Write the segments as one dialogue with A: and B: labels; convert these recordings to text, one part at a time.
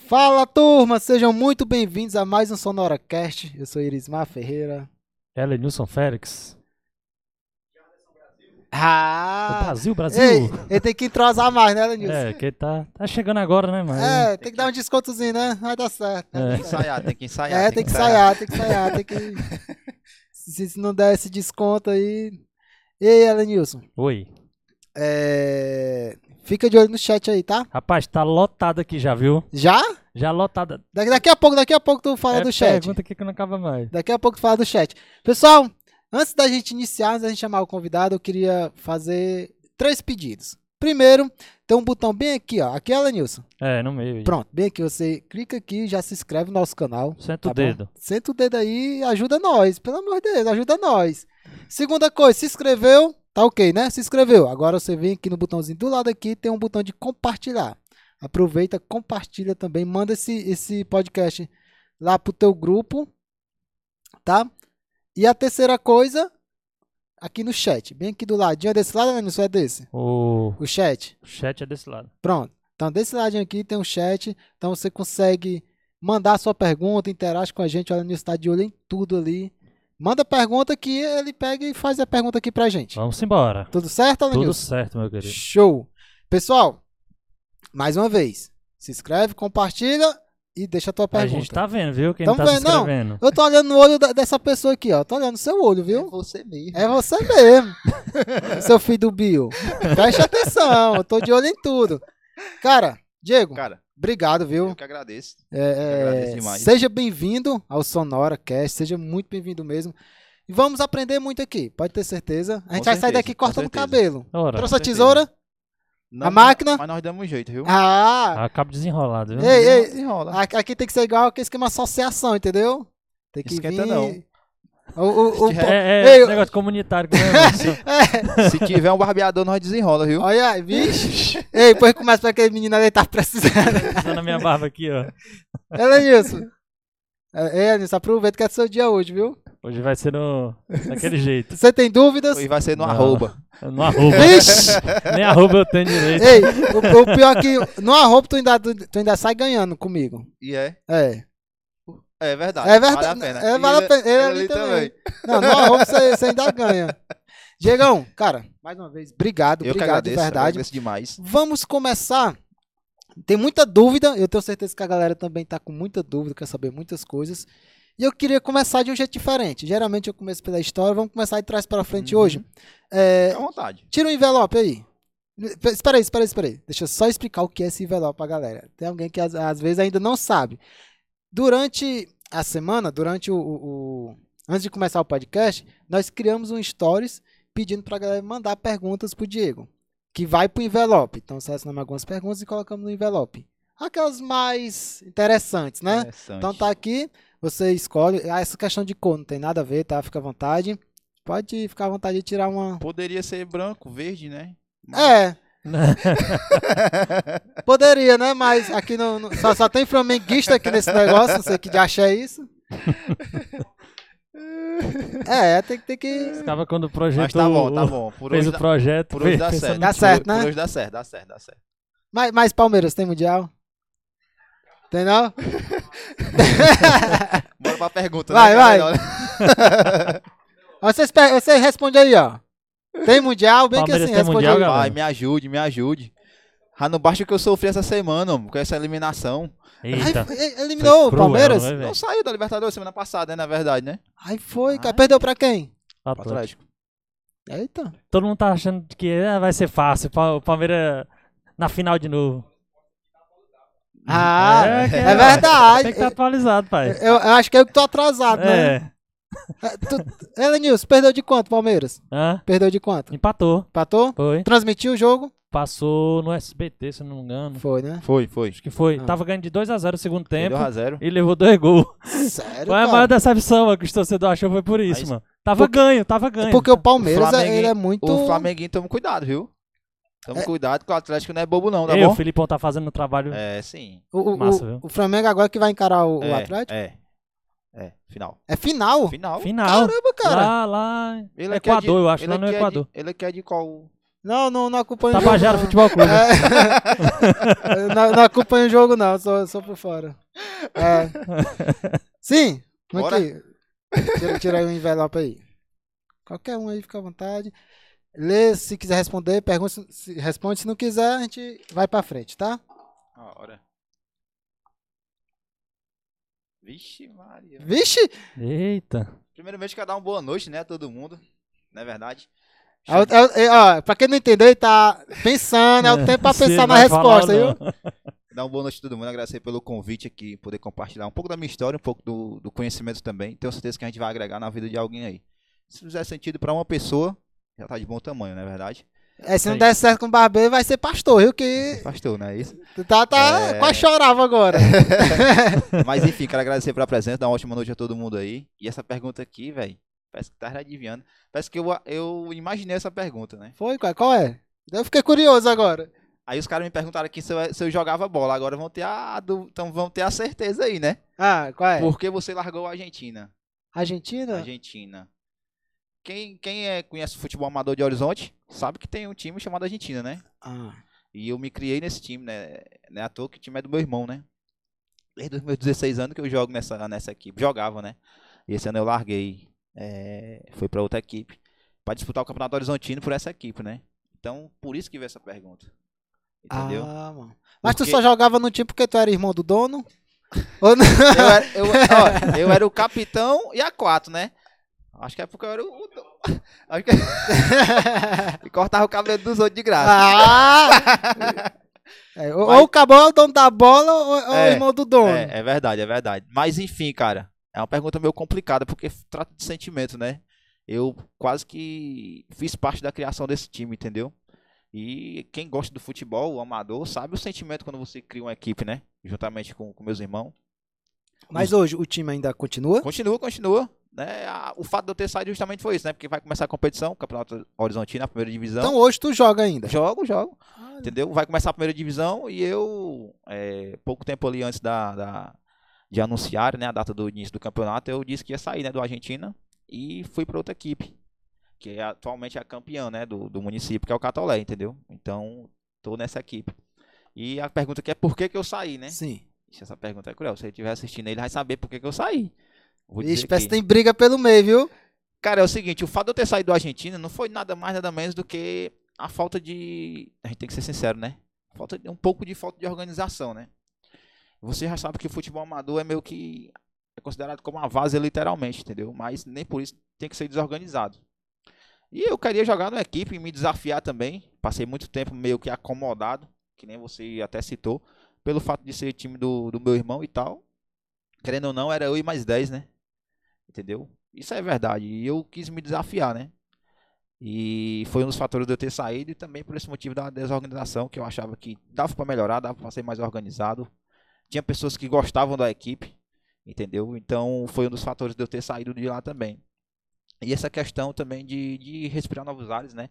A: Fala, turma! Sejam muito bem-vindos a mais um SonoraCast. Eu sou Irismar Ferreira.
B: Elenilson Félix. Brasil.
A: Ei, ele tem que entrosar mais, né, Lenilson?
B: É, que tá chegando agora, né, mano?
A: Tem que dar um descontozinho, né? Vai dar certo.
C: Tem que ensaiar.
A: Tem que ensaiar. Se não der esse desconto aí... Ei, Elenilson.
B: Oi.
A: Fica de olho no chat aí, tá?
B: Rapaz, tá lotado aqui já, viu?
A: Já?
B: Já lotado.
A: Daqui a pouco tu fala do chat.
B: Pergunta aqui que não acaba mais.
A: Daqui a pouco tu fala do chat. Pessoal, antes da gente iniciar, antes da gente chamar o convidado, eu queria fazer 3 pedidos. Primeiro, tem um botão bem aqui, ó. Aqui é Elenilson.
B: No meio.
A: Pronto, bem aqui. Você clica aqui e já se inscreve no nosso canal.
B: Senta o dedo.
A: Senta o dedo aí e ajuda nós. Pelo amor de Deus, ajuda nós. Segunda coisa, se inscreveu, tá ok, né? Se inscreveu. Agora você vem aqui no botãozinho do lado aqui, tem um botão de compartilhar. Aproveita, compartilha também. Manda esse podcast lá pro teu grupo, tá? E a terceira coisa... aqui no chat, bem aqui do ladinho, é desse lado, Elenilson, é desse? O chat.
B: O chat é desse lado.
A: Pronto. Então, desse ladinho aqui tem um chat, então você consegue mandar a sua pergunta, interage com a gente, o Elenilson está de olho em tudo ali. Manda pergunta que ele pega e faz a pergunta aqui pra gente.
B: Vamos embora.
A: Tudo certo, Elenilson?
B: Tudo certo, meu querido.
A: Show. Pessoal, mais uma vez, se inscreve, compartilha e deixa a tua pergunta.
B: A gente tá vendo, viu? Quem tá se inscrevendo.
A: Não, eu tô olhando no olho dessa pessoa aqui, ó. Tô olhando no seu olho, viu?
C: É você mesmo.
A: É você mesmo. Seu filho do Bio. Preste atenção, eu tô de olho em tudo. Cara, Diego, obrigado, viu?
C: Eu que agradeço. Agradeço demais.
A: Seja bem-vindo ao SonoraCast, seja muito bem-vindo mesmo. E vamos aprender muito aqui, pode ter certeza. A gente vai sair daqui cortando o cabelo. Trouxe a tesoura?
C: Não,
A: a máquina?
C: Mas nós damos um jeito, viu?
B: Acaba desenrolado, viu?
A: Ei,
C: Desenrola.
A: aqui tem que ser igual aquele esquema associação, entendeu? Tem que
C: Esquenta
A: vir...
C: não.
B: Negócio comunitário. Que
C: Se tiver um barbeador, nós desenrola, viu?
A: Olha aí, vixe. Ei, depois começa pra aquele menino ali, tá precisando.
B: Precisando da minha barba aqui, ó.
A: Elenilson. Elenilson, aproveita que é seu dia hoje, viu?
B: Hoje vai ser daquele jeito.
A: Você tem dúvidas?
C: Hoje vai ser no arroba.
B: No arroba.
A: Vixe!
B: Nem arroba eu tenho direito.
A: Ei, o pior é que no arroba tu ainda sai ganhando comigo.
C: E é?
A: É
C: verdade.
A: É verdade.
C: Vale a pena.
A: Vale a pena. Ele ali também. Não, no arroba você ainda ganha. Diegão, cara, mais uma vez, obrigado
C: Eu que agradeço,
A: de verdade.
C: agradeço demais.
A: Vamos começar. Tem muita dúvida, eu tenho certeza que a galera também tá com muita dúvida, quer saber muitas coisas. E eu queria começar de um jeito diferente. Geralmente eu começo pela história, vamos começar de trás para frente hoje.
C: Fica à vontade.
A: Tira o envelope aí. Espera aí. Deixa eu só explicar o que é esse envelope pra galera. Tem alguém que às vezes ainda não sabe. Durante a semana, antes de começar o podcast, nós criamos um stories pedindo pra galera mandar perguntas pro Diego, que vai pro envelope. Então selecionamos algumas perguntas e colocamos no envelope. Aquelas mais interessantes, né? Então tá aqui, você escolhe. Essa questão de cor não tem nada a ver, tá? Fica à vontade. Pode ficar à vontade de tirar uma...
C: Poderia ser branco, verde, né?
A: Poderia, né? Mas aqui só tem flamenguista aqui nesse negócio. Não sei que de achar isso. Tem que...
B: Estava quando projetou.
C: Mas tá bom.
B: Fez o projeto.
C: Por hoje dá certo.
A: Dá certo, né?
C: Por hoje dá certo.
A: Mas Palmeiras tem mundial? Tem não?
C: Bora pra pergunta,
A: vai.
C: Vai.
A: Você responde aí, ó. Tem mundial? Bem
B: Palmeiras
A: que assim, responde aí.
C: Vai, me ajude. Já não basta o que eu sofri essa semana, homem, com essa eliminação.
B: Eita.
A: Eliminou o Palmeiras?
C: Não saiu da Libertadores semana passada, né? Na verdade, né?
A: Aí foi, cara. Perdeu pra quem?
C: Atlético.
A: Eita.
B: Todo mundo tá achando que vai ser fácil. O Palmeiras na final de novo.
A: É verdade.
B: Tem que estar atualizado, pai.
A: Eu acho que eu que tô atrasado, né? Elenilson, perdeu de quanto, Palmeiras? Perdeu de quanto?
B: Empatou. Foi.
A: Transmitiu o jogo?
B: Passou no SBT, se eu não me engano.
A: Foi, né?
C: Foi.
B: Acho que foi. Tava ganhando de 2-0 no segundo tempo.
C: 2-0.
B: E levou 2 gols.
A: Sério,
B: Foi a maior decepção, mano, que o torcedor achou, foi por isso, mano. Tava ganho.
A: Porque o Palmeiras, ele é muito...
C: O Flamenguinho, toma cuidado, viu? Toma cuidado que o Atlético não é bobo não, tá
B: bom?
C: O
B: Filipão tá fazendo um trabalho...
C: sim.
A: Massa, viu? O Flamengo agora que vai encarar o Atlético?
C: Final.
A: É final?
B: Final.
A: Caramba, cara.
B: Lá Equador, eu acho, lá no Equador.
C: Ele quer de qual?
A: Não acompanho o jogo.
B: Tabajara
A: não.
B: Futebol Clube.
A: Não acompanho o jogo, não. Sou por fora. É. Sim.
C: Bora.
A: Aqui. Tira aí o envelope aí. Qualquer um aí, fica à vontade. Lê, se quiser responder, pergunta, responde. Se não quiser, a gente vai pra frente, tá?
C: Ora. Vixe, Maria.
A: Vixe!
B: Eita.
C: Primeiramente, quero dar uma boa noite, né, a todo mundo. Não é verdade?
A: Ó, pra quem não entendeu, ele tá pensando, é o tempo pra
B: Se ele
A: pensar na
B: vai falar
A: resposta,
B: ou
A: viu?
B: não.
C: Dar uma boa noite a todo mundo, agradecer pelo convite aqui, poder compartilhar um pouco da minha história, um pouco do conhecimento também. Tenho certeza que a gente vai agregar na vida de alguém aí. Se fizer sentido pra uma pessoa, já tá de bom tamanho, não é verdade?
A: Se não
B: Sim.
A: der certo com o barbeiro, vai ser pastor, viu? Que
C: Pastor, não é isso?
A: quase chorava agora.
C: Mas enfim, quero agradecer pela presença, dar uma ótima noite a todo mundo aí. E essa pergunta aqui, velho, parece que tá adivinhando. Parece que eu imaginei essa pergunta, né?
A: Foi, qual é? Eu fiquei curioso agora.
C: Aí os caras me perguntaram aqui se eu jogava bola. Agora vão ter então vão ter a certeza aí, né?
A: Ah, qual é?
C: Por que você largou a Argentina?
A: Argentina?
C: Argentina. Quem conhece o futebol amador de Horizonte sabe que tem um time chamado Argentina, né?
A: Ah.
C: E eu me criei nesse time, né? Não é à toa que o time é do meu irmão, né? Desde os meus 16 anos que eu jogo nessa equipe. Jogava, né? E esse ano eu larguei. Fui pra outra equipe. Pra disputar o Campeonato Horizontino por essa equipe, né? Então, por isso que veio essa pergunta. Entendeu?
A: Ah, mano. Mas tu
C: Porque-
A: só jogava no time porque tu era irmão do dono? Ou não?
C: Eu era o capitão e a 4, né? Acho que é porque eu era o acho que... E cortava o cabelo dos outros de graça.
A: Ah! Ou
C: Mas-
A: o Cabal é o dono da bola ou o
C: É,
A: irmão do dono.
C: É verdade, é verdade. Mas enfim, cara, é uma pergunta meio complicada porque trata de sentimento, né? Eu quase que fiz parte da criação desse time, entendeu? E quem gosta do futebol, o amador, sabe o sentimento quando você cria uma equipe, né? Juntamente com meus irmãos.
A: Mas hoje o time ainda continua?
C: Continua. Né? O fato de eu ter saído justamente foi isso, né? Porque vai começar a competição, o Campeonato Horizontino, a primeira divisão.
A: Então hoje tu joga ainda?
C: Jogo.
A: Olha.
C: Entendeu? Vai começar a primeira divisão e eu, pouco tempo ali antes de anunciar, né, a data do início do campeonato, eu disse que ia sair, né, do Argentina e fui para outra equipe, que atualmente é a campeã, né, do município, que é o Catolé, entendeu? Então, tô nessa equipe. E a pergunta que é por que eu saí, né?
A: Sim.
C: Ixi, essa pergunta é cruel. Se ele estiver assistindo, ele vai saber por que eu saí. Vou dizer
A: Ixi, parece
C: aqui.
A: que tem briga pelo meio, viu?
C: Cara, é o seguinte, o fato de eu ter saído da Argentina não foi nada mais, nada menos do que a falta de... A gente tem que ser sincero, né? Um pouco de falta de organização, né? Você já sabe que o futebol amador é meio que... É considerado como uma várzea, literalmente, entendeu? Mas nem por isso tem que ser desorganizado. E eu queria jogar numa equipe e me desafiar também. Passei muito tempo meio que acomodado, que nem você até citou, pelo fato de ser time do meu irmão e tal. Querendo ou não, era eu e mais 10, né? Entendeu? Isso é verdade. E eu quis me desafiar, né? E foi um dos fatores de eu ter saído e também por esse motivo da desorganização, que eu achava que dava para melhorar, dava para ser mais organizado. Tinha pessoas que gostavam da equipe, entendeu? Então foi um dos fatores de eu ter saído de lá também. E essa questão também de respirar novos ares, né?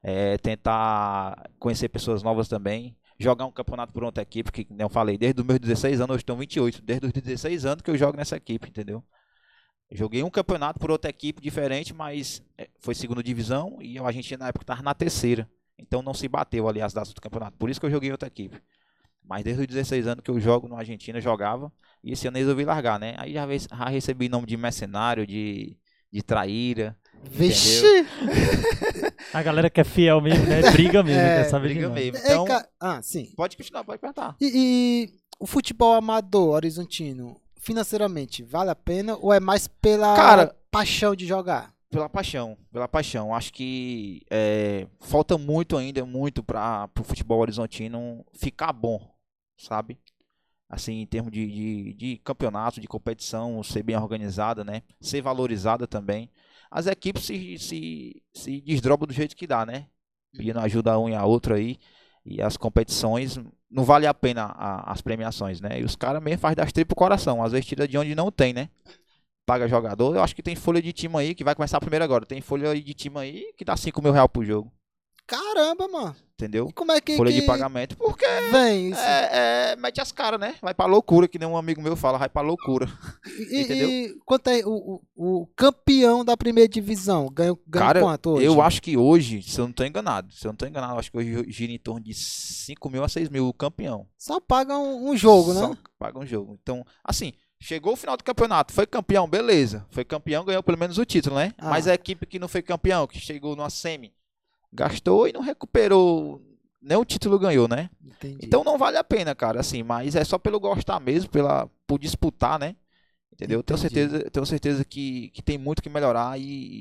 C: Tentar conhecer pessoas novas também. Jogar um campeonato por outra equipe, que nem eu falei, desde os meus 16 anos, hoje estão 28. Desde os 16 anos que eu jogo nessa equipe, entendeu? Joguei um campeonato por outra equipe diferente, mas foi segunda divisão e a Argentina na época estava na terceira. Então não se bateu ali as datas do campeonato. Por isso que eu joguei em outra equipe. Mas desde os 16 anos que eu jogo na Argentina, jogava. E esse ano eu resolvi largar, né? Aí já recebi nome de mercenário, de traíra.
A: Vixe!
B: A galera que é fiel mesmo, né? Briga mesmo, quer saber de
C: Briga
B: nós.
C: mesmo.
A: Ei,
C: Então,
A: sim.
C: pode continuar, pode perguntar.
A: E o futebol amador horizontino, financeiramente, vale a pena ou é mais pela
C: Cara,
A: paixão de jogar?
C: Pela paixão. Acho que falta muito para o futebol horizontino ficar bom, sabe? Assim, em termos de campeonato, de competição, ser bem organizada, né? Ser valorizada também. As equipes se desdobram do jeito que dá, né? Pedindo ajuda a um e a outro aí. E as competições, não vale a pena as premiações, né? E os caras mesmo fazem das tripas pro coração. Às vezes tira de onde não tem, né? Paga jogador. Eu acho que tem folha de time aí, que vai começar primeiro agora. Tem folha de time aí que dá R$5.000 pro jogo.
A: Caramba, mano.
C: Entendeu?
A: E como é que,
C: Folha de pagamento. Porque
A: vem isso?
C: mete as caras, né? Vai pra loucura, que nem um amigo meu fala, vai pra loucura. Entendeu?
A: E quanto é o campeão da primeira divisão? Ganha
C: Cara,
A: quanto hoje?
C: eu acho que hoje, se eu não tô enganado, acho que hoje gira em torno de 5 mil a 6 mil o campeão.
A: Só paga um jogo,
C: Só
A: né?
C: paga um jogo. Então, assim, chegou o final do campeonato, foi campeão, beleza. Foi campeão, ganhou pelo menos o título, né?
A: Ah.
C: Mas a equipe que não foi campeão, que chegou numa semi, gastou e não recuperou, nem o título ganhou, né?
A: Entendi.
C: Então não vale a pena, cara, assim, mas é só pelo gostar mesmo, por disputar, né? Entendeu?
A: Entendi.
C: Tenho certeza que tem muito que melhorar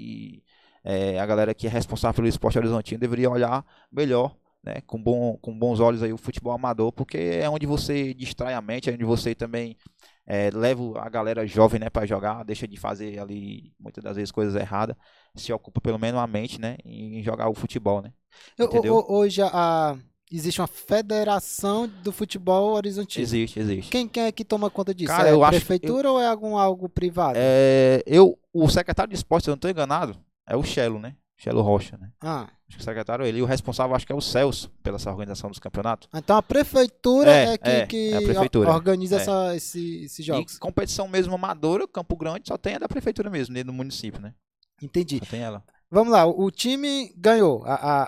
C: a galera que é responsável pelo esporte horizontino deveria olhar melhor, né? Com bons olhos aí o futebol amador, porque é onde você distrai a mente, é onde você também leva a galera jovem, né, para jogar, deixa de fazer ali muitas das vezes coisas erradas, se ocupa pelo menos a mente, né, em jogar o futebol, né? Entendeu?
A: Hoje existe uma federação do futebol horizontino.
C: Existe.
A: Quem é que toma conta disso?
C: Cara,
A: é
C: eu
A: a
C: acho-
A: prefeitura ou é algo privado?
C: O secretário de esporte, se eu não estou enganado, é o Chelo, né? Chelo Rocha, né?
A: Ah,
C: Acho que o secretário é ele. E o responsável, acho que é o Celso, pela essa organização dos campeonatos.
A: então a prefeitura que
C: é a prefeitura.
A: organiza
C: É.
A: esses jogos.
C: E competição mesmo amadora, Campo Grande, só tem a da prefeitura mesmo, dentro do município, né?
A: Entendi.
C: Só tem ela.
A: Vamos lá, o time ganhou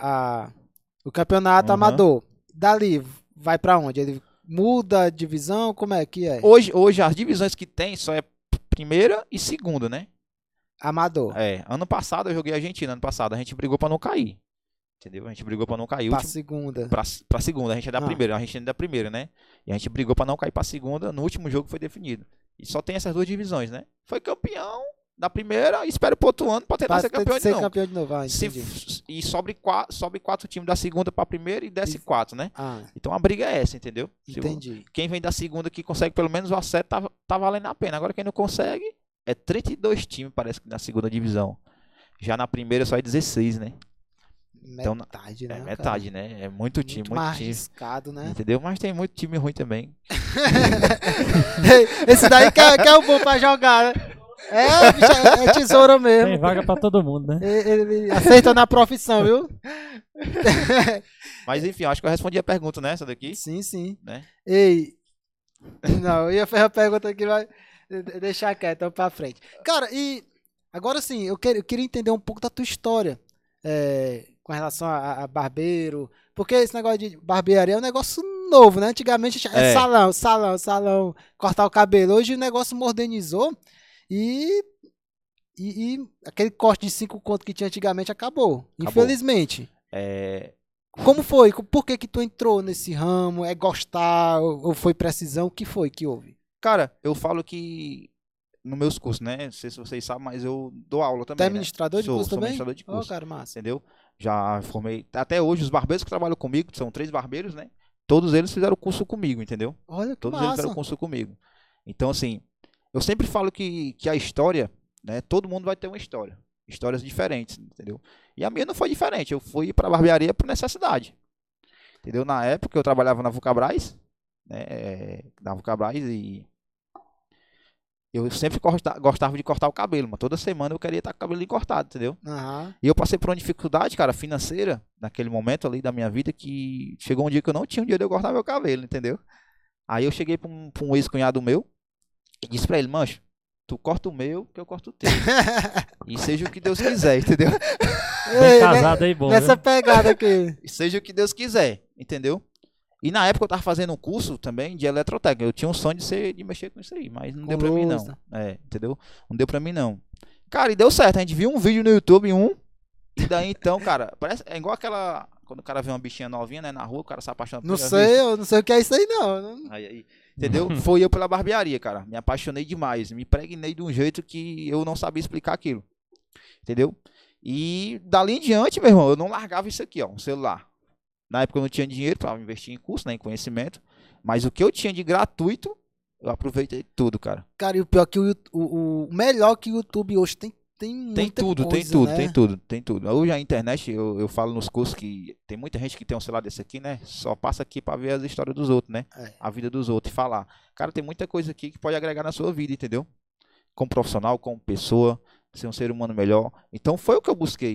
A: o campeonato
C: Uhum.
A: amador. Dali, vai pra onde? Ele muda a divisão? Como é que é?
C: Hoje as divisões que tem só é primeira e segunda, né?
A: Amador.
C: Ano passado eu joguei Argentina, ano passado a gente brigou pra não cair. Entendeu? A gente brigou pra não cair.
A: Pra segunda.
C: Pra segunda, a gente é da
A: Ah.
C: primeira, a gente ainda é da primeira, né? E a gente brigou pra não cair pra segunda, no último jogo foi definido. E só tem essas duas divisões, né? Foi campeão da primeira e espera pro outro ano pra tentar ser campeão de novo.
A: campeão de novo. Ah,
C: Se
A: entendi.
C: e sobe quatro times da segunda pra primeira e desce quatro, né?
A: Ah,
C: Então a briga é essa, entendeu?
A: entendi.
C: Quem vem da segunda que consegue pelo menos o acesso tá valendo a pena. Agora quem não consegue é 32 times, parece que na segunda divisão. Já na primeira só é 16, né? Então,
A: Metade, né?
C: É
A: cara?
C: metade, né? É muito time, muito
A: mais
C: time.
A: arriscado, né?
C: Entendeu? Mas tem muito time ruim também.
A: Esse daí que é o bom pra jogar, né? Bicho, é tesouro mesmo.
B: Tem vaga pra todo mundo, né?
A: Ele acerta na profissão, viu?
C: Mas enfim, eu acho que eu respondi a pergunta nessa daqui,
A: Sim.
C: né?
A: Ei, não, eu ia fazer a pergunta que vai deixar quieto, então pra frente. Cara, e agora sim, eu queria entender um pouco da tua história com relação a barbeiro, porque esse negócio de barbearia é um negócio novo, né? Antigamente é salão, cortar o cabelo. Hoje o negócio modernizou e aquele corte de 5 conto que tinha antigamente acabou. Infelizmente. Como foi? Por que tu entrou nesse ramo? É gostar ou foi precisão? O que foi que houve?
C: Cara, eu falo que nos meus cursos, né? Não sei se vocês sabem, mas eu dou aula também,
A: Tu é
C: né?
A: administrador de curso
C: Sou
A: também?
C: administrador de curso,
A: Cara, massa.
C: entendeu? Já formei, até hoje, os barbeiros que trabalham comigo, são 3 barbeiros, né? Todos eles fizeram curso comigo, entendeu?
A: Olha que
C: Todos eles fizeram
A: massa.
C: curso comigo. Então, assim, eu sempre falo que a história, né? Todo mundo vai ter uma história. Histórias diferentes, entendeu? E a minha não foi diferente. Eu fui pra barbearia por necessidade. Entendeu? Na época eu trabalhava na Vulcabras, né? Na Vulcabras e eu sempre gostava de cortar o cabelo, mas toda semana eu queria estar com o cabelo cortado, entendeu?
A: Aham.
C: E eu passei por uma dificuldade, cara, financeira, naquele momento ali da minha vida, que chegou um dia que eu não tinha um dia de eu cortar meu cabelo, entendeu? Aí eu cheguei pra um ex-cunhado meu e disse pra ele, mancho, tu corta o meu, que eu corto o teu. E seja o que Deus quiser, entendeu?
B: Bem casado aí, bom.
A: Nessa
B: Viu?
A: pegada aqui.
C: E seja o que Deus quiser, entendeu? E na época eu tava fazendo um curso também de eletrotécnica. Eu tinha um sonho de mexer com isso aí, mas não
A: Com
C: deu pra mim não.
A: luz,
C: Entendeu? Não deu pra mim não. Cara, e deu certo. A gente viu um vídeo no YouTube, e daí então, cara, é igual aquela... Quando o cara vê uma bichinha novinha, né, na rua, o cara se apaixona por
A: Não
C: ela,
A: sei, eu não sei o que é isso aí, não.
C: Aí, entendeu? Foi eu pela barbearia, cara. Me apaixonei demais. Me impregnei de um jeito que eu não sabia explicar aquilo. Entendeu? E dali em diante, meu irmão, eu não largava isso aqui, ó, um celular. Na época eu não tinha dinheiro para investir em curso, né, em conhecimento. Mas o que eu tinha de gratuito, eu aproveitei tudo, cara.
A: Cara, e o pior é que o melhor que o YouTube hoje tem muita
C: tudo,
A: coisa, né?
C: tem tudo. Hoje a internet, eu falo nos cursos que tem muita gente que tem um celular desse aqui, né? Só passa aqui para ver as histórias dos outros, né? A vida dos outros e falar. Cara, tem muita coisa aqui que pode agregar na sua vida, entendeu? Como profissional, como pessoa, ser um ser humano melhor. Então foi o que eu busquei.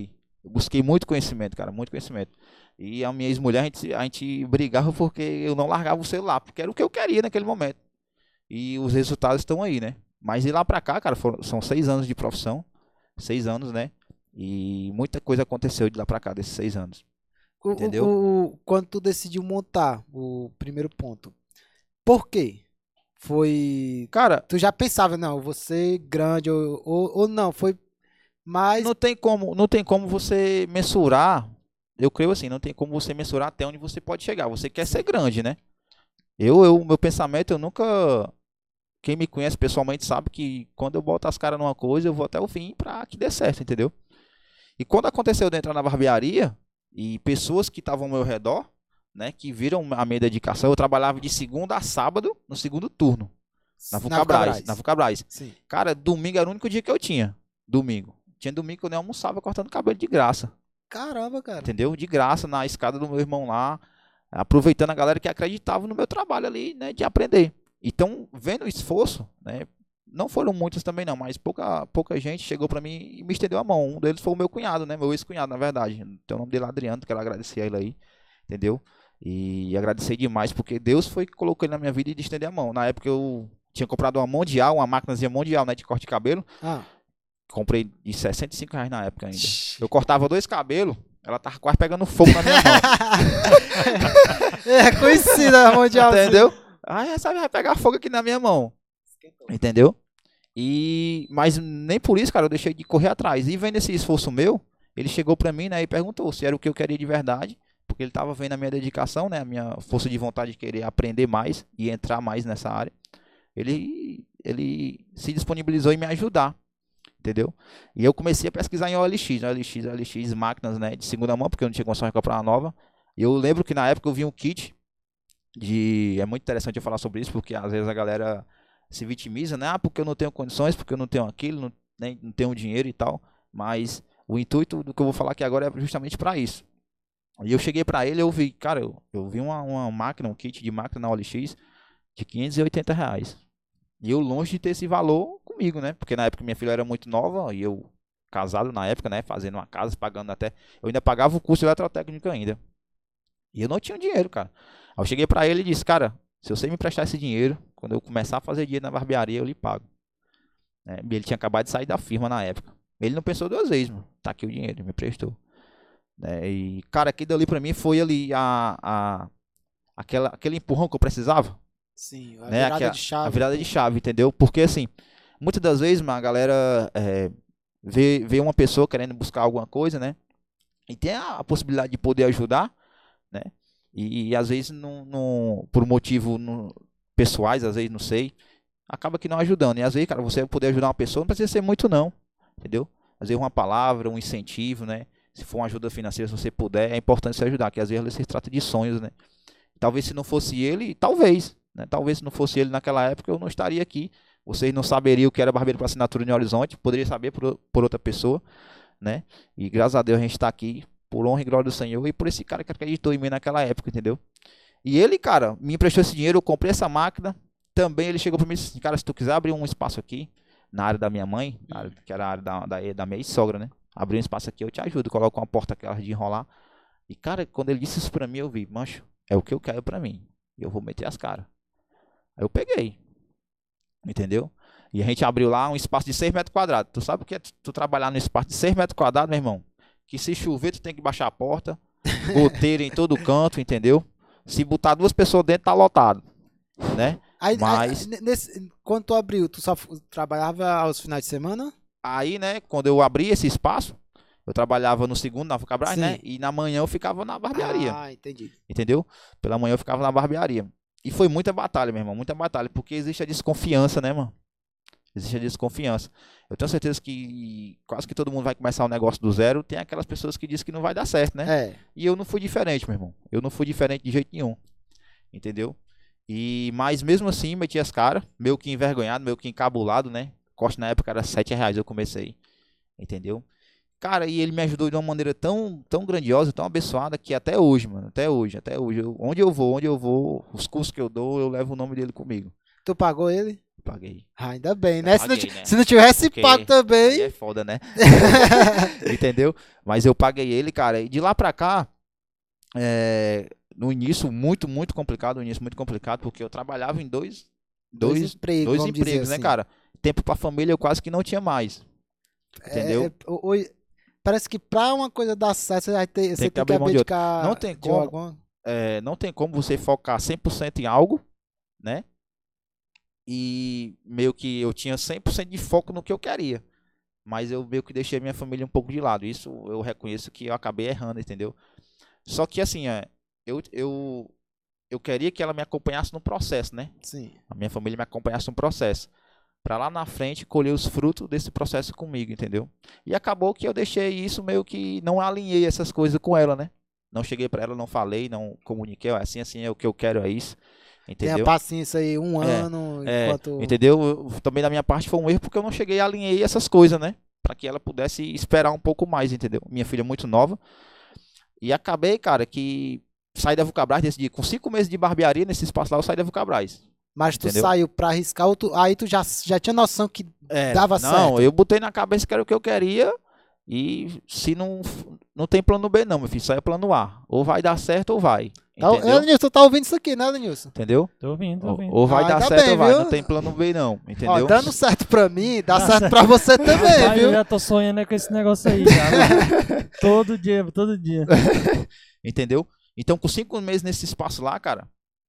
C: Eu busquei muito conhecimento, cara, muito conhecimento. E a minha ex-mulher, a gente brigava porque eu não largava o celular, porque era o que eu queria naquele momento. E os resultados estão aí, né? Mas de lá pra cá, cara, são 6 anos de profissão. 6 anos, né? E muita coisa aconteceu de lá pra cá, desses 6 anos. Entendeu?
A: Quando tu decidiu montar o primeiro ponto, por quê? Foi.
C: Cara,
A: Tu já pensava, não, eu vou ser grande ou não, foi mais.
C: não tem como você mensurar. Eu creio assim, não tem como você mensurar até onde você pode chegar. Você quer ser grande, né? Meu pensamento, eu nunca. Quem me conhece pessoalmente sabe que quando eu boto as caras numa coisa, eu vou até o fim pra que dê certo, entendeu? E quando aconteceu de entrar na barbearia, e pessoas que estavam ao meu redor, né, que viram a minha dedicação, eu trabalhava de segunda a sábado, no segundo turno, na Vulcabras.
A: Sim.
C: Cara, domingo era o único dia que eu tinha. Domingo. Tinha domingo que eu nem almoçava cortando cabelo de graça.
A: Caramba, cara.
C: Entendeu? De graça, na escada do meu irmão lá, aproveitando a galera que acreditava no meu trabalho ali, né, de aprender. Então, vendo o esforço, né, não foram muitos também não, mas pouca gente chegou pra mim e me estendeu a mão. Um deles foi o meu cunhado, né, meu ex-cunhado, na verdade. Tem o nome dele, Adriano, quero agradecer a ele aí, entendeu? E agradecer demais, porque Deus foi que colocou ele na minha vida e de estender a mão. Na época eu tinha comprado uma máquinazinha Mundial, né, de corte de cabelo. Comprei de R$ 65 na época ainda. Eu cortava 2 cabelos, ela tava quase pegando fogo na minha mão.
A: É conhecida a Mundial.
C: Entendeu? Aí essa vai pegar fogo aqui na minha mão. Entendeu? Mas nem por isso, cara, eu deixei de correr atrás. E vendo esse esforço meu, ele chegou pra mim, né, e perguntou se era o que eu queria de verdade, porque ele tava vendo a minha dedicação, né, a minha força de vontade de querer aprender mais e entrar mais nessa área. Ele se disponibilizou em me ajudar, entendeu? E eu comecei a pesquisar em OLX, máquinas, né, de segunda mão, porque eu não tinha condição de comprar uma nova. E eu lembro que na época eu vi um kit é muito interessante eu falar sobre isso, porque às vezes a galera se vitimiza, né? Porque eu não tenho condições, porque eu não tenho aquilo, não tenho dinheiro e tal. Mas o intuito do que eu vou falar aqui agora é justamente para isso. E eu cheguei para ele, eu vi, cara, eu vi uma máquina, um kit de máquina na OLX de R$ 580. E eu longe de ter esse valor comigo, né? Porque na época minha filha era muito nova e eu casado na época, né? Fazendo uma casa, pagando até. Eu ainda pagava o curso de eletrotécnica ainda. E eu não tinha dinheiro, cara. Aí eu cheguei pra ele e disse, cara, se você me prestar esse dinheiro, quando eu começar a fazer dinheiro na barbearia, eu lhe pago. E ele tinha acabado de sair da firma na época. Ele não pensou 2 vezes, mano. Tá aqui o dinheiro, ele me prestou. E, cara, aquilo ali pra mim foi ali aquele empurrão que eu precisava.
A: Sim, a
C: né?
A: virada de chave.
C: A virada de chave, entendeu? Porque, assim, muitas das vezes, mano, a galera vê uma pessoa querendo buscar alguma coisa, né? E tem a possibilidade de poder ajudar, né? E às vezes, por motivo pessoais, às vezes, não sei, acaba que não ajudando. E às vezes, cara, você poder ajudar uma pessoa não precisa ser muito, não, entendeu? Às vezes uma palavra, um incentivo, né? Se for uma ajuda financeira, se você puder, é importante se ajudar, que às vezes se trata de sonhos, né? Talvez se não fosse ele, né? Talvez se não fosse ele naquela época, eu não estaria aqui. Vocês não saberiam o que era barbeiro para assinatura em Horizonte, poderia saber por outra pessoa, né? E graças a Deus a gente está aqui por honra e glória do Senhor e por esse cara que acreditou em mim naquela época, entendeu? E ele, cara, me emprestou esse dinheiro, eu comprei essa máquina. Também ele chegou para mim e disse, cara, se tu quiser abrir um espaço aqui, na área da minha mãe, que era a área da minha sogra, né? Abrir um espaço aqui, eu te ajudo, coloco uma porta aquela de enrolar. E, cara, quando ele disse isso pra mim, eu vi, mancho, é o que eu quero pra mim. Eu vou meter as caras. Aí eu peguei. Entendeu? E a gente abriu lá um espaço de 6 metros quadrados. Tu sabe o que é tu trabalhar num espaço de 6 metros quadrados, meu irmão? Que se chover, tu tem que baixar a porta. Goteira em todo canto, entendeu? Se botar 2 pessoas dentro, tá lotado. Né?
A: Quando tu abriu, tu só trabalhava aos finais de semana?
C: Aí, né, quando eu abri esse espaço, eu trabalhava no segundo, na Vulcabras, né? E na manhã eu ficava na barbearia.
A: Ah, entendi.
C: Entendeu? Pela manhã eu ficava na barbearia. E foi muita batalha, meu irmão, muita batalha, porque existe a desconfiança, né, mano? Existe a desconfiança. Eu tenho certeza que quase que todo mundo vai começar um negócio do zero, tem aquelas pessoas que dizem que não vai dar certo, né? E eu não fui diferente, meu irmão. Eu não fui diferente de jeito nenhum. Entendeu? Mas mesmo assim, meti as caras, meio que envergonhado, meio que encabulado, né? Corte na época era R$7, eu comecei. Entendeu? Cara, e ele me ajudou de uma maneira tão grandiosa, tão abençoada, que até hoje, mano, até hoje, onde eu vou, os cursos que eu dou, eu levo o nome dele comigo.
A: Tu pagou ele?
C: Paguei.
A: Ah, ainda bem, né?
C: Paguei, né?
A: Se não tivesse
C: Porque
A: pago
C: Aí
A: também.
C: é foda, né? Entendeu? Mas eu paguei ele, cara. E de lá pra cá, no início, muito complicado. No início, muito complicado, porque eu trabalhava em
A: Dois empregos,
C: dois
A: vamos dizer
C: empregos, né,
A: assim.
C: cara? Tempo pra família eu quase que não tinha mais. Entendeu?
A: Parece que pra uma coisa dar certo, você
C: que
A: tem que
C: abrir mão de outra.
A: abdicar
C: Não tem
A: de
C: como.
A: alguma...
C: Não tem como você focar 100% em algo, né? E meio que eu tinha 100% de foco no que eu queria. Mas eu meio que deixei minha família um pouco de lado. Isso eu reconheço que eu acabei errando, entendeu? Só que assim, eu queria que ela me acompanhasse no processo, né?
A: Sim.
C: A minha família me acompanhasse no processo. Pra lá na frente colher os frutos desse processo comigo, entendeu? E acabou que eu deixei isso meio que não alinhei essas coisas com ela, né? Não cheguei pra ela, não falei, não comuniquei, ó, assim é o que eu quero, é isso.
A: Tenha
C: Entendeu?
A: paciência aí, um ano, enquanto...
C: Entendeu? Também da minha parte foi um erro porque eu não cheguei e alinhei essas coisas, né? Pra que ela pudesse esperar um pouco mais, entendeu? Minha filha é muito nova. E acabei, cara, que saí da Vulcabras desse dia. Com 5 meses de barbearia, nesse espaço lá, eu saí da Vulcabras.
A: Mas tu
C: Entendeu?
A: saiu pra arriscar, aí tu já tinha noção que dava certo.
C: Não, eu botei na cabeça que era o que eu queria. E se não tem plano B não, meu filho, só é plano A. Ou vai dar certo ou vai. Entendeu?
A: Nilson, tu tá ouvindo isso aqui, né, Nilson?
C: Entendeu?
B: Tô ouvindo, tô ouvindo.
C: Ou vai dar
A: ainda
C: certo
A: bem,
C: ou vai.
A: viu?
C: Não tem plano B não,
A: Ó,
C: entendeu?
A: dando certo pra mim, dá
B: Dá
A: certo
B: certo.
A: pra você também,
B: Rapaz, eu
A: viu?
B: já tô sonhando com esse negócio aí, cara. Todo dia, todo dia.
C: Entendeu? Então, com 5 meses nesse espaço lá, cara,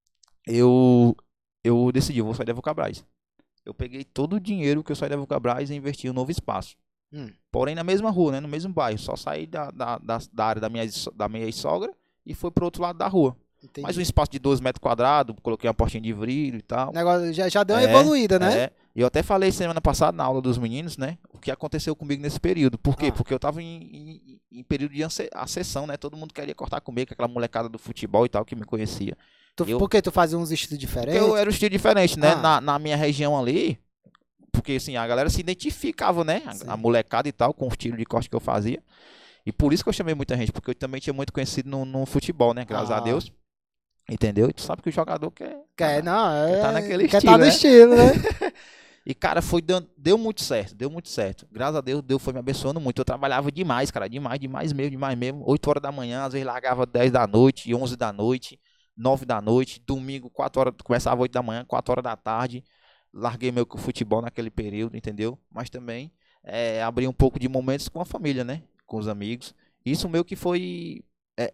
C: eu decidi, eu vou sair da Vulcabras. Eu peguei todo o dinheiro que eu saí da Vulcabras e investi em um novo espaço. Porém, na mesma rua, né, no mesmo bairro. Só saí da área da minha sogra e fui pro outro lado da rua.
A: Entendi.
C: Mais um espaço de 12 metros quadrados, coloquei uma portinha de vidro e tal.
A: O negócio já deu uma evoluída, né?
C: E eu até falei semana passada na aula dos meninos, né? O que aconteceu comigo nesse período. Por quê? Porque eu tava em período de acessão, né? Todo mundo queria cortar comigo, aquela molecada do futebol e tal que me conhecia.
A: Por que tu fazia uns estilos diferentes?
C: Porque eu era um estilo diferente, né? Na minha região ali, porque assim, a galera se identificava, né? A molecada e tal, com o estilo de corte que eu fazia. E por isso que eu chamei muita gente, porque eu também tinha muito conhecido no futebol, né? Graças a Deus. Entendeu? E tu sabe que o jogador quer tá naquele
A: quer
C: estilo,
A: tá no
C: né?
A: estilo, né?
C: E, cara, deu muito certo, deu muito certo. Graças a Deus, Deus foi me abençoando muito. Eu trabalhava demais, cara, demais mesmo. 8 horas da manhã, às vezes largava 10 da noite, 11 da noite, 9 da noite. Domingo, 4 horas, começava 8 da manhã, 4 horas da tarde. Larguei meu futebol naquele período, entendeu? Mas também abri um pouco de momentos com a família, né? Com os amigos. Isso meio que foi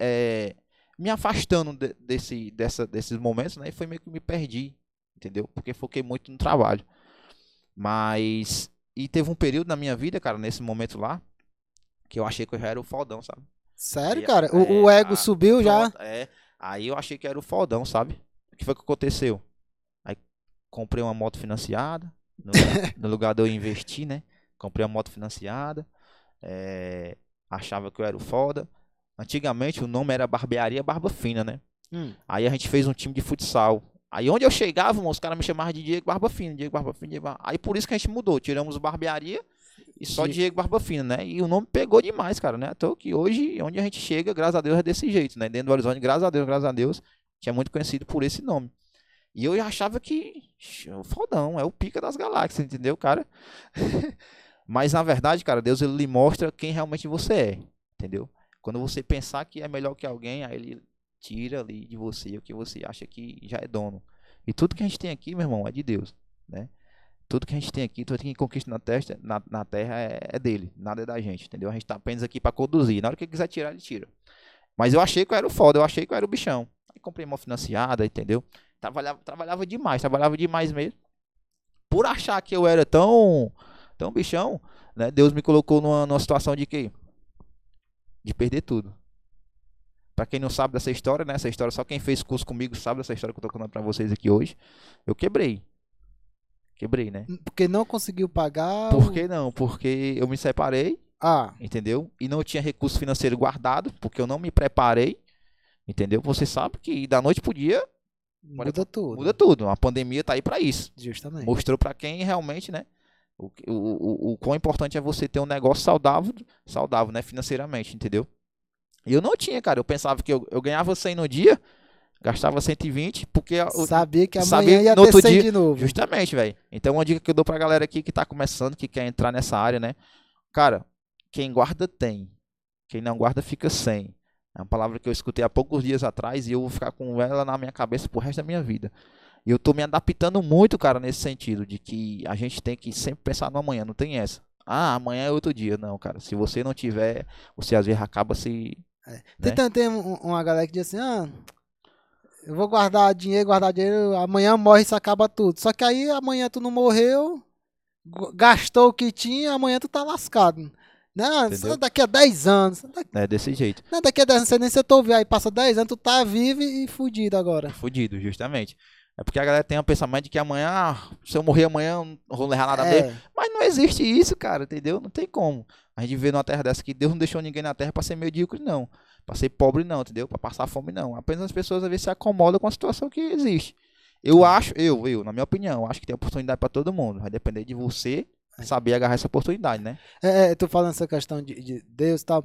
C: me afastando desses momentos, né? E foi meio que me perdi, entendeu? Porque foquei muito no trabalho. Mas... E teve um período na minha vida, cara, nesse momento lá, que eu achei que eu já era o fodão, sabe?
A: Sério, cara? O ego subiu já?
C: Aí eu achei que era o fodão, sabe? O que foi que aconteceu? Aí comprei uma moto financiada, no lugar de eu investir, né? Comprei uma moto financiada, achava que eu era o foda. Antigamente o nome era Barbearia Barba Fina, né? Aí a gente fez um time de futsal. Aí onde eu chegava, os caras me chamavam de Diego Barba Fina, Diego Barba Fina, Diego Barba... Aí por isso que a gente mudou, tiramos o Barbearia e só Diego Barba Fina, né? E o nome pegou demais, cara, né? Então que hoje, onde a gente chega, graças a Deus, é desse jeito, né? Dentro do Horizonte, graças a Deus, tinha muito conhecido por esse nome. E eu achava que o fodão, é o pica das galáxias, entendeu, cara? Mas na verdade, cara, Deus ele lhe mostra quem realmente você é, entendeu? Quando você pensar que é melhor que alguém, aí ele tira ali de você o que você acha que já é dono. E tudo que a gente tem aqui, meu irmão, é de Deus, né? Tudo que a gente tem aqui, tudo que a gente conquista na terra é dele, nada é da gente, entendeu? A gente tá apenas aqui para conduzir. Na hora que ele quiser tirar, ele tira. Mas eu achei que eu era o foda, eu achei que eu era o bichão. Aí comprei uma financiada, entendeu? Trabalhava demais mesmo. Por achar que eu era tão bichão, né? Deus me colocou numa situação de quê? De perder tudo. Pra quem não sabe dessa história, né? Essa história, só quem fez curso comigo sabe dessa história que eu tô contando pra vocês aqui hoje. Eu quebrei, né?
A: Porque não conseguiu pagar?
C: Por que não? Porque eu me separei, entendeu? E não tinha recurso financeiro guardado, porque eu não me preparei, entendeu? Você sabe que da noite pro dia
A: muda tudo.
C: Muda tudo. A pandemia tá aí pra isso.
A: Justamente.
C: Mostrou pra quem realmente, né? O quão importante é você ter um negócio saudável, né? Financeiramente, entendeu? E eu não tinha, cara. Eu pensava que eu ganhava 100 no dia, gastava 120, porque
A: Sabia que
C: sabia
A: amanhã ia
C: no
A: ter
C: outro
A: 100
C: dia-
A: de novo.
C: justamente, velho. Então, uma dica que eu dou pra galera aqui que tá começando, que quer entrar nessa área, né? Cara, quem guarda tem. Quem não guarda fica sem. É uma palavra que eu escutei há poucos dias atrás e eu vou ficar com ela na minha cabeça pro resto da minha vida. E eu tô me adaptando muito, cara, nesse sentido, de que a gente tem que sempre pensar no amanhã, não tem essa. Ah, amanhã é outro dia. Não, cara. Se você não tiver, você às vezes acaba se. Né?
A: Tem uma galera que diz assim, eu vou guardar dinheiro, amanhã morre e isso acaba tudo. Só que aí amanhã tu não morreu, gastou o que tinha, amanhã tu tá lascado. Não, só
C: Entendeu?
A: daqui a 10 anos.
C: É desse jeito.
A: Não, daqui a 10 anos, você nem se tu ouvir, aí passa 10 anos, tu tá vivo e fudido agora.
C: Fudido, justamente. É porque a galera tem o pensamento de que amanhã, se eu morrer amanhã, eu não vou levar nada mesmo.
A: É,
C: Mas não existe isso, cara, entendeu? Não tem como. A gente vê numa terra dessa que Deus não deixou ninguém na terra pra ser medíocre, não. Pra ser pobre, não, entendeu? Pra passar fome, não. Apenas as pessoas às vezes se acomodam com a situação que existe. Eu acho, na minha opinião, eu acho que tem oportunidade pra todo mundo. Vai depender de você saber agarrar essa oportunidade, né?
A: tu falando essa questão de Deus e tal,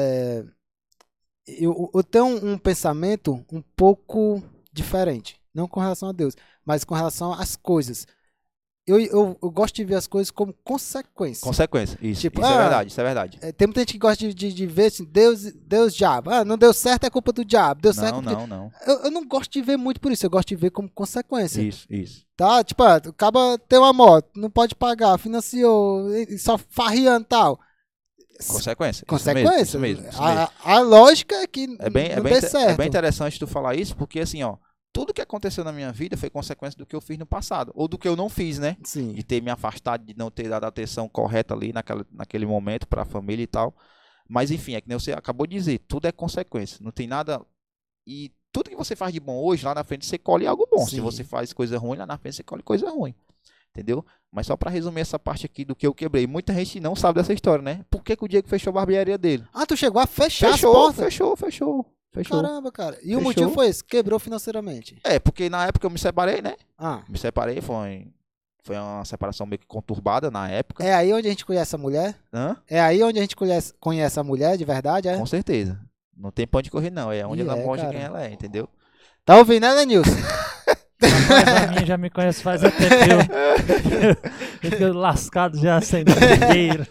A: eu tenho um pensamento um pouco diferente. Não com relação a Deus, mas com relação às coisas. Eu gosto de ver as coisas como consequência.
C: Consequência. Isso,
A: Tipo,
C: isso é verdade, isso é verdade.
A: Tem muita gente que gosta de ver assim, Deus, diabo. Não deu certo, é culpa do diabo. Deu certo.
C: Não.
A: Eu não gosto de ver muito por isso, eu gosto de ver como consequência.
C: Isso.
A: Tá? Tipo, o cara tem uma moto, não pode pagar, financiou, e só farriando e tal.
C: Consequência.
A: Consequência.
C: Isso mesmo.
A: A lógica é que
C: É bem,
A: não dê certo.
C: é bem interessante tu falar isso, porque assim, ó, tudo que aconteceu na minha vida foi consequência do que eu fiz no passado, ou do que eu não fiz, né?
A: Sim.
C: De ter me afastado, de não ter dado a atenção correta ali naquele momento para a família e tal. Mas enfim, é que nem você acabou de dizer, tudo é consequência, não tem nada. E tudo que você faz de bom hoje, lá na frente você colhe algo bom.
A: Sim.
C: Se você faz coisa ruim, lá na frente você colhe coisa ruim. Entendeu? Mas só para resumir essa parte aqui do que eu quebrei, muita gente não sabe dessa história, né? Por que, que o Diego fechou a barbearia dele?
A: Tu chegou a fechar as portas?
C: Fechou.
A: Caramba, cara. E o
C: Fechou.
A: motivo foi esse? Quebrou financeiramente.
C: É, porque na época eu me separei, né?
A: Ah.
C: Me separei, foi uma separação meio que conturbada na época.
A: É aí onde a gente conhece a mulher?
C: Hã?
A: É aí onde a gente conhece a mulher de verdade, é?
C: Com certeza. Não tem pra onde correr, não. É onde ela mostra
A: cara.
C: quem ela é, entendeu?
A: Tá ouvindo, né, Denilson?
B: Rapaz, a minha já me conhece faz um tempo. Eu fico lascado já sem dinheiro.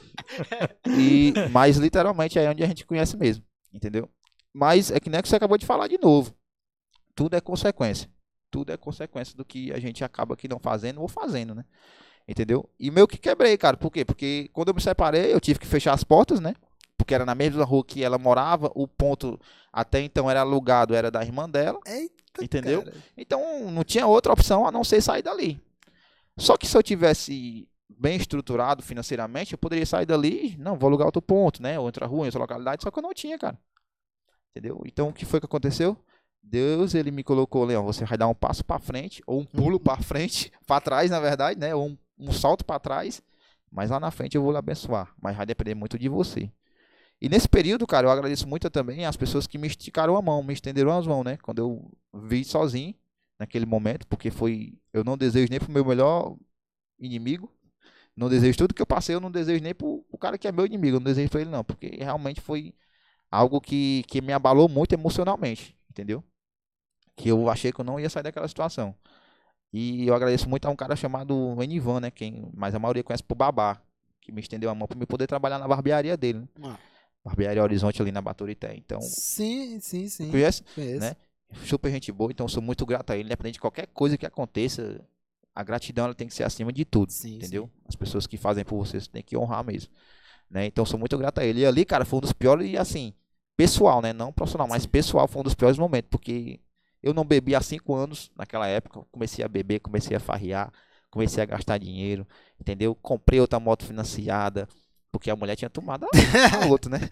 C: Mas literalmente é onde a gente conhece mesmo, entendeu? Mas é que nem que você acabou de falar de novo. Tudo é consequência. Tudo é consequência do que a gente acaba aqui não fazendo ou fazendo, né? Entendeu? E meio que quebrei, cara. Por quê? Porque quando eu me separei, eu tive que fechar as portas, né? Porque era na mesma rua que ela morava. O ponto até então era alugado, era da irmã dela.
A: Eita,
C: entendeu?
A: cara.
C: Então não tinha outra opção a não ser sair dali. Só que se eu tivesse bem estruturado financeiramente, eu poderia sair dali, não, vou alugar outro ponto, né? Ou outra rua, em outra localidade, só que eu não tinha, cara. Entendeu? Então o que foi que aconteceu? Deus, ele me colocou, Leão, você vai dar um passo para frente, ou um pulo para frente, para trás, na verdade, né? Ou um salto para trás, mas lá na frente eu vou lhe abençoar, mas vai depender muito de você. E nesse período, cara, eu agradeço muito também as pessoas que me esticaram a mão, me estenderam as mãos, né? Quando eu vi sozinho, naquele momento, porque eu não desejo nem pro meu melhor inimigo, não desejo tudo que eu passei, eu não desejo nem pro cara que é meu inimigo, eu não desejo pra ele não, porque realmente foi algo que me abalou muito emocionalmente, entendeu? Que eu achei que eu não ia sair daquela situação. E eu agradeço muito a um cara chamado Enivan, né? Mas a maioria conhece por Babá, que me estendeu a mão para me poder trabalhar na barbearia dele, né? Barbearia Horizonte ali na Baturité. Então,
A: sim.
C: conhece?
A: Conheço.
C: Né? Super gente boa, então eu sou muito grato a ele, independente de qualquer coisa que aconteça, a gratidão ela tem que ser acima de tudo, entendeu? Sim. As pessoas que fazem por você tem que honrar mesmo, né? Então eu sou muito grato a ele. E ali, cara, foi um dos piores, e assim, pessoal, né? Não profissional, mas pessoal, foi um dos piores momentos, porque eu não bebi há 5 anos naquela época, comecei a beber, comecei a farrear, comecei a gastar dinheiro, entendeu? Comprei outra moto financiada, porque a mulher tinha tomado a outra, né?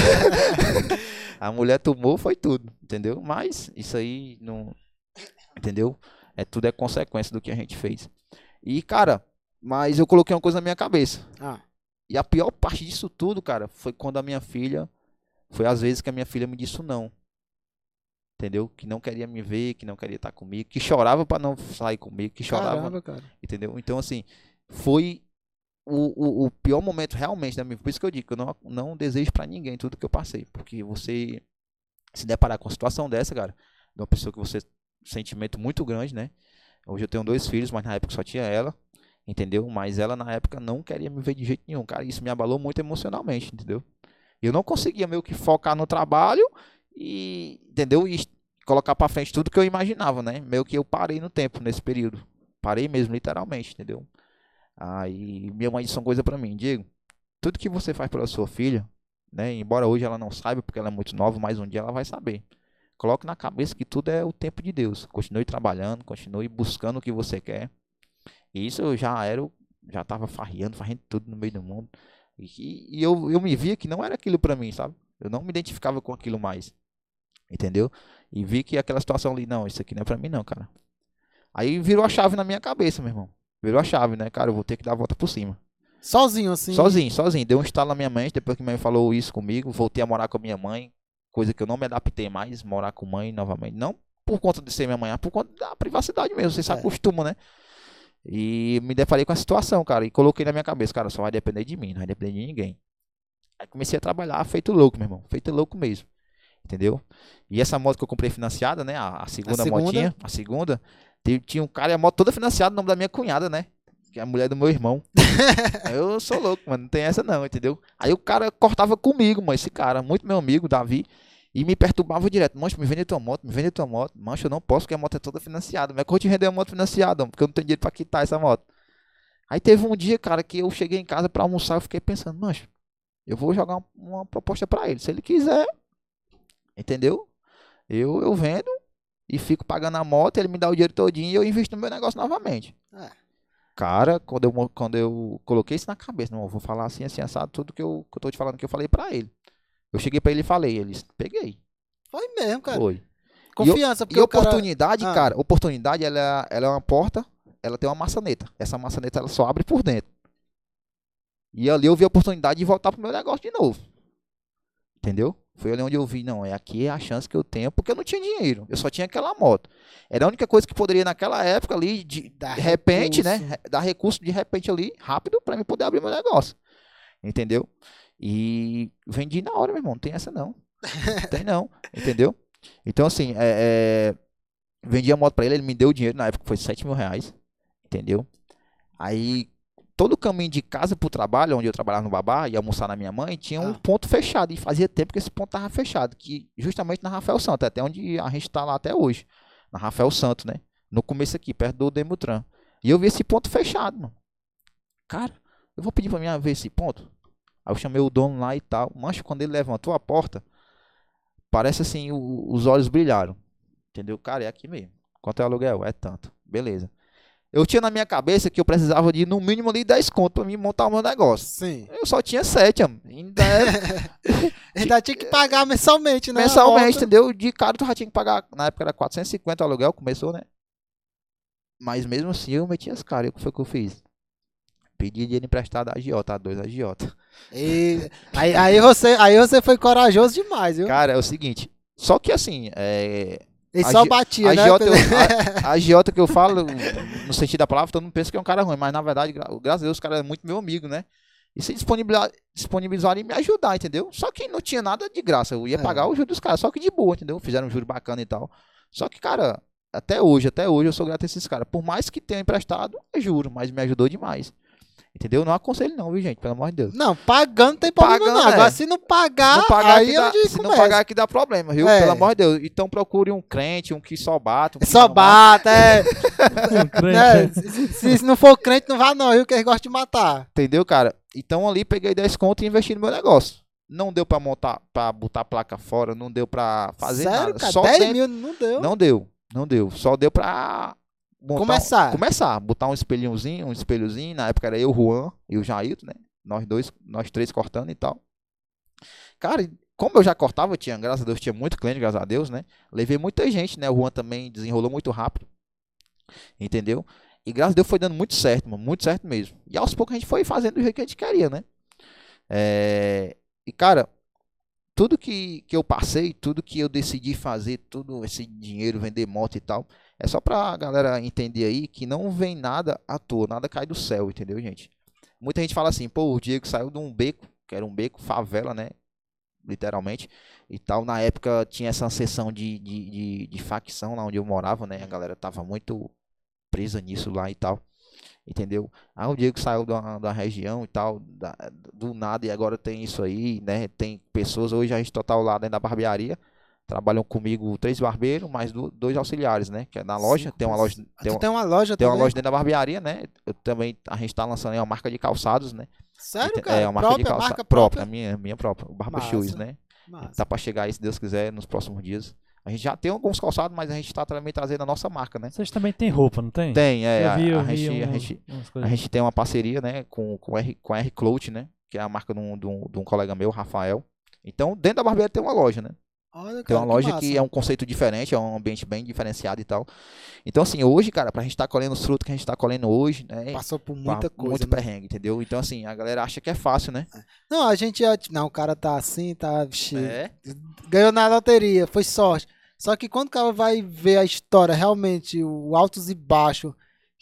C: A mulher tomou, foi tudo, entendeu? Mas isso aí não, entendeu? Tudo é consequência do que a gente fez. E, cara, mas eu coloquei uma coisa na minha cabeça. E a pior parte disso tudo, cara, foi quando a minha filha, foi às vezes que a minha filha me disse não. Entendeu? Que não queria me ver, que não queria estar comigo, que chorava para não sair comigo, que chorava.
A: Caramba, cara.
C: Entendeu? Então, assim, foi o pior momento realmente da minha vida. Por isso que eu digo que eu não desejo para ninguém tudo que eu passei. Porque você se deparar com uma situação dessa, cara, de uma pessoa que você um sentimento muito grande, né? Hoje eu tenho 2 filhos, mas na época só tinha ela, entendeu? Mas ela na época não queria me ver de jeito nenhum, cara. Isso me abalou muito emocionalmente, entendeu? Eu não conseguia meio que focar no trabalho e, entendeu? E colocar pra frente tudo que eu imaginava, né? Meio que eu parei no tempo nesse período. Parei mesmo, literalmente, entendeu? Aí minha mãe disse uma coisa pra mim, Diego, tudo que você faz pela sua filha, né? Embora hoje ela não saiba porque ela é muito nova, mas um dia ela vai saber. Coloque na cabeça que tudo é o tempo de Deus. Continue trabalhando, continue buscando o que você quer. E isso eu já estava farreando tudo no meio do mundo. E eu me via que não era aquilo pra mim, sabe? Eu não me identificava com aquilo mais, entendeu? E vi que aquela situação ali, não, isso aqui não é pra mim não, cara. Aí virou a chave na minha cabeça, meu irmão. Virou a chave, né, cara? Eu vou ter que dar a volta por cima.
A: Sozinho, assim.
C: Sozinho. Deu um estalo na minha mente, depois que minha mãe falou isso comigo, voltei a morar com a minha mãe, coisa que eu não me adaptei mais, morar com mãe novamente. Não por conta de ser minha mãe, mas por conta da privacidade mesmo, você se acostuma, né? E me deparei com a situação, cara, e coloquei na minha cabeça, cara, só vai depender de mim, não vai depender de ninguém. Aí comecei a trabalhar feito louco, meu irmão, feito louco mesmo, entendeu? E essa moto que eu comprei financiada, né, a segunda motinha, a segunda, tinha um cara e a moto toda financiada no nome da minha cunhada, né, que é a mulher do meu irmão. Eu sou louco, mano, não tem essa não, entendeu? Aí o cara cortava comigo, mano, esse cara, muito meu amigo, Davi, e me perturbava direto. Mancho, me vende tua moto, me vende tua moto. Mancho, eu não posso porque a moto é toda financiada. Como é que eu vou te render a moto financiada? Porque eu não tenho dinheiro pra quitar essa moto. Aí teve um dia, cara, que eu cheguei em casa pra almoçar. Eu fiquei pensando, mancho, eu vou jogar uma proposta pra ele. Se ele quiser, entendeu? Eu vendo e fico pagando a moto. Ele me dá o dinheiro todinho e eu invisto no meu negócio novamente. Cara, quando eu coloquei isso na cabeça, não, eu vou falar assim, assim, assado, tudo que eu tô te falando que eu falei pra ele. Eu cheguei pra ele e falei, ele disse, peguei.
A: Foi mesmo, cara.
C: Foi.
A: Confiança, porque
C: e
A: o cara...
C: oportunidade, cara, oportunidade, ela é uma porta, ela tem uma maçaneta. Essa maçaneta, ela só abre por dentro. E ali eu vi a oportunidade de voltar pro meu negócio de novo. Entendeu? Foi ali onde eu vi, não, aqui é a chance que eu tenho, porque eu não tinha dinheiro. Eu só tinha aquela moto. Era a única coisa que poderia naquela época ali, de repente, né, dar recurso de repente ali, rápido, pra mim poder abrir meu negócio. Entendeu? E vendi na hora, meu irmão. Não tem essa não. Não tem não. Entendeu? Então, assim, vendi a moto pra ele. Ele me deu o dinheiro. Na época foi R$7.000. Entendeu? Aí, todo o caminho de casa pro trabalho, onde eu trabalhava no Babá, ia almoçar na minha mãe, tinha um ponto fechado. E fazia tempo que esse ponto tava fechado. Que justamente na Rafael Santo. Até onde a gente tá lá até hoje. Na Rafael Santo, né? No começo aqui, perto do Demutran. E eu vi esse ponto fechado, mano. Cara, eu vou pedir pra minha ver esse ponto. Aí eu chamei o dono lá e tal. Mancho, quando ele levantou a porta, parece assim, os olhos brilharam. Entendeu? Cara, é aqui mesmo. Quanto é o aluguel? É tanto. Beleza. Eu tinha na minha cabeça que eu precisava de, no mínimo, ali 10 conto pra mim montar o meu negócio.
A: Sim.
C: Eu só tinha 7,
A: Ainda tinha que pagar mensalmente, né?
C: Mensalmente, entendeu? De cara tu já tinha que pagar. Na época era 450 o aluguel, começou, né? Mas mesmo assim eu meti as caras. O que foi que eu fiz? Pedi dinheiro emprestado a agiota, a 2 agiota.
A: E aí você foi corajoso demais, viu?
C: Cara, é o seguinte. Só que assim,
A: Ele só batia, né?
C: A agiota que eu falo, no sentido da palavra, todo mundo pensa que é um cara ruim. Mas na verdade, graças a Deus, o cara é muito meu amigo, né? E se disponibilizaram em me ajudar, entendeu? Só que não tinha nada de graça. Eu ia pagar o juro dos caras, só que de boa, entendeu? Fizeram um juro bacana e tal. Só que, cara, até hoje eu sou grato a esses caras. Por mais que tenham emprestado, é juro, mas me ajudou demais. Entendeu? Não aconselho não, viu, gente? Pelo amor de Deus.
A: Não, pagando não tem problema não. Agora, se não pagar, aí é onde começa.
C: Se não pagar é que dá problema, viu? Pelo amor de Deus. Então procure um crente, um que só bata.
A: Só bata, Se não for crente, não vá não, viu? Que eles gostam de matar.
C: Entendeu, cara? Então ali peguei 10 conto e investi no meu negócio. Não deu pra montar, pra botar a placa fora, não deu pra fazer nada.
A: Sério, cara?
C: Só
A: 10 mil não deu?
C: Não deu. Só deu pra...
A: Começar,
C: botar um espelhozinho, na época era eu, o Juan e o Jailton, né? Nós três cortando e tal. Cara, como eu já cortava, graças a Deus, tinha muito cliente, graças a Deus, né? Levei muita gente, né? O Juan também desenrolou muito rápido, entendeu? E graças a Deus foi dando muito certo, mano, muito certo mesmo. E aos poucos a gente foi fazendo do jeito que a gente queria, né? E cara, tudo que eu passei, tudo que eu decidi fazer, todo esse dinheiro, vender moto e tal, é só pra galera entender aí que não vem nada à toa, nada cai do céu, entendeu, gente? Muita gente fala assim, pô, o Diego saiu de um beco, que era um beco, favela, né? literalmente, e tal. Na época tinha essa sessão de facção lá onde eu morava, né? A galera tava muito presa nisso lá e tal, entendeu? Aí o Diego saiu da região e tal, do nada, e agora tem isso aí, né? Tem pessoas, hoje a gente total lá dentro da barbearia, trabalham comigo 3 barbeiros, mais 2 auxiliares, né? Que é na loja,
A: 5
C: tem uma loja,
A: pessoas. Tu tem uma loja
C: tem uma
A: também?
C: loja dentro da barbearia, né? Eu também, a gente tá lançando aí uma marca de calçados, né?
A: Sério,
C: É
A: cara?
C: uma marca de
A: Própria,
C: calçado
A: marca
C: própria,
A: própria?
C: minha própria, o Barba
A: Massa.
C: Shoes, né?
A: Massa.
C: Tá pra chegar aí, se Deus quiser, nos próximos dias. A gente já tem alguns calçados, mas a gente tá também trazendo a nossa marca, né?
B: Vocês também têm roupa, não tem?
C: Tem,
B: Eu vi
C: a
B: umas
C: a
B: coisas.
C: gente tem uma parceria, né, com a R Cloth, né? Que é a marca de um colega meu, Rafael. Então, dentro da barbearia tem uma loja, né?
A: Olha,
C: Tem
A: cara,
C: uma
A: que
C: loja
A: massa.
C: que é um conceito diferente, é um ambiente bem diferenciado e tal. Então, assim, hoje, cara, pra gente tá colhendo os frutos que a gente tá colhendo hoje, né?
A: Passou por muita coisa,
C: muito
A: né?
C: perrengue, entendeu? Então, assim, a galera acha que é fácil, né?
A: Não, a gente já... Não, o cara tá assim, tá... Vixe,
C: É.
A: ganhou na loteria, foi sorte. Só que quando o cara vai ver a história, realmente, o altos e baixos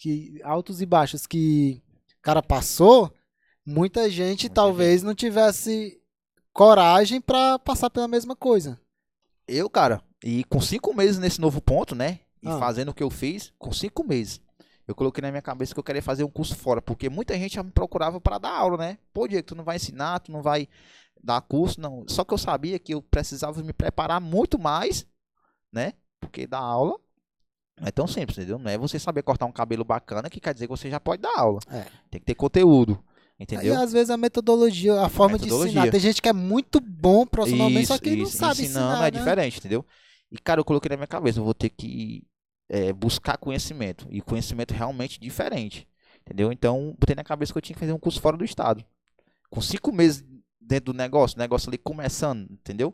A: que o cara passou, muita gente
C: Muita
A: talvez não tivesse coragem pra passar pela mesma coisa.
C: Eu, cara, e com 5 meses nesse novo ponto, né? E
A: Ah.
C: fazendo o que eu fiz, com 5 meses, eu coloquei na minha cabeça que eu queria fazer um curso fora, porque muita gente já me procurava para dar aula, né? Pô, Diego, tu não vai ensinar, tu não vai dar curso, não. Só que eu sabia que eu precisava me preparar muito mais, né? Porque dar aula não é tão simples, entendeu? Não é você saber cortar um cabelo bacana que quer dizer que você já pode dar aula.
A: É.
C: Tem que ter conteúdo,
A: E
C: entendeu?
A: às vezes a metodologia, a forma de
C: metodologia.
A: ensinar. Tem gente que é muito bom profissionalmente, só que não
C: Isso.
A: sabe
C: Ensinando
A: ensinar,
C: é
A: né?
C: diferente, entendeu? E, cara, eu coloquei na minha cabeça, eu vou ter que buscar conhecimento. E conhecimento realmente diferente, entendeu? Então, botei na cabeça que eu tinha que fazer um curso fora do estado. Com 5 meses dentro do negócio, o negócio ali começando, entendeu?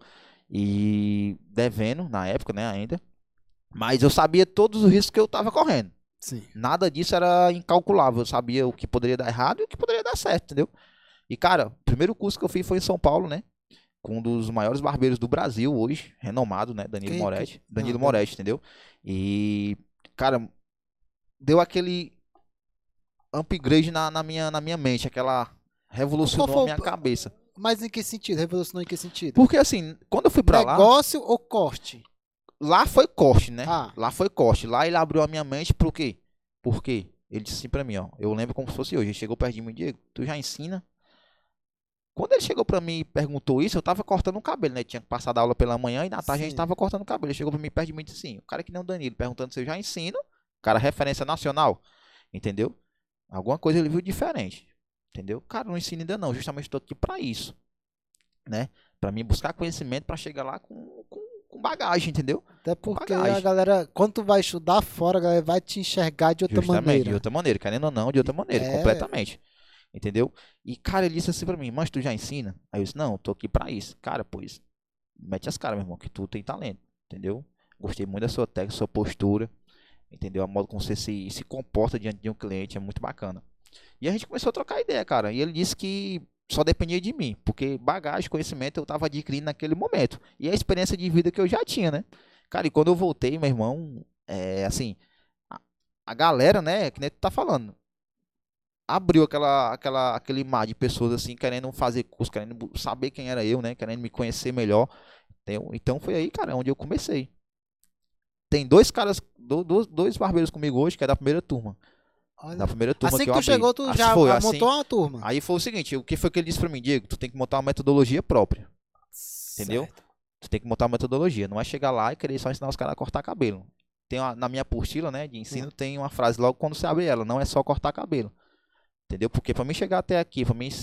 C: E devendo, na época, né, ainda. Mas eu sabia todos os riscos que eu tava correndo.
A: Sim.
C: Nada disso era incalculável. Eu sabia o que poderia dar errado e o que poderia dar certo, entendeu? E, cara, o primeiro curso que eu fiz foi em São Paulo, né? Com um dos maiores barbeiros do Brasil hoje, renomado, né? Danilo Moretti. Danilo Moretti, entendeu? E, cara, deu aquele upgrade na minha mente, aquela revolucionou a minha cabeça.
A: Mas em que sentido? Revolucionou em que sentido?
C: Porque, assim, quando eu fui pra lá,
A: Negócio ou corte?
C: lá foi corte, né?
A: Ah.
C: Lá foi corte. Lá ele abriu a minha mente por quê? Por quê? Ele disse assim pra mim, ó. Eu lembro como se fosse hoje. Ele chegou perto de mim e Diego, tu já ensina? Quando ele chegou pra mim e perguntou isso, eu tava cortando o cabelo, né? Tinha passado a aula pela manhã e na tarde a gente
A: Sim.
C: tava cortando o cabelo. Ele chegou pra mim perto de mim e disse assim, o cara que nem o Danilo, perguntando se eu já ensino, cara, referência nacional, entendeu? Alguma coisa ele viu diferente, entendeu? Cara, não ensino ainda não, justamente tô aqui pra isso, né? Pra mim buscar conhecimento pra chegar lá com bagagem, entendeu?
A: Até porque
C: bagagem.
A: a galera, quando tu vai estudar fora, a galera vai te enxergar de outra
C: Justamente,
A: maneira.
C: de outra maneira, querendo ou não, de outra maneira,
A: É.
C: completamente. Entendeu? E, cara, ele disse assim pra mim, mas tu já ensina? Aí eu disse, não, eu tô aqui pra isso. Cara, pois, mete as caras, meu irmão, que tu tem talento, entendeu? Gostei muito da sua técnica, sua postura, entendeu? A modo como você se comporta diante de um cliente é muito bacana. E a gente começou a trocar ideia, cara. E ele disse que só dependia de mim, porque bagagem, conhecimento eu tava adquirindo naquele momento. E a experiência de vida que eu já tinha, né? Cara, e quando eu voltei, meu irmão, assim, a galera, né, que nem tu tá falando, abriu aquele mar de pessoas assim, querendo fazer curso, querendo saber quem era eu, né? Querendo me conhecer melhor. Entendeu? Então foi aí, cara, onde eu comecei. Tem 2 caras, dois barbeiros comigo hoje, que é da primeira turma.
A: Olha.
C: Da primeira turma
A: Assim
C: que
A: que
C: eu
A: tu
C: abri.
A: chegou, tu
C: Assim
A: já
C: foi,
A: montou uma turma.
C: Aí foi o seguinte, o que foi que ele disse pra mim, Diego? Tu tem que montar uma metodologia própria, entendeu?
A: Certo.
C: Tu tem que montar uma metodologia, não é chegar lá e querer só ensinar os caras a cortar cabelo. Na minha apostila, né, de ensino, tem uma frase logo quando você abre ela, não é só cortar cabelo. Entendeu? Porque para mim chegar até aqui, para mim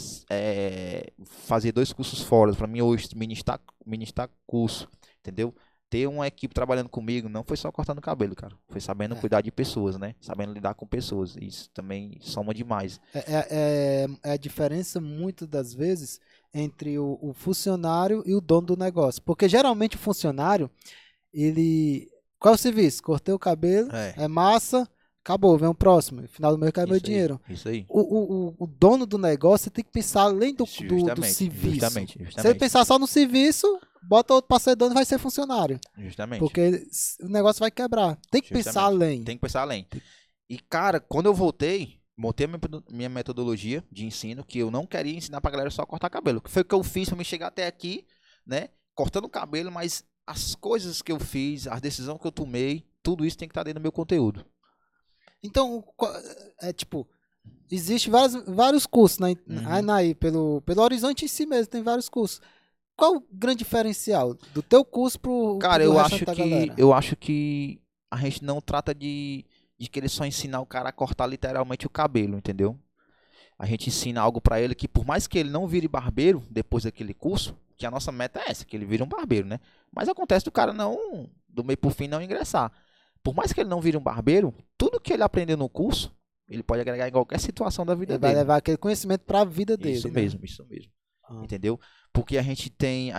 C: fazer 2 cursos fora, para mim hoje ministrar curso, entendeu? Ter uma equipe trabalhando comigo, não foi só cortando cabelo, cara. Foi sabendo cuidar de pessoas, né? Sabendo lidar com pessoas. Isso também soma demais.
A: É a diferença, muitas das vezes, entre o funcionário e o dono do negócio. Porque geralmente o funcionário, ele... Qual é o serviço? Cortei o cabelo, é massa... Acabou, vem o próximo. Final do mês, cai meu dinheiro.
C: Isso aí.
A: O dono do negócio tem que pensar além do serviço.
C: Justamente.
A: Se ele pensar só no serviço, bota outro para ser dono e vai ser funcionário.
C: Justamente.
A: Porque o negócio vai quebrar. Tem que pensar além.
C: Tem que pensar além. E, cara, quando eu voltei, montei a minha metodologia de ensino, que eu não queria ensinar pra galera só cortar cabelo. Que foi o que eu fiz pra me chegar até aqui, né? Cortando o cabelo, mas as coisas que eu fiz, as decisões que eu tomei, tudo isso tem que estar dentro do meu conteúdo.
A: Então, tipo, existe vários cursos aí pelo Horizonte em si mesmo, tem vários cursos. Qual o grande diferencial do teu curso
C: Cara,
A: pro restante da galera?
C: eu acho que a gente não trata de querer só ensinar o cara a cortar literalmente o cabelo, entendeu? A gente ensina algo pra ele que por mais que ele não vire barbeiro depois daquele curso, que a nossa meta é essa, que ele vire um barbeiro, né? Mas acontece do cara não, do meio por fim, não ingressar. Por mais que ele não vire um barbeiro, tudo que ele aprendeu no curso, ele pode agregar em qualquer situação da vida
A: Ele
C: dele.
A: vai levar aquele conhecimento pra vida dele.
C: Isso
A: né?
C: mesmo, isso mesmo.
A: Ah.
C: Entendeu? Porque a gente tem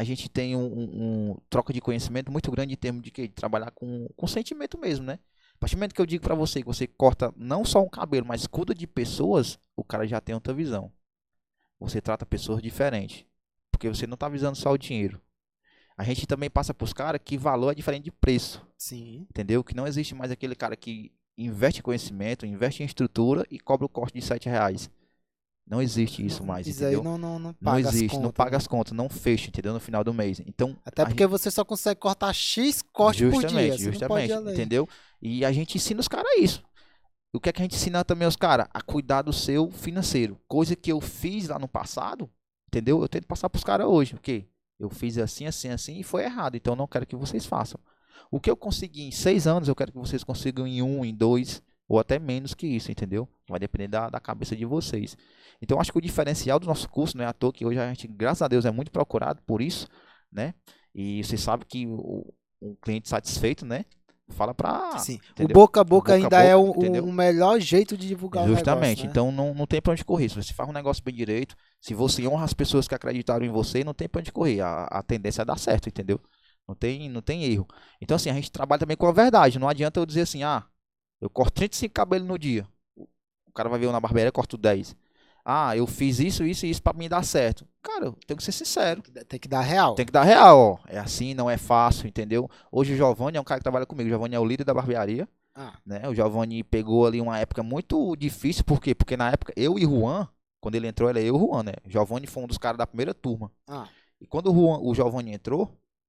C: troca de conhecimento muito grande em termos de quê? De trabalhar com sentimento mesmo, né? A partir do momento que eu digo pra você que você corta não só um cabelo, mas cuida de pessoas, o cara já tem outra visão. Você trata pessoas diferentes. Porque você não tá visando só o dinheiro. A gente também passa pros caras que valor é diferente de preço.
A: Sim.
C: Entendeu? Que não existe mais aquele cara que investe em conhecimento, investe em estrutura e cobra o corte de R$7. Não existe isso mais,
A: Isso
C: entendeu?
A: aí não
C: Não
A: paga as
C: existe, não
A: contas,
C: paga
A: né?
C: as contas, não fecha, entendeu? No final do mês. Então,
A: Até porque você só consegue cortar X corte por dia. Você não pode ir além.
C: entendeu? E a gente ensina os caras isso. O que é que a gente ensina também aos caras? A cuidar do seu financeiro. Coisa que eu fiz lá no passado, entendeu? Eu tento passar pros caras hoje. O quê? Eu fiz assim, assim, assim e foi errado. Então, eu não quero que vocês façam. O que eu consegui em 6 anos, eu quero que vocês consigam em 1, em 2, ou até menos que isso, entendeu? Vai depender da cabeça de vocês. Então, eu acho que o diferencial do nosso curso, não é à toa que hoje a gente, graças a Deus, é muito procurado por isso, né? E você sabe que o cliente satisfeito, né? Fala pra...
A: Sim. O
C: entendeu?
A: boca a boca
C: Boca a
A: ainda
C: boca,
A: é
C: entendeu?
A: o melhor jeito de divulgar
C: Justamente.
A: o negócio, né?
C: Então, não tem pra onde correr. Se você faz um negócio bem direito, se você honra as pessoas que acreditaram em você, não tem pra onde correr. A tendência é dar certo, entendeu? Não tem erro. Então, assim, a gente trabalha também com a verdade. Não adianta eu dizer assim, eu corto 35 cabelos no dia. O cara vai ver eu na barbearia, eu corto 10. Eu fiz isso, isso e isso pra mim dar certo. Cara, eu tenho que ser sincero.
A: Tem que dar real.
C: Tem que dar real, ó. É assim, não é fácil, entendeu? Hoje o Giovanni é um cara que trabalha comigo. O Giovanni é o líder da barbearia, né? O Giovanni pegou ali uma época muito difícil. Por quê? Porque na época, eu e Juan, quando ele entrou, ele é eu e o Juan, né? O Giovanni foi um dos caras da primeira turma. E quando o Giovanni entrou,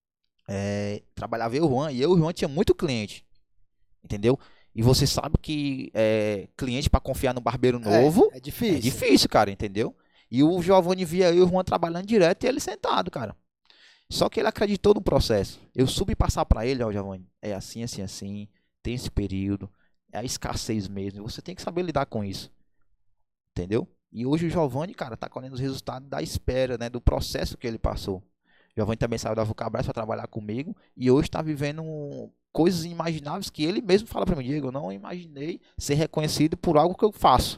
C: trabalhava eu e o Juan tinha muito cliente, entendeu? E você sabe que cliente para confiar no barbeiro novo
A: é difícil.
C: é difícil, cara, entendeu? E o Giovanni via eu e o Juan trabalhando direto e ele sentado, cara. Só que ele acreditou no processo. Eu soube passar para ele, ó, Giovanni, é assim, assim, assim, tem esse período, é a escassez mesmo, você tem que saber lidar com isso, entendeu? E hoje o Giovanni, cara, tá colhendo os resultados da espera, né, do processo que ele passou. O Giovanni também saiu da Vulcabras para trabalhar comigo e hoje está vivendo coisas inimagináveis que ele mesmo fala para mim, Diego, eu não imaginei ser reconhecido por algo que eu faço.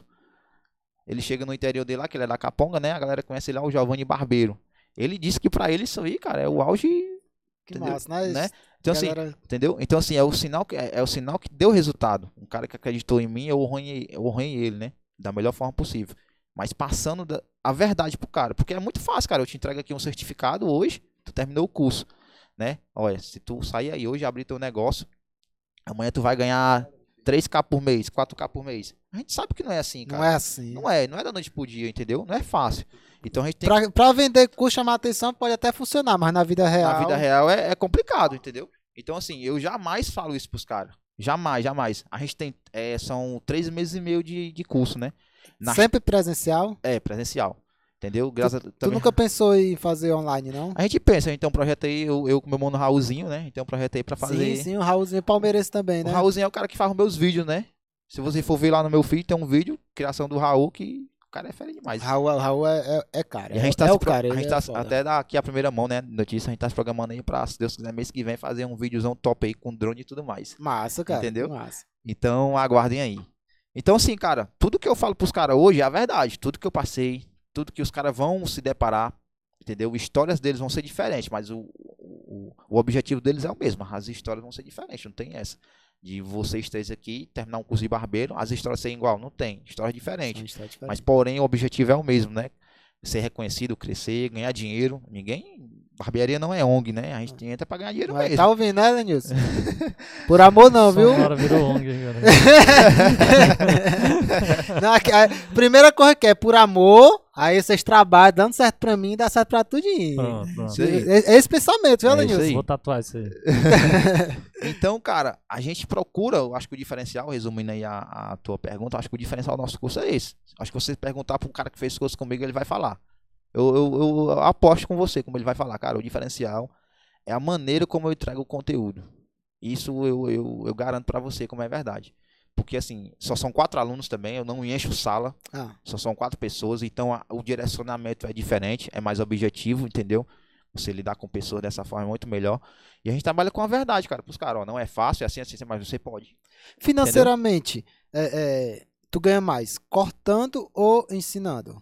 C: Ele chega no interior dele lá, que ele é da Caponga, né? A galera conhece ele lá, o Giovanni Barbeiro. Ele disse que para ele isso aí, cara, é o auge,
A: Que
C: entendeu?
A: massa,
C: né? Então assim,
A: galera...
C: entendeu? Então assim, é o sinal que deu resultado. Um cara que acreditou em mim, eu honrei ele, né? Da melhor forma possível. Mas passando a verdade pro cara, porque é muito fácil, cara. Eu te entrego aqui um certificado hoje, tu terminou o curso, né? Olha, se tu sair aí hoje e abrir teu negócio, amanhã tu vai ganhar 3K por mês, 4K por mês. A gente sabe que não é assim, cara.
A: Não é assim.
C: Não é da noite pro dia, entendeu? Não é fácil. Então a gente tem
A: Pra vender curso, chamar atenção, pode até funcionar, mas na vida real...
C: Na vida real é complicado, entendeu? Então assim, eu jamais falo isso pros caras. Jamais, jamais. A gente tem, são 3 meses e meio de curso, né?
A: Sempre presencial?
C: Presencial. Entendeu?
A: Tu nunca pensou em fazer online, não?
C: A gente pensa, a gente tem um projeto aí, eu com meu mano Raulzinho, né? A gente tem um projeto aí pra fazer.
A: Sim, o Raulzinho palmeirense também, né?
C: O Raulzinho é o cara que faz os meus vídeos, né? Se você for ver lá no meu feed, tem um vídeo, criação do Raul, que o cara é fera demais.
A: Raul é cara.
C: E a gente tá
A: foda.
C: até daqui a primeira mão, né? Notícia, a gente tá se programando aí pra, se Deus quiser, mês que vem fazer um videozão top aí com drone e tudo mais.
A: Massa, cara.
C: Entendeu?
A: Massa.
C: Então, aguardem aí. Então, assim, cara, tudo que eu falo pros caras hoje é a verdade. Tudo que eu passei, tudo que os caras vão se deparar, entendeu? Histórias deles vão ser diferentes, mas o objetivo deles é o mesmo. As histórias vão ser diferentes, não tem essa. De vocês três aqui, terminar um curso de barbeiro, as histórias serem igual, não tem. História diferente. Mas, porém, o objetivo é o mesmo, né? Ser reconhecido, crescer, ganhar dinheiro. Ninguém Barbearia não é ONG, né? A gente entra pra ganhar dinheiro
A: Mas
C: mesmo.
A: tá ouvindo, né, Lenilson? Por amor não, viu?
B: Agora virou ONG agora.
A: Não, a primeira coisa que é por amor, aí vocês trabalham, dando certo pra mim, dá certo pra tudinho.
B: Pronto.
C: Isso aí.
A: É esse pensamento, viu,
C: É isso
A: Lenilson?
C: aí.
B: Vou tatuar isso aí.
C: Então, cara, a gente procura, eu acho que o diferencial, resumindo aí a tua pergunta, eu acho que o diferencial do nosso curso é esse. Acho que você perguntar pra um cara que fez curso comigo, ele vai falar. Eu aposto com você, como ele vai falar, cara, o diferencial é a maneira como eu entrego o conteúdo. Isso eu garanto pra você como é verdade. Porque assim, só são 4 alunos também, eu não encho sala, só são 4 pessoas, então o direcionamento é diferente, é mais objetivo, entendeu? Você lidar com pessoas dessa forma é muito melhor. E a gente trabalha com a verdade, cara, pros caras, ó, não é fácil, é assim, mas você pode.
A: Financeiramente, tu ganha mais cortando ou ensinando?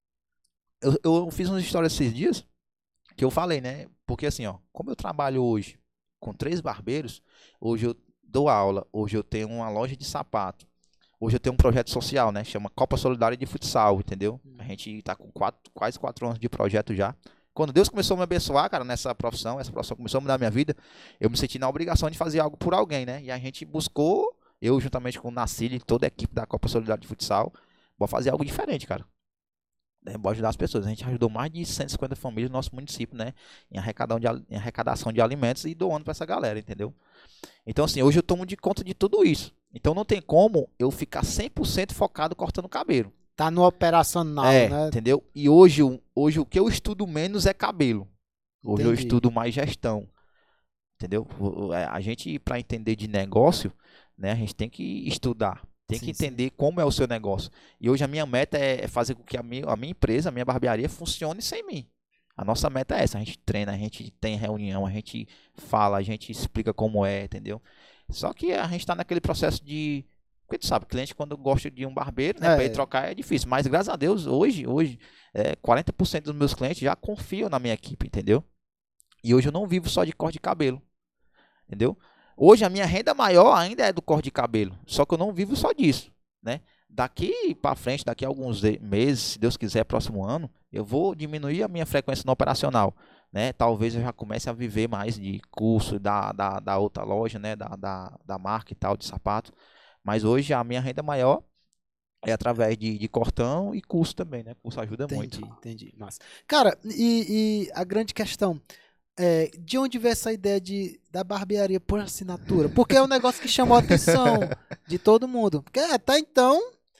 C: Eu fiz umas histórias esses dias que eu falei, né? Porque assim, ó, como eu trabalho hoje com 3 barbeiros, hoje eu dou aula, hoje eu tenho uma loja de sapato, hoje eu tenho um projeto social, né? Chama Copa Solidária de Futsal, entendeu? A gente tá com quase 4 anos de projeto já. Quando Deus começou a me abençoar, cara, nessa profissão, essa profissão começou a mudar a minha vida, eu me senti na obrigação de fazer algo por alguém, né? E a gente buscou, eu juntamente com o Nacili e toda a equipe da Copa Solidária de Futsal, vou fazer algo diferente, cara. Vou ajudar as pessoas. A gente ajudou mais de 150 famílias no nosso município, né? Em arrecadação de alimentos e doando para essa galera, entendeu? Então, assim, hoje eu tomo de conta de tudo isso. Então, não tem como eu ficar 100% focado cortando cabelo.
A: Tá no operacional, né?
C: Entendeu? E hoje o que eu estudo menos é cabelo. Hoje eu
A: Entendi.
C: estudo mais gestão. Entendeu? A gente, para entender de negócio, né? A gente tem que estudar. Tem que entender como é o seu negócio. E hoje a minha meta é fazer com que a minha empresa, a minha barbearia, funcione sem mim. A nossa meta é essa. A gente treina, a gente tem reunião, a gente fala, a gente explica como é, entendeu? Só que a gente tá naquele processo de... Porque tu sabe, cliente quando gosta de um barbeiro, né, pra ir trocar é difícil. Mas graças a Deus, hoje 40% dos meus clientes já confiam na minha equipe, entendeu? E hoje eu não vivo só de corte de cabelo, entendeu? Hoje a minha renda maior ainda é do corte de cabelo, só que eu não vivo só disso, né? Daqui para frente, daqui a alguns meses, se Deus quiser, próximo ano, eu vou diminuir a minha frequência no operacional, né? Talvez eu já comece a viver mais de curso da outra loja, né? Da marca e tal, de sapato. Mas hoje a minha renda maior é através de cortão e curso também, né? Curso ajuda muito.
A: Entendi. Massa. Cara, e a grande questão... de onde veio essa ideia da barbearia por assinatura? Porque é um negócio que chamou a atenção de todo mundo. Porque até então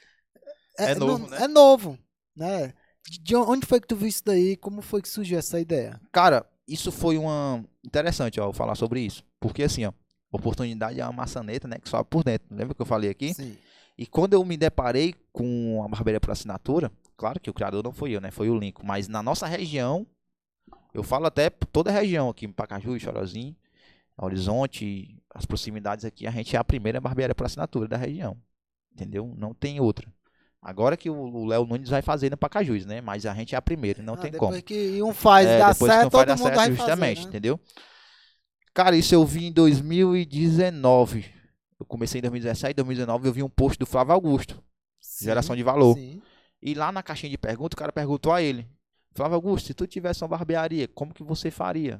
C: É novo, né?
A: É novo, né? De onde foi que tu viu isso daí? Como foi que surgiu essa ideia?
C: Cara, isso foi interessante, ó, eu falar sobre isso. Porque assim, ó, oportunidade é uma maçaneta, né, que sobe por dentro. Lembra que eu falei aqui?
A: Sim.
C: E quando eu me deparei com a barbearia por assinatura, claro que o criador não foi eu, né? Foi o Lincoln. Mas na nossa região, eu falo até por toda a região aqui, em Pacajus, Chorozinho, Horizonte, as proximidades aqui, a gente é a primeira barbearia por assinatura da região. Entendeu? Não tem outra. Agora que o Léo Nunes vai fazer no Pacajus, né? Mas a gente é a primeira, não tem como.
A: Depois que um faz dar certo, todo mundo vai
C: justamente,
A: fazer, né?
C: entendeu? Cara, isso eu vi em 2019. Eu comecei em 2017, 2019 eu vi um post do Flávio Augusto,
A: Sim,
C: Geração de Valor.
A: Sim.
C: E lá na caixinha de perguntas, o cara perguntou a ele: Flávio Augusto, se tu tivesse uma barbearia, como que você faria?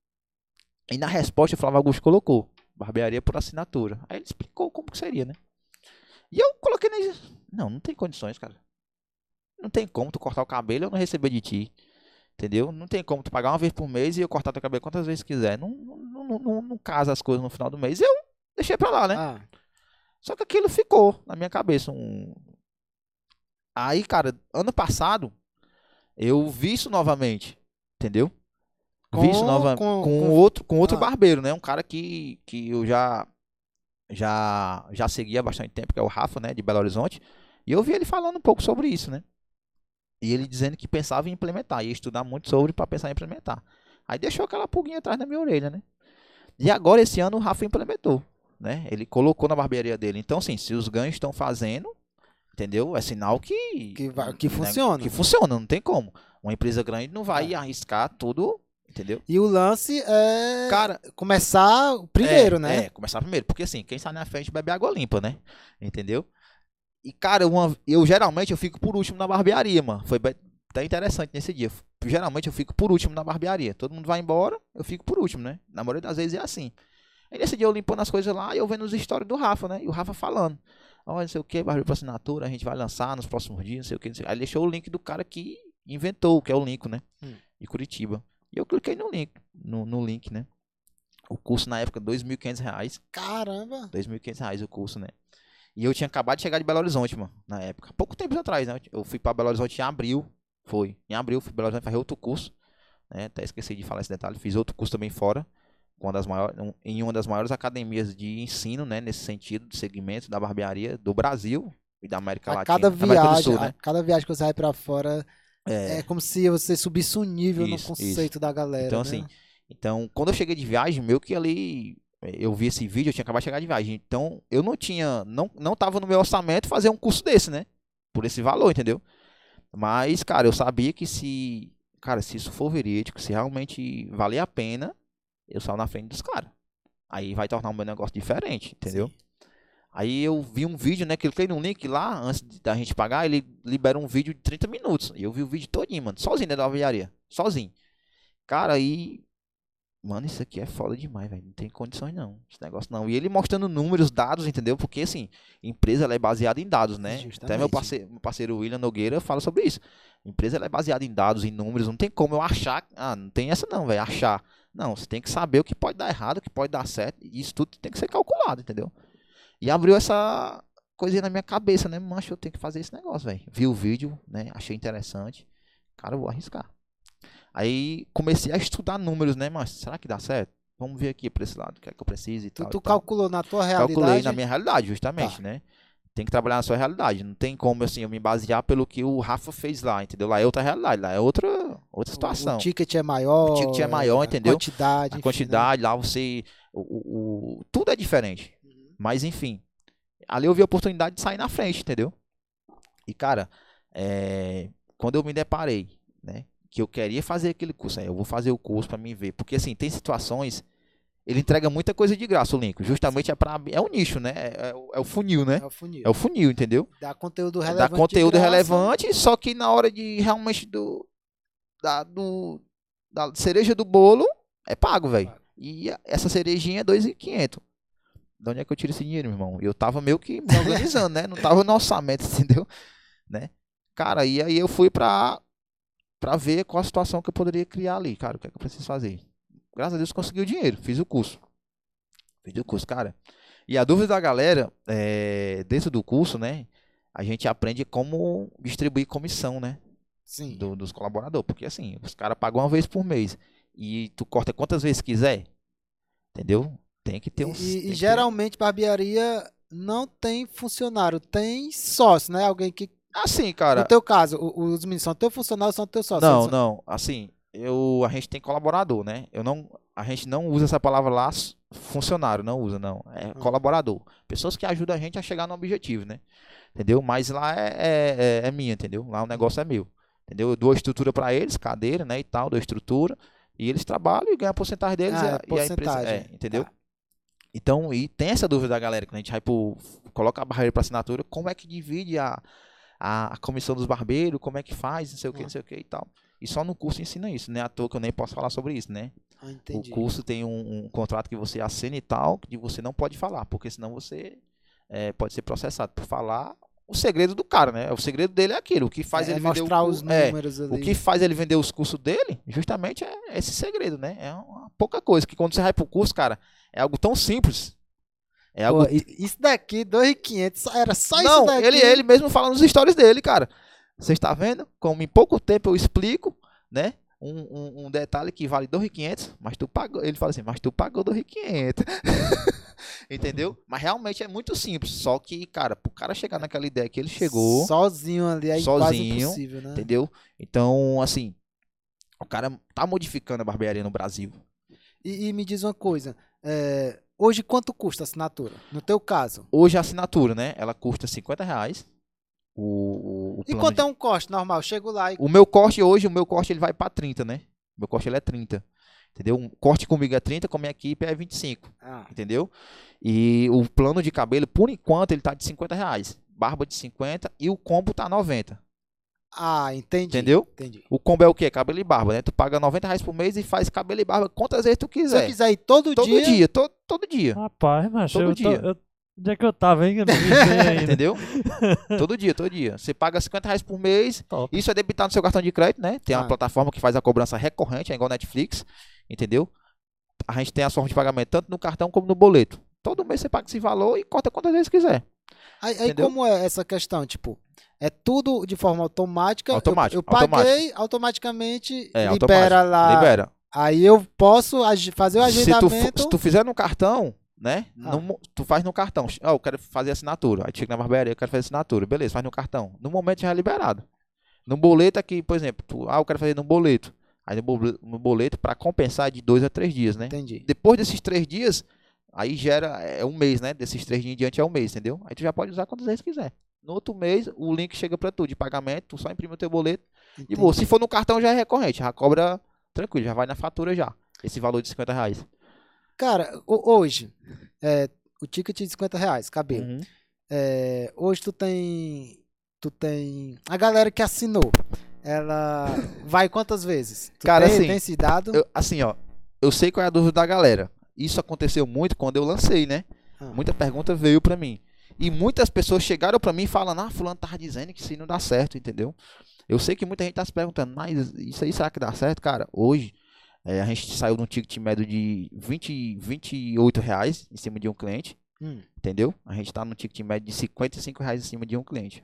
C: E na resposta o Flávio Augusto colocou: barbearia por assinatura. Aí ele explicou como que seria, né? E eu coloquei nisso. Não tem condições, cara. Não tem como tu cortar o cabelo e eu não receber de ti. Entendeu? Não tem como tu pagar uma vez por mês e eu cortar teu cabelo quantas vezes quiser. Não casa as coisas no final do mês. Eu deixei pra lá, né? Só que aquilo ficou na minha cabeça. Aí, cara, ano passado, eu vi isso novamente. Entendeu? Vi isso novamente com outro barbeiro, né? Um cara que eu já seguia há bastante tempo, que é o Rafa, né? De Belo Horizonte. E eu vi ele falando um pouco sobre isso, né? E ele dizendo que pensava em implementar, ia estudar muito sobre para pensar em implementar. Aí deixou aquela pulguinha atrás da minha orelha, né? E agora, esse ano, o Rafa implementou, né? Ele colocou na barbearia dele. Então, assim, se os ganhos estão fazendo, entendeu? É sinal que
A: funciona.
C: Que funciona, não tem como. Uma empresa grande não vai arriscar tudo, entendeu?
A: E o lance é, cara, começar primeiro, né?
C: Começar primeiro. Porque, assim, quem está na frente bebe água limpa, né? Entendeu? E, cara, eu geralmente eu fico por último na barbearia, mano. tá interessante nesse dia. Geralmente eu fico por último na barbearia. Todo mundo vai embora, eu fico por último, né? Na maioria das vezes é assim. Aí nesse dia eu limpando as coisas lá e eu vendo os stories do Rafa, né? E o Rafa falando. Olha, não sei o que, barbearia por assinatura, a gente vai lançar nos próximos dias, não sei o que, não sei o que. Aí deixou o link do cara que inventou, que é o Lincoln, né? De Curitiba. E eu cliquei no link, no link, né? O curso na época, R$ 2.500.
A: Caramba!
C: R$ 2.500 o curso, né? E eu tinha acabado de chegar de Belo Horizonte, mano, na época. Pouco tempo atrás, né? Eu fui pra Belo Horizonte em abril. Foi. Em abril, fui pra Belo Horizonte fazer outro curso. Né? Até esqueci de falar esse detalhe. Fiz outro curso também fora. Em uma das maiores academias de ensino, né? Nesse sentido, de segmento da barbearia do Brasil e da América Latina.
A: Cada
C: da América do
A: viagem,
C: Sul, né?
A: cada viagem que você vai pra fora é como se você subisse um nível no conceito da galera.
C: Então,
A: né?
C: assim, então, quando eu cheguei de viagem, meio que ali, eu vi esse vídeo, eu tinha acabado de chegar de viagem. Então, eu não tava no meu orçamento fazer um curso desse, né? Por esse valor, entendeu? Mas, cara, eu sabia que se isso for verídico, se realmente valer a pena, eu saio na frente dos caras. Aí vai tornar o meu negócio diferente, entendeu?
A: Sim.
C: Aí eu vi um vídeo, né? Cliquei no link lá, antes da gente pagar, ele libera um vídeo de 30 minutos. E eu vi o vídeo todinho, mano. Sozinho dentro da barbearia. Sozinho. Cara, aí... Mano, isso aqui é foda demais, velho. Não tem condições, não. Esse negócio não. E ele mostrando números, dados, entendeu? Porque, assim, empresa ela é baseada em dados, né?
A: Justamente.
C: Até meu parceiro William Nogueira fala sobre isso. Empresa ela é baseada em dados, em números. Não tem como eu achar... Ah, não tem essa não, velho. Achar. Não, você tem que saber o que pode dar errado, o que pode dar certo. E isso tudo tem que ser calculado, entendeu? E abriu essa coisinha na minha cabeça, né? Mancho, eu tenho que fazer esse negócio, velho. Vi o vídeo, né? Achei interessante. Cara, eu vou arriscar. Aí comecei a estudar números, né? Mas será que dá certo? Vamos ver aqui pra esse lado, o que é que eu preciso e tal.
A: Tu calculou na tua realidade?
C: Calculei na minha realidade, justamente,
A: Tá.
C: né? Tem que trabalhar na sua realidade. Não tem como, assim, eu me basear pelo que o Rafa fez lá, entendeu? Lá é outra realidade, lá é outra situação.
A: O ticket é maior.
C: O ticket é maior, entendeu?
A: Quantidade.
C: A quantidade, lá você... tudo é diferente. Mas, enfim. Ali eu vi a oportunidade de sair na frente, entendeu? E, cara, quando eu me deparei, né? Que eu queria fazer aquele curso, aí eu vou fazer o curso pra mim ver. Porque, assim, tem situações... Ele entrega muita coisa de graça, o Lincoln. Justamente é o nicho, né? É o funil, né?
A: É o funil.
C: É o funil, entendeu?
A: Dá conteúdo relevante.
C: Dá conteúdo
A: de graça.
C: relevante, só que na hora de realmente da cereja do bolo, é pago, velho. E essa cerejinha é 2.500. De onde é que eu tiro esse dinheiro, meu irmão? Eu tava meio que me organizando, né? Não tava no orçamento, entendeu? Né? Cara, e aí eu fui pra ver qual a situação que eu poderia criar ali. Cara, o que é que eu preciso fazer? Graças a Deus consegui o dinheiro, fiz o curso. Cara. E a dúvida da galera, dentro do curso, né? A gente aprende como distribuir comissão, né?
A: Sim.
C: Dos colaboradores. Porque assim, os caras pagam uma vez por mês. E tu corta quantas vezes quiser. Entendeu? Tem que ter um...
A: E geralmente barbearia não tem funcionário, tem sócio, né? Alguém que...
C: Assim, cara...
A: No teu caso, os meninos são teu funcionário ou são teu sócio?
C: Não. Assim, a gente tem colaborador, né? A gente não usa essa palavra lá, funcionário, não usa, não. É colaborador. Pessoas que ajudam a gente a chegar no objetivo, né? Entendeu? Mas lá é minha, entendeu? Lá o negócio é meu. Entendeu? Eu dou a estrutura pra eles, cadeira, né? E tal, dou a estrutura. E eles trabalham e ganham a porcentagem deles e a empresa. Entendeu? Tá. Então, e tem essa dúvida da galera, quando a gente vai coloca a barreira pra assinatura, como é que divide a comissão dos barbeiros, como é que faz, não sei o que e tal. E só no curso ensina isso, né? À toa que eu nem posso falar sobre isso, né?
A: Entendi.
C: O curso tem um contrato que você assina e tal, que você não pode falar, porque senão você pode ser processado por falar o segredo do cara, né? O segredo dele é aquilo. O que faz ele vender
A: mostrar os números ali.
C: O que faz ele vender os cursos dele, justamente é esse segredo, né? É uma pouca coisa, que quando você vai pro curso, cara, é algo tão simples. É algo...
A: Isso daqui, 2.500, era só
C: não,
A: isso daqui.
C: Ele mesmo fala nos stories dele, cara. Você está vendo? Como em pouco tempo eu explico, né? Um detalhe que vale 2.500, mas tu pagou. Ele fala assim, mas tu pagou 2.500. Entendeu? Mas realmente é muito simples. Só que, cara, pro cara chegar naquela ideia que ele chegou.
A: Sozinho ali, é quase impossível, né?
C: Entendeu? Então, assim, o cara tá modificando a barbearia no Brasil.
A: E me diz uma coisa. Hoje, quanto custa a assinatura? No teu caso?
C: Hoje a assinatura, né? Ela custa R$50.
A: E quanto é um corte normal? Eu chego lá e...
C: O meu corte ele vai pra 30, né? O meu corte ele é 30. Entendeu? Um corte comigo é 30, com a minha equipe é 25. Entendeu? E o plano de cabelo, por enquanto, ele tá de R$50. Barba de 50 e o combo tá 90.
A: Ah, entendi.
C: Entendeu?
A: Entendi.
C: O combo é o quê? Cabelo e barba, né? Tu paga R$ 90 por mês e faz cabelo e barba quantas vezes tu
A: Se eu
C: quiser.
A: quiser ir todo dia...
C: Todo dia.
B: Rapaz, macho,
C: Todo dia.
B: Onde é que eu tava, hein? Eu não vi isso aí ainda.
C: Entendeu? todo dia. Você paga R$ 50 por mês.
B: Top.
C: Isso é debitado no seu cartão de crédito, né? Tem uma
A: Ah.
C: plataforma que faz a cobrança recorrente, é igual Netflix. Entendeu? A gente tem a forma de pagamento tanto no cartão como no boleto. Todo mês você paga esse valor e corta quantas vezes quiser.
A: Aí
C: Entendeu?
A: como é essa questão? Tipo, é tudo de forma automática.
C: Automático,
A: Eu paguei, automaticamente
C: É,
A: libera
C: automático.
A: lá.
C: Libera.
A: Aí eu posso fazer o
C: Se tu,
A: agendamento.
C: se tu fizer no cartão, né?
A: Ah.
C: Tu faz no cartão. Eu quero fazer assinatura. Aí chega na barbearia, eu quero fazer assinatura. Beleza, faz no cartão. No momento já é liberado. No boleto aqui, por exemplo, eu quero fazer no boleto. Aí no boleto, para compensar, é de 2 a 3 dias, né?
A: Entendi.
C: Depois desses 3 dias, aí gera um mês, né? Desses 3 dias em diante é um mês, entendeu? Aí tu já pode usar quantas vezes quiser. No outro mês, o link chega para tu de pagamento, tu só imprime o teu boleto. E boa, se for no cartão já é recorrente, já cobra tranquilo, já vai na fatura já. Esse valor de R$ 50.
A: Cara, hoje, o ticket de R$ 50, cabelo.
C: Uhum.
A: Hoje tu tem. A galera que assinou, ela vai quantas vezes? Tu
C: Cara,
A: tem,
C: assim,
A: tem esse dado?
C: Eu sei qual é a dúvida da galera. Isso aconteceu muito quando eu lancei, né?
A: Ah.
C: Muita pergunta veio pra mim. E muitas pessoas chegaram pra mim falando, fulano tava dizendo que isso aí não dá certo, entendeu? Eu sei que muita gente tá se perguntando, mas isso aí será que dá certo? Cara, hoje a gente saiu de um ticket médio de R$ 28 em cima de um cliente, entendeu? A gente tá num ticket médio de R$ 55 em cima de um cliente,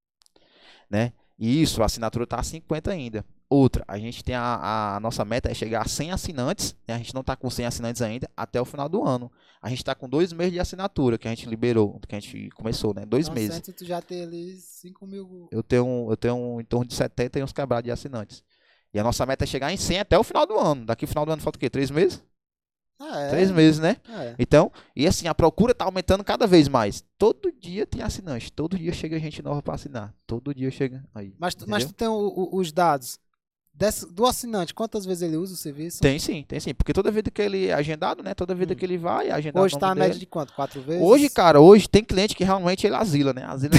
C: né? E isso, a assinatura tá a 50 ainda. Outra, a gente tem a nossa meta é chegar a 100 assinantes, né? A gente não tá com 100 assinantes ainda, até o final do ano. A gente tá com 2 meses de assinatura que a gente liberou, que a gente começou, né? 2
A: Então,
C: meses.
A: certo, tu já tem ali 5 mil.
C: Eu tenho em torno de 70 e uns quebrados de assinantes. E a nossa meta é chegar em 100 até o final do ano. Daqui no final do ano falta o quê? 3 meses? 3 meses, né? Então, e assim, a procura tá aumentando cada vez mais. Todo dia tem assinante. Todo dia chega gente nova para assinar. Todo dia chega aí.
A: Mas tu tem os dados do assinante, quantas vezes ele usa o serviço?
C: Tem sim. Porque toda vida que ele é agendado, né? Toda vida que ele vai, é agendado.
A: Hoje tá a média de quanto? 4 vezes?
C: Hoje tem cliente que realmente ele asila, né? Asila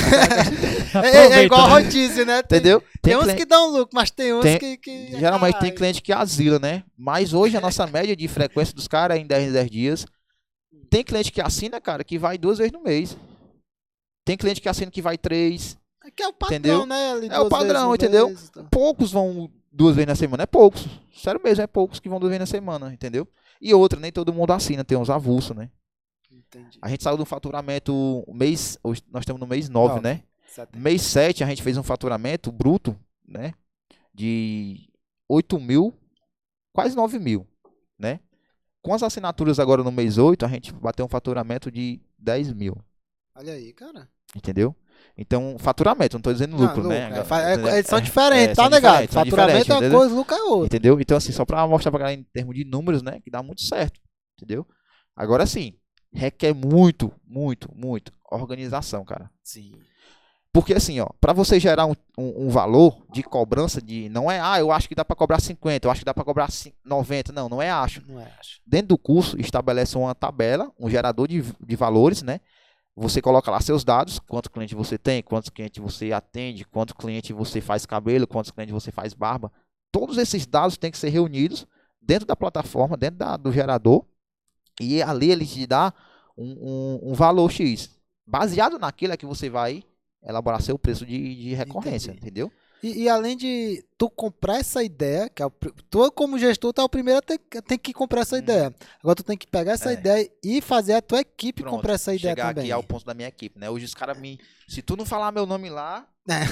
A: é igual rodízio, né?
C: Entendeu?
A: Tem uns que dão lucro, mas tem uns que
C: geralmente tem cliente que asila, né? Mas hoje a nossa média de frequência dos caras é em 10 dias. Tem cliente que assina, cara, que vai 2 vezes no mês. Tem cliente que assina que vai 3.
A: Que é o padrão,
C: entendeu?
A: né? Ali,
C: É o padrão, entendeu?
A: Mês, então.
C: Poucos vão 2 vezes na semana, é poucos. Sério mesmo, é poucos que vão 2 vezes na semana, entendeu? E outra, nem todo mundo assina, tem uns avulsos, né?
A: Entendi.
C: A gente saiu do faturamento hoje nós estamos no mês 9, né? Mês 7 a gente fez um faturamento bruto, né? De 8 mil, quase 9 mil, né? Com as assinaturas agora no mês 8, a gente bateu um faturamento de 10 mil.
A: Olha aí, cara.
C: Entendeu? Então, faturamento, não estou dizendo lucro, né?
A: Eles são diferentes, tá ligado? Faturamento é uma coisa, lucro é outra.
C: Entendeu? Então, assim, só para mostrar pra galera em termos de números, né? Que dá muito certo. Entendeu? Agora sim, requer muito organização, cara.
A: Sim.
C: Porque assim, ó, para você gerar um valor de cobrança de, não é, eu acho que dá para cobrar 50, eu acho que dá para cobrar 90, não é acho.
A: Não é acho.
C: Dentro do curso estabelece uma tabela, um gerador de valores, né? Você coloca lá seus dados, quantos clientes você tem, quantos clientes você atende, quantos clientes você faz cabelo, quantos clientes você faz barba. Todos esses dados têm que ser reunidos dentro da plataforma, dentro do gerador, e ali ele te dá um valor X. Baseado naquilo é que você vai elaborar seu preço de recorrência, entendeu?
A: E além de tu comprar essa ideia, que tu como gestor tá o primeiro a tem que comprar essa ideia. Agora tu tem que pegar essa ideia e fazer a tua equipe comprar essa ideia também.
C: Chegar aqui ao ponto da minha equipe, né? Hoje os caras se tu não falar meu nome lá...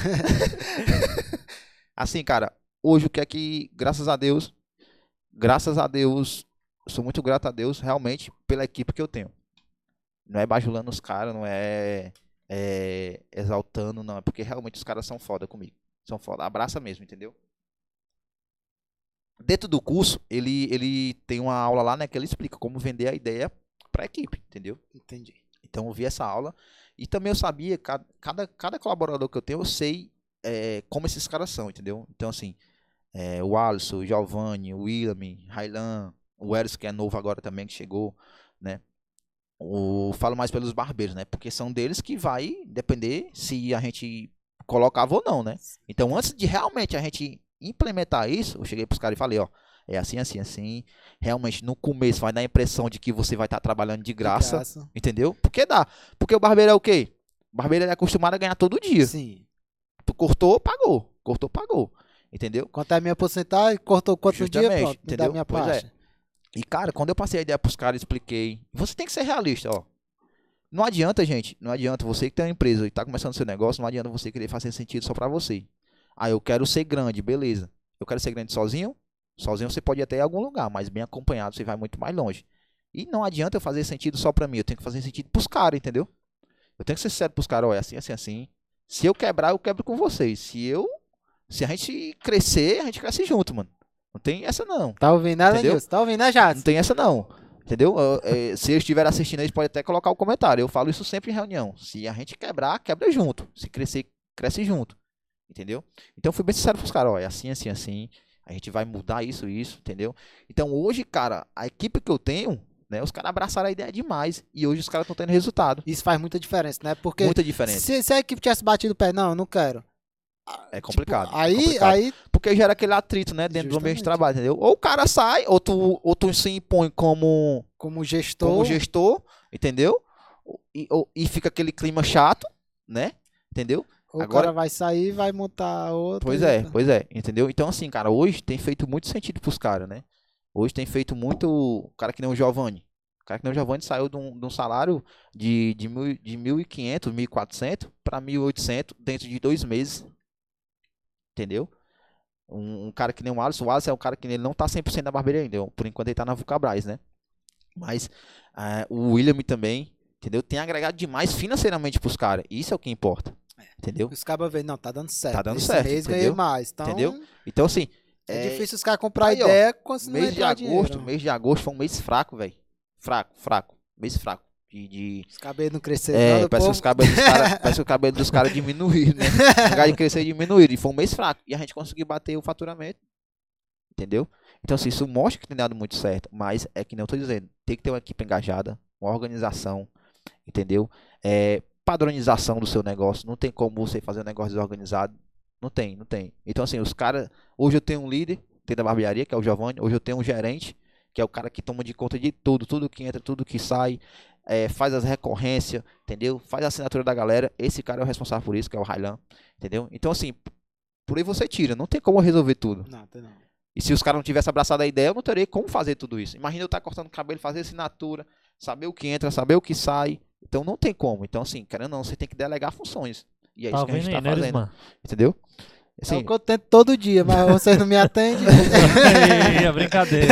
C: Assim, cara, hoje o que é que, graças a Deus, eu sou muito grato a Deus, realmente, pela equipe que eu tenho. Não é bajulando os caras, não é exaltando, não. É porque realmente os caras são foda comigo. São foda. Abraça mesmo, entendeu? Dentro do curso, ele tem uma aula lá, né, que ele explica como vender a ideia para a equipe, entendeu?
A: Entendi.
C: Então eu vi essa aula e também eu sabia, cada colaborador que eu tenho, eu sei como esses caras são, entendeu? Então assim, o Alisson, o Giovanni, o William, Railan, o Eros, que é novo agora também, que chegou, né? Falo mais pelos barbeiros, né? Porque são deles que vai depender se a gente colocava ou não, né? Então, antes de realmente a gente implementar isso, eu cheguei pros caras e falei, ó, é assim, assim, assim. Realmente, no começo vai dar a impressão de que você vai estar trabalhando de graça, entendeu? Porque dá. Porque o barbeiro é o quê? O barbeiro ele é acostumado a ganhar todo dia.
A: Sim.
C: Tu cortou, pagou. Cortou, pagou. Entendeu?
A: Quanto é a minha porcentagem, cortou quanto no dia,
C: Justamente,
A: pronto, me dá
C: entendeu?
A: a minha
C: Pois
A: parte.
C: é. E, cara, quando eu passei a ideia pros caras, expliquei. Você tem que ser realista, ó. Não adianta, gente. Não adianta você que tem uma empresa e tá começando seu negócio, não adianta você querer fazer sentido só pra você. Ah, eu quero ser grande, beleza. Eu quero ser grande sozinho? Sozinho você pode ir até em algum lugar, mas bem acompanhado você vai muito mais longe. E não adianta eu fazer sentido só pra mim, eu tenho que fazer sentido pros caras, entendeu? Eu tenho que ser sério pros caras, ó, é assim, assim, assim. Se eu quebrar, eu quebro com vocês. Se a gente crescer, a gente cresce junto, mano. Não tem essa não.
A: Tá ouvindo nada,
C: Entendeu?
A: Nilson? Tá ouvindo, né,
C: Não
A: Jadson?
C: tem essa não. Entendeu? Se eles estiverem assistindo, eles podem até colocar o comentário. Eu falo isso sempre em reunião. Se a gente quebrar, quebra junto. Se crescer, cresce junto. Entendeu? Então, eu fui bem sincero pros caras. Ó, é assim, assim, assim. A gente vai mudar isso, isso. Entendeu? Então, hoje, cara, a equipe que eu tenho, né? Os caras abraçaram a ideia demais. E hoje os caras estão tendo resultado.
A: Isso faz muita diferença, né? Porque
C: Muita diferença.
A: se a equipe tivesse batido o pé, não, eu não quero.
C: É complicado.
A: Tipo, aí,
C: é complicado.
A: aí
C: Porque gera aquele atrito, né? Dentro do ambiente de trabalho, entendeu? Ou o cara sai, ou tu se impõe como gestor, entendeu? E fica aquele clima chato, né? Entendeu?
A: o
C: Agora
A: cara vai sair e vai montar outro.
C: Pois é, entendeu? Então, assim, cara, hoje tem feito muito sentido pros caras, né? Hoje tem feito muito. O cara que nem o Giovanni. O cara que nem o Giovanni saiu de um salário de 1.500, 1.400 para 1.800 dentro de 2 meses. Entendeu? Um cara que nem o Alisson. O Alisson é um cara que ele não tá 100% na barbearia ainda. Por enquanto ele tá na Vulcabras, né? Mas o William também, entendeu? Tem agregado demais financeiramente pros caras. Isso é o que importa. Entendeu?
A: Os cabas veem, não, tá dando certo.
C: Tá dando
A: Esse
C: certo,
A: mês
C: entendeu?
A: ganhei mais. Então,
C: Entendeu? Então, assim.
A: é difícil os caras comprar
C: aí, ó,
A: ideia quando não
C: Mês de
A: entrar
C: agosto,
A: dinheiro.
C: mês de agosto foi um mês fraco, velho. Fraco. Mês fraco.
A: Os cabelos não cresceram.
C: Parece que os cabelos dos caras diminuíram, né? Em lugar de crescer, diminuíram. E foi um mês fraco. E a gente conseguiu bater o faturamento. Entendeu? Então, assim, isso mostra que tem dado muito certo. Mas é que nem eu tô dizendo. Tem que ter uma equipe engajada, uma organização. Entendeu? Padronização do seu negócio. Não tem como você fazer um negócio desorganizado. Não tem. Então, assim, os caras. Hoje eu tenho um líder, tem da barbearia, que é o Giovanni. Hoje eu tenho um gerente, que é o cara que toma de conta de tudo. Tudo que entra, tudo que sai. Faz as recorrências, entendeu? Faz a assinatura da galera. Esse cara é o responsável por isso, que é o Railan, entendeu? Então, assim, por aí você tira. Não tem como eu resolver tudo.
A: Não, tem não.
C: E se os caras não tivessem abraçado a ideia, eu não teria como fazer tudo isso. Imagina eu estar cortando o cabelo, fazer assinatura, saber o que entra, saber o que sai. Então, não tem como. Então, assim, querendo ou não, você tem que delegar funções. E é isso que a gente tá fazendo.
B: Mano?
C: Entendeu?
A: É
C: Assim,
A: o que eu tento todo dia, mas vocês não me atendem.
B: É brincadeira.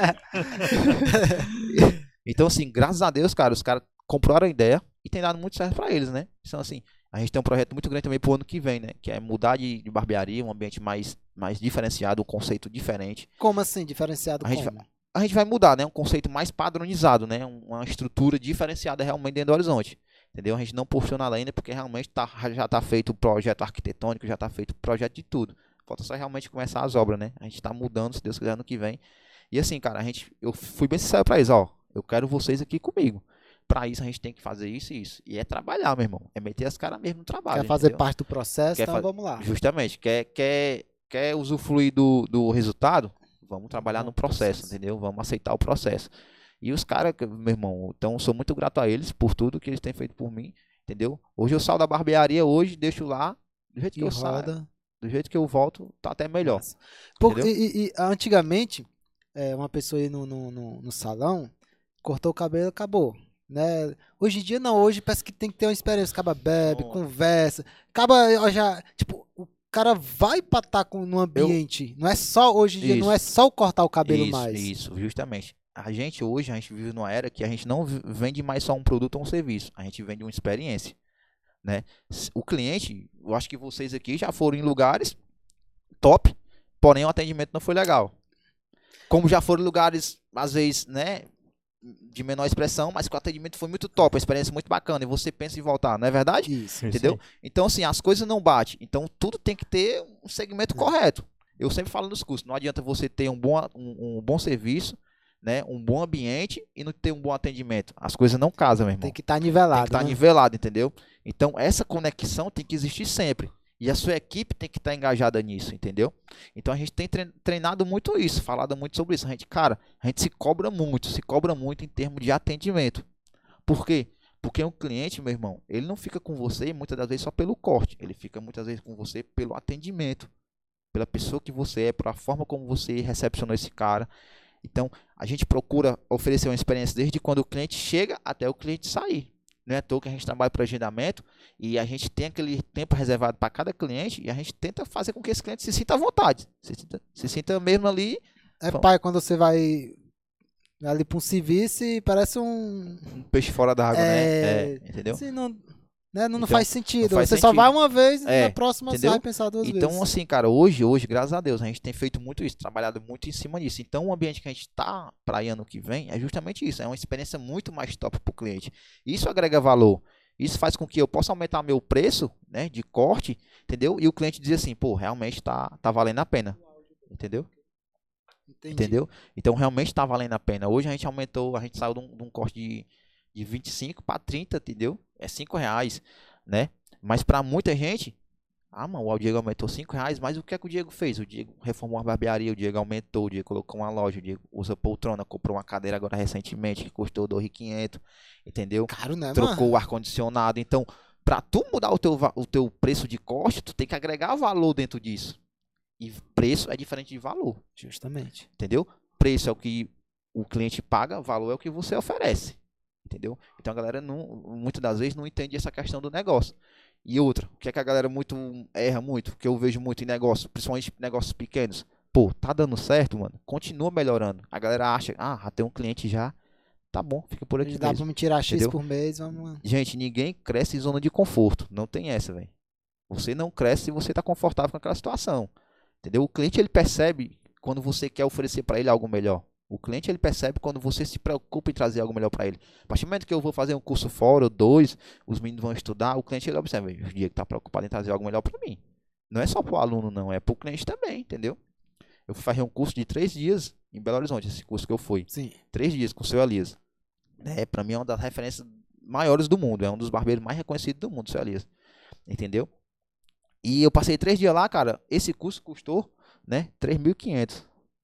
C: Então, assim, graças a Deus, cara, os caras compraram a ideia e tem dado muito certo pra eles, né? Então, assim, a gente tem um projeto muito grande também pro ano que vem, né? Que é mudar de barbearia, um ambiente mais diferenciado, um conceito diferente.
A: Como assim, diferenciado como?
C: A gente vai mudar, né? Um conceito mais padronizado, né? Uma estrutura diferenciada realmente dentro do Horizonte. Entendeu? A gente não postou nada ainda porque realmente já tá feito o projeto arquitetônico, já tá feito o projeto de tudo. Falta só realmente começar as obras, né? A gente tá mudando, se Deus quiser, ano que vem. E assim, cara, eu fui bem sincero pra eles, ó. Eu quero vocês aqui comigo. Pra isso a gente tem que fazer isso e isso. E é trabalhar, meu irmão. É meter as caras mesmo no trabalho.
A: Quer fazer
C: entendeu?
A: parte do processo, então vamos lá.
C: Justamente. Quer usufruir do resultado? Vamos trabalhar no processo, entendeu? Vamos aceitar o processo. E os caras, meu irmão, então eu sou muito grato a eles por tudo que eles têm feito por mim, entendeu? Hoje eu saio da barbearia, hoje deixo lá, do jeito que eu saio, do jeito que eu volto, tá até melhor.
A: E antigamente, uma pessoa ia no salão, cortou o cabelo, acabou. Né? Hoje em dia não, hoje parece que tem que ter uma experiência, acaba bebe, conversa, acaba já, tipo, o cara vai pra estar no ambiente, não é só, hoje em dia, não é só cortar o cabelo mais.
C: Isso, justamente. Hoje a gente vive numa era que a gente não vende mais só um produto ou um serviço, a gente vende uma experiência, né? O cliente, eu acho que vocês aqui já foram em lugares top, porém o atendimento não foi legal. Como já foram em lugares, às vezes, né, de menor expressão, mas que o atendimento foi muito top, a experiência muito bacana, e você pensa em voltar, não é verdade?
A: Isso.
C: Entendeu? Então, assim, as coisas não batem. Então, tudo tem que ter um segmento correto. Eu sempre falo nos cursos, não adianta você ter um bom serviço, né, um bom ambiente e não ter um bom atendimento. As coisas não casam, meu irmão.
A: Tem que estar nivelado.
C: Tem que estar nivelado, entendeu? Então, essa conexão tem que existir sempre. E a sua equipe tem que estar engajada nisso, entendeu? Então a gente tem treinado muito isso, falado muito sobre isso. Cara, a gente se cobra muito em termos de atendimento. Por quê? Porque um cliente, meu irmão, ele não fica com você muitas das vezes só pelo corte. Ele fica muitas vezes com você pelo atendimento. Pela pessoa que você é, pela forma como você recepcionou esse cara. Então, a gente procura oferecer uma experiência desde quando o cliente chega até o cliente sair. Não é à toa que a gente trabalha por agendamento e a gente tem aquele tempo reservado para cada cliente e a gente tenta fazer com que esse cliente se sinta à vontade. Se sinta mesmo ali.
A: Pai, quando você vai ali para um serviço e parece um
C: peixe fora da água, né? Entendeu?
A: Assim, não
C: Então,
A: faz sentido.
C: não faz
A: você
C: sentido.
A: só vai uma vez e na próxima
C: entendeu?
A: você vai pensar duas vezes.
C: Então, assim, cara, hoje, graças a Deus, a gente tem feito muito isso, trabalhado muito em cima disso. Então, o ambiente que a gente está para ano que vem é justamente isso. É uma experiência muito mais top para o cliente. Isso agrega valor. Isso faz com que eu possa aumentar meu preço, né, de corte, entendeu? E o cliente diz assim, pô, realmente tá valendo a pena. Entendeu?
A: Entendi.
C: Entendeu? Então, realmente tá valendo a pena. Hoje a gente aumentou, a gente saiu de um corte de 25 para 30, entendeu? É R$5, né? Mas para muita gente, mano, o Diego aumentou R$5, mas o que é que o Diego fez? O Diego reformou uma barbearia, o Diego aumentou, o Diego colocou uma loja, o Diego usa poltrona, comprou uma cadeira agora recentemente que custou R$2.500, entendeu?
A: Caro, né,
C: Trocou o ar-condicionado. Então, para tu mudar o teu preço de corte, tu tem que agregar valor dentro disso. E preço é diferente de valor.
A: Justamente.
C: Entendeu? Preço é o que o cliente paga, valor é o que você oferece. Entendeu? Então a galera muitas das vezes não entende essa questão do negócio. E outra, o que é que a galera erra muito, que eu vejo muito em negócio, principalmente negócios pequenos. Pô, tá dando certo, mano? Continua melhorando. A galera acha, já tem um cliente já, tá bom, fica por aqui
A: Dá
C: mesmo.
A: pra me tirar X
C: Entendeu?
A: por mês, vamos...
C: Gente, ninguém cresce em zona de conforto. Não tem essa, velho. Você não cresce se você tá confortável com aquela situação. Entendeu? O cliente, ele percebe quando você quer oferecer para ele algo melhor. O cliente, ele percebe quando você se preocupa em trazer algo melhor para ele. A partir do momento que eu vou fazer um curso fora, ou 2, os meninos vão estudar, o cliente, ele observa, o Diego está preocupado em trazer algo melhor para mim. Não é só para o aluno, não, é para o cliente também, entendeu? Eu fui fazer um curso de 3 dias em Belo Horizonte, esse curso que eu fui.
A: Sim.
C: 3 dias com o seu Elias. Para mim é uma das referências maiores do mundo, é um dos barbeiros mais reconhecidos do mundo, o seu Elias. Entendeu? E eu passei 3 dias lá, cara, esse curso custou, né, 3.500.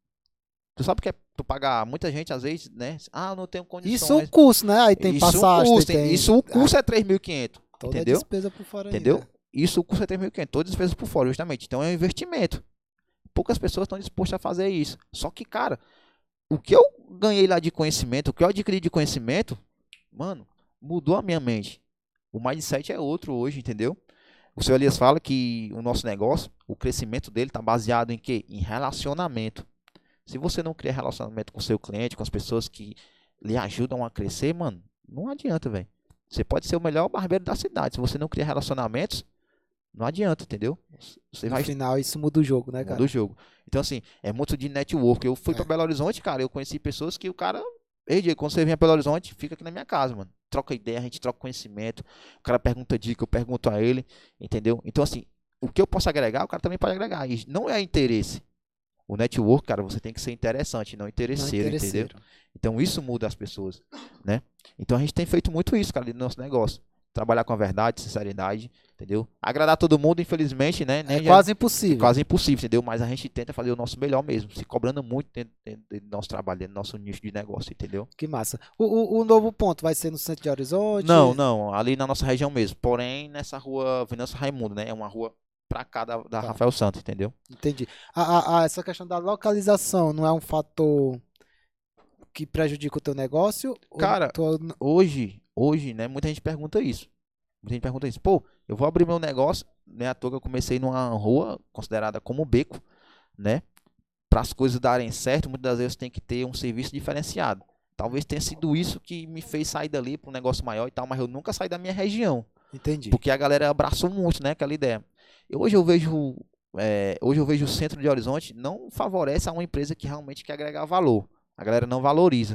C: Tu sabe que é tu pagar muita gente às vezes, né? Eu não tenho condições.
A: Isso é o custo, né? Aí tem passagem,
C: Isso o custo é 3.500.
A: Toda
C: entendeu?
A: Despesa por fora
C: entendeu?
A: Ainda.
C: Isso o custo é 3.500, toda despesa por fora, justamente. Então é um investimento. Poucas pessoas estão dispostas a fazer isso. Só que, cara, o que eu ganhei lá de conhecimento, o que eu adquiri de conhecimento, mano, mudou a minha mente. O mindset é outro hoje, entendeu? O senhor Elias fala que o nosso negócio, o crescimento dele está baseado em quê? Em relacionamento. Se você não cria relacionamento com o seu cliente, com as pessoas que lhe ajudam a crescer, mano, não adianta, velho. Você pode ser o melhor barbeiro da cidade. Se você não cria relacionamentos, não adianta, entendeu?
A: No final, isso muda o jogo, né, cara?
C: Muda o jogo. Então, assim, é muito de network. Eu fui para Belo Horizonte, cara, eu conheci pessoas que o cara... Ei, Diego, quando você vem a Belo Horizonte, fica aqui na minha casa, mano. Troca ideia, a gente troca conhecimento. O cara pergunta dica, eu pergunto a ele, entendeu? Então, assim, o que eu posso agregar, o cara também pode agregar. E não é interesse. O network, cara, você tem que ser interessante, não interesseiro, entendeu? Então, isso muda as pessoas, né? Então, a gente tem feito muito isso, cara, no nosso negócio. Trabalhar com a verdade, sinceridade, entendeu? Agradar todo mundo, infelizmente, né?
A: É quase impossível.
C: É quase impossível, entendeu? Mas a gente tenta fazer o nosso melhor mesmo, se cobrando muito dentro do nosso trabalho, dentro do nosso nicho de negócio, entendeu?
A: Que massa. O novo ponto vai ser no centro de Horizonte?
C: Não, ali na nossa região mesmo. Porém, nessa rua Venâncio Raimundo, né? É uma rua pra cá da Rafael Santos, entendeu?
A: Entendi. Essa questão da localização não é um fator que prejudica o teu negócio?
C: Cara, hoje, né, muita gente pergunta isso. Pô, eu vou abrir meu negócio, né, à toa que eu comecei numa rua considerada como beco, né? Para as coisas darem certo, muitas das vezes tem que ter um serviço diferenciado. Talvez tenha sido isso que me fez sair dali para um negócio maior e tal, mas eu nunca saí da minha região.
A: Entendi.
C: Porque a galera abraçou muito, né, aquela ideia. Hoje eu vejo o centro de Horizonte não favorece a uma empresa que realmente quer agregar valor. A galera não valoriza.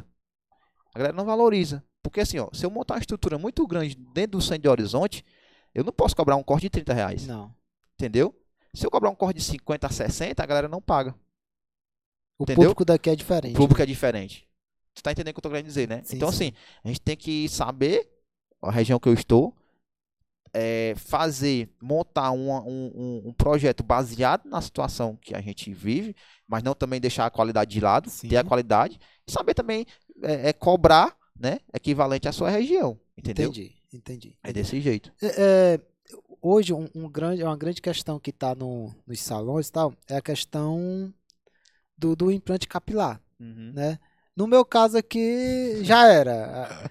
C: Porque assim, ó, se eu montar uma estrutura muito grande dentro do centro de Horizonte, eu não posso cobrar um corte de R$30.
A: Não.
C: Entendeu? Se eu cobrar um corte de 50 a 60, a galera não paga.
A: Entendeu? Público daqui é diferente.
C: O público é diferente. Tu tá entendendo o que eu tô querendo dizer, né?
A: Sim,
C: então,
A: sim.
C: assim, a gente tem que saber a região que eu estou, montar um projeto baseado na situação que a gente vive, mas não também deixar a qualidade de lado,
A: Sim.
C: ter a qualidade, e saber também cobrar, né, equivalente à sua região, entendeu?
A: Entendi.
C: É desse jeito.
A: Hoje, uma grande questão que está nos salões e tal, é a questão do implante capilar,
C: Uhum.
A: né? No meu caso aqui, já era.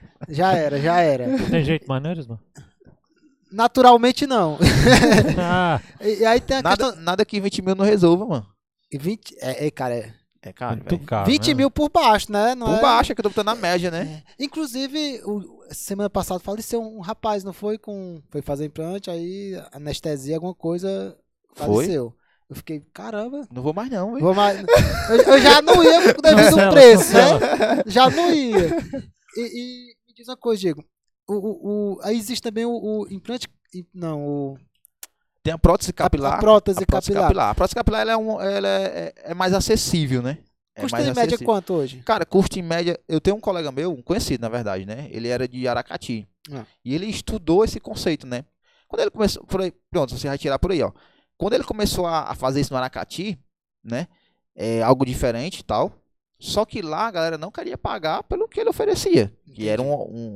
B: Tem jeito maneiro, mano?
A: Naturalmente, não.
B: Ah,
A: E aí tem a questão...
C: Nada que 20 mil não resolva, mano.
A: 20, cara,
C: É caro,
B: muito
C: velho.
B: caro.
A: 20
B: né?
A: mil por baixo, né? Não
C: Por
A: é-
C: baixo, é que eu tô botando na média, né?
A: Inclusive, semana passada faleceu um rapaz, não foi? Foi fazer implante, aí anestesia, alguma coisa, faleceu. Eu fiquei, caramba,
C: Não vou mais não, velho.
A: vou mais... eu já não ia devido
B: Cancela,
A: ao preço,
B: cancela.
A: né? Já não ia. E me diz uma coisa, Diego. Aí existe também o implante. Não,
C: Tem a prótese capilar.
A: a prótese capilar.
C: A prótese capilar ela é mais acessível, né?
A: Custa
C: mais
A: em média
C: acessível.
A: quanto hoje?
C: Cara, custa em média. Eu tenho um colega meu, um conhecido na verdade, né? Ele era de Aracati.
A: Ah.
C: E ele estudou esse conceito, né? Quando ele começou. Pronto, você vai tirar por aí, ó. Quando ele começou a fazer isso no Aracati, né? É algo diferente e tal. Só que lá a galera não queria pagar pelo que ele oferecia. Que era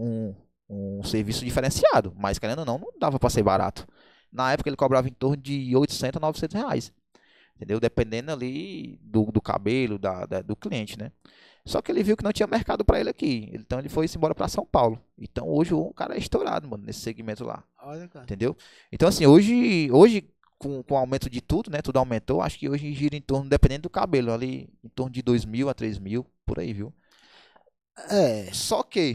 C: um serviço diferenciado. Mas querendo ou não dava pra ser barato. Na época ele cobrava em torno de 800 a 900 reais. Entendeu? Dependendo ali do cabelo, do cliente, né? Só que ele viu que não tinha mercado para ele aqui. Então ele foi embora para São Paulo. Então hoje o cara é estourado, mano, nesse segmento lá.
A: Olha, cara.
C: Entendeu? Então assim, hoje com o aumento de tudo, né? Tudo aumentou. Acho que hoje gira em torno, dependendo do cabelo, ali em torno de 2.000 a 3.000, por aí, viu? Só que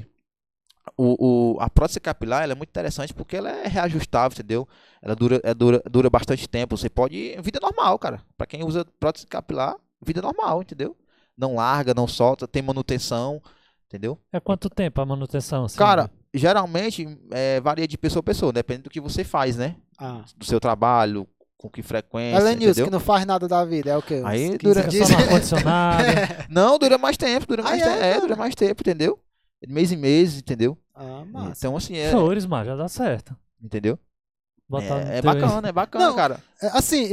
C: a prótese capilar ela é muito interessante porque ela é reajustável, entendeu? Ela dura bastante tempo. Você pode. Vida normal, cara. Pra quem usa prótese capilar, vida normal, entendeu? Não larga, não solta, tem manutenção, entendeu?
B: É quanto tempo a manutenção? Assim,
C: Cara, geralmente varia de pessoa a pessoa, dependendo do que você faz, né? Do seu trabalho, com que frequência,
A: Elenilson,
C: entendeu?
A: que não faz nada da vida, é o quê? Uns
C: Aí
A: 15
C: dura-
B: Fica
A: dias?
B: só no ar-condicionado.
C: Não, dura mais tempo,
A: cara?
C: dura mais tempo, entendeu? De mês em mês, entendeu?
A: Ah, massa.
C: Então, assim,
B: Flores, mano, já dá certo.
C: entendeu?
B: Botar no
C: É
B: teu-
C: bacana,
A: Não,
C: cara.
A: Assim,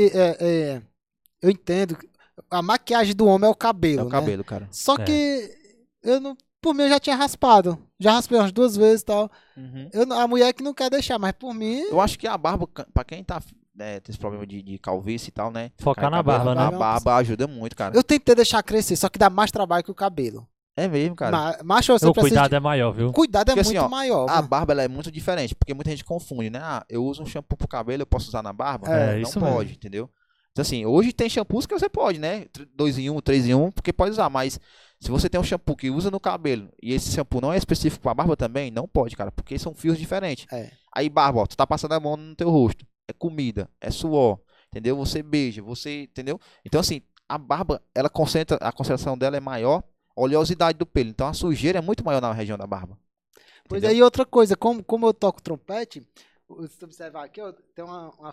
A: eu entendo. A maquiagem do homem é o cabelo,
C: É o
A: né?
C: cabelo, cara.
A: Só
B: É.
A: que eu não, por mim eu já tinha raspado. Já raspei umas 2 vezes e tal. A mulher que não quer deixar, mas por mim.
C: Eu acho que a barba, pra quem tá tem esse problema de calvície e tal, né?
B: Focar
C: Cai
B: na
C: cabelo,
B: barba, né?
C: A barba ajuda muito, cara.
A: Eu tentei deixar crescer, só que dá mais trabalho que o cabelo.
C: É mesmo, cara.
A: Macho, você
B: O
A: precisa.
B: cuidado é maior, viu?
A: Cuidado é
C: Porque,
A: muito
C: assim, ó,
A: maior.
C: A
A: mano.
C: barba ela é muito diferente, porque muita gente confunde, né? Ah, eu uso um shampoo pro cabelo, eu posso usar na barba?
B: É,
C: Não
B: isso
C: pode,
B: mesmo.
C: entendeu? Então, assim, hoje tem shampoos que você pode, né? 2 em 1, 3 em 1, porque pode usar, mas se você tem um shampoo que usa no cabelo e esse shampoo não é específico pra barba também, não pode, cara, porque são fios diferentes.
A: É.
C: Aí, barba, ó, tu tá passando a mão no teu rosto, é comida, é suor, entendeu? Você beija, entendeu? Então, assim, a barba, a concentração dela é maior, a oleosidade do pelo, então a sujeira é muito maior na região da barba.
A: Pois
C: entendeu?
A: aí, outra coisa, como eu toco trompete, se tu observar aqui, ó, tem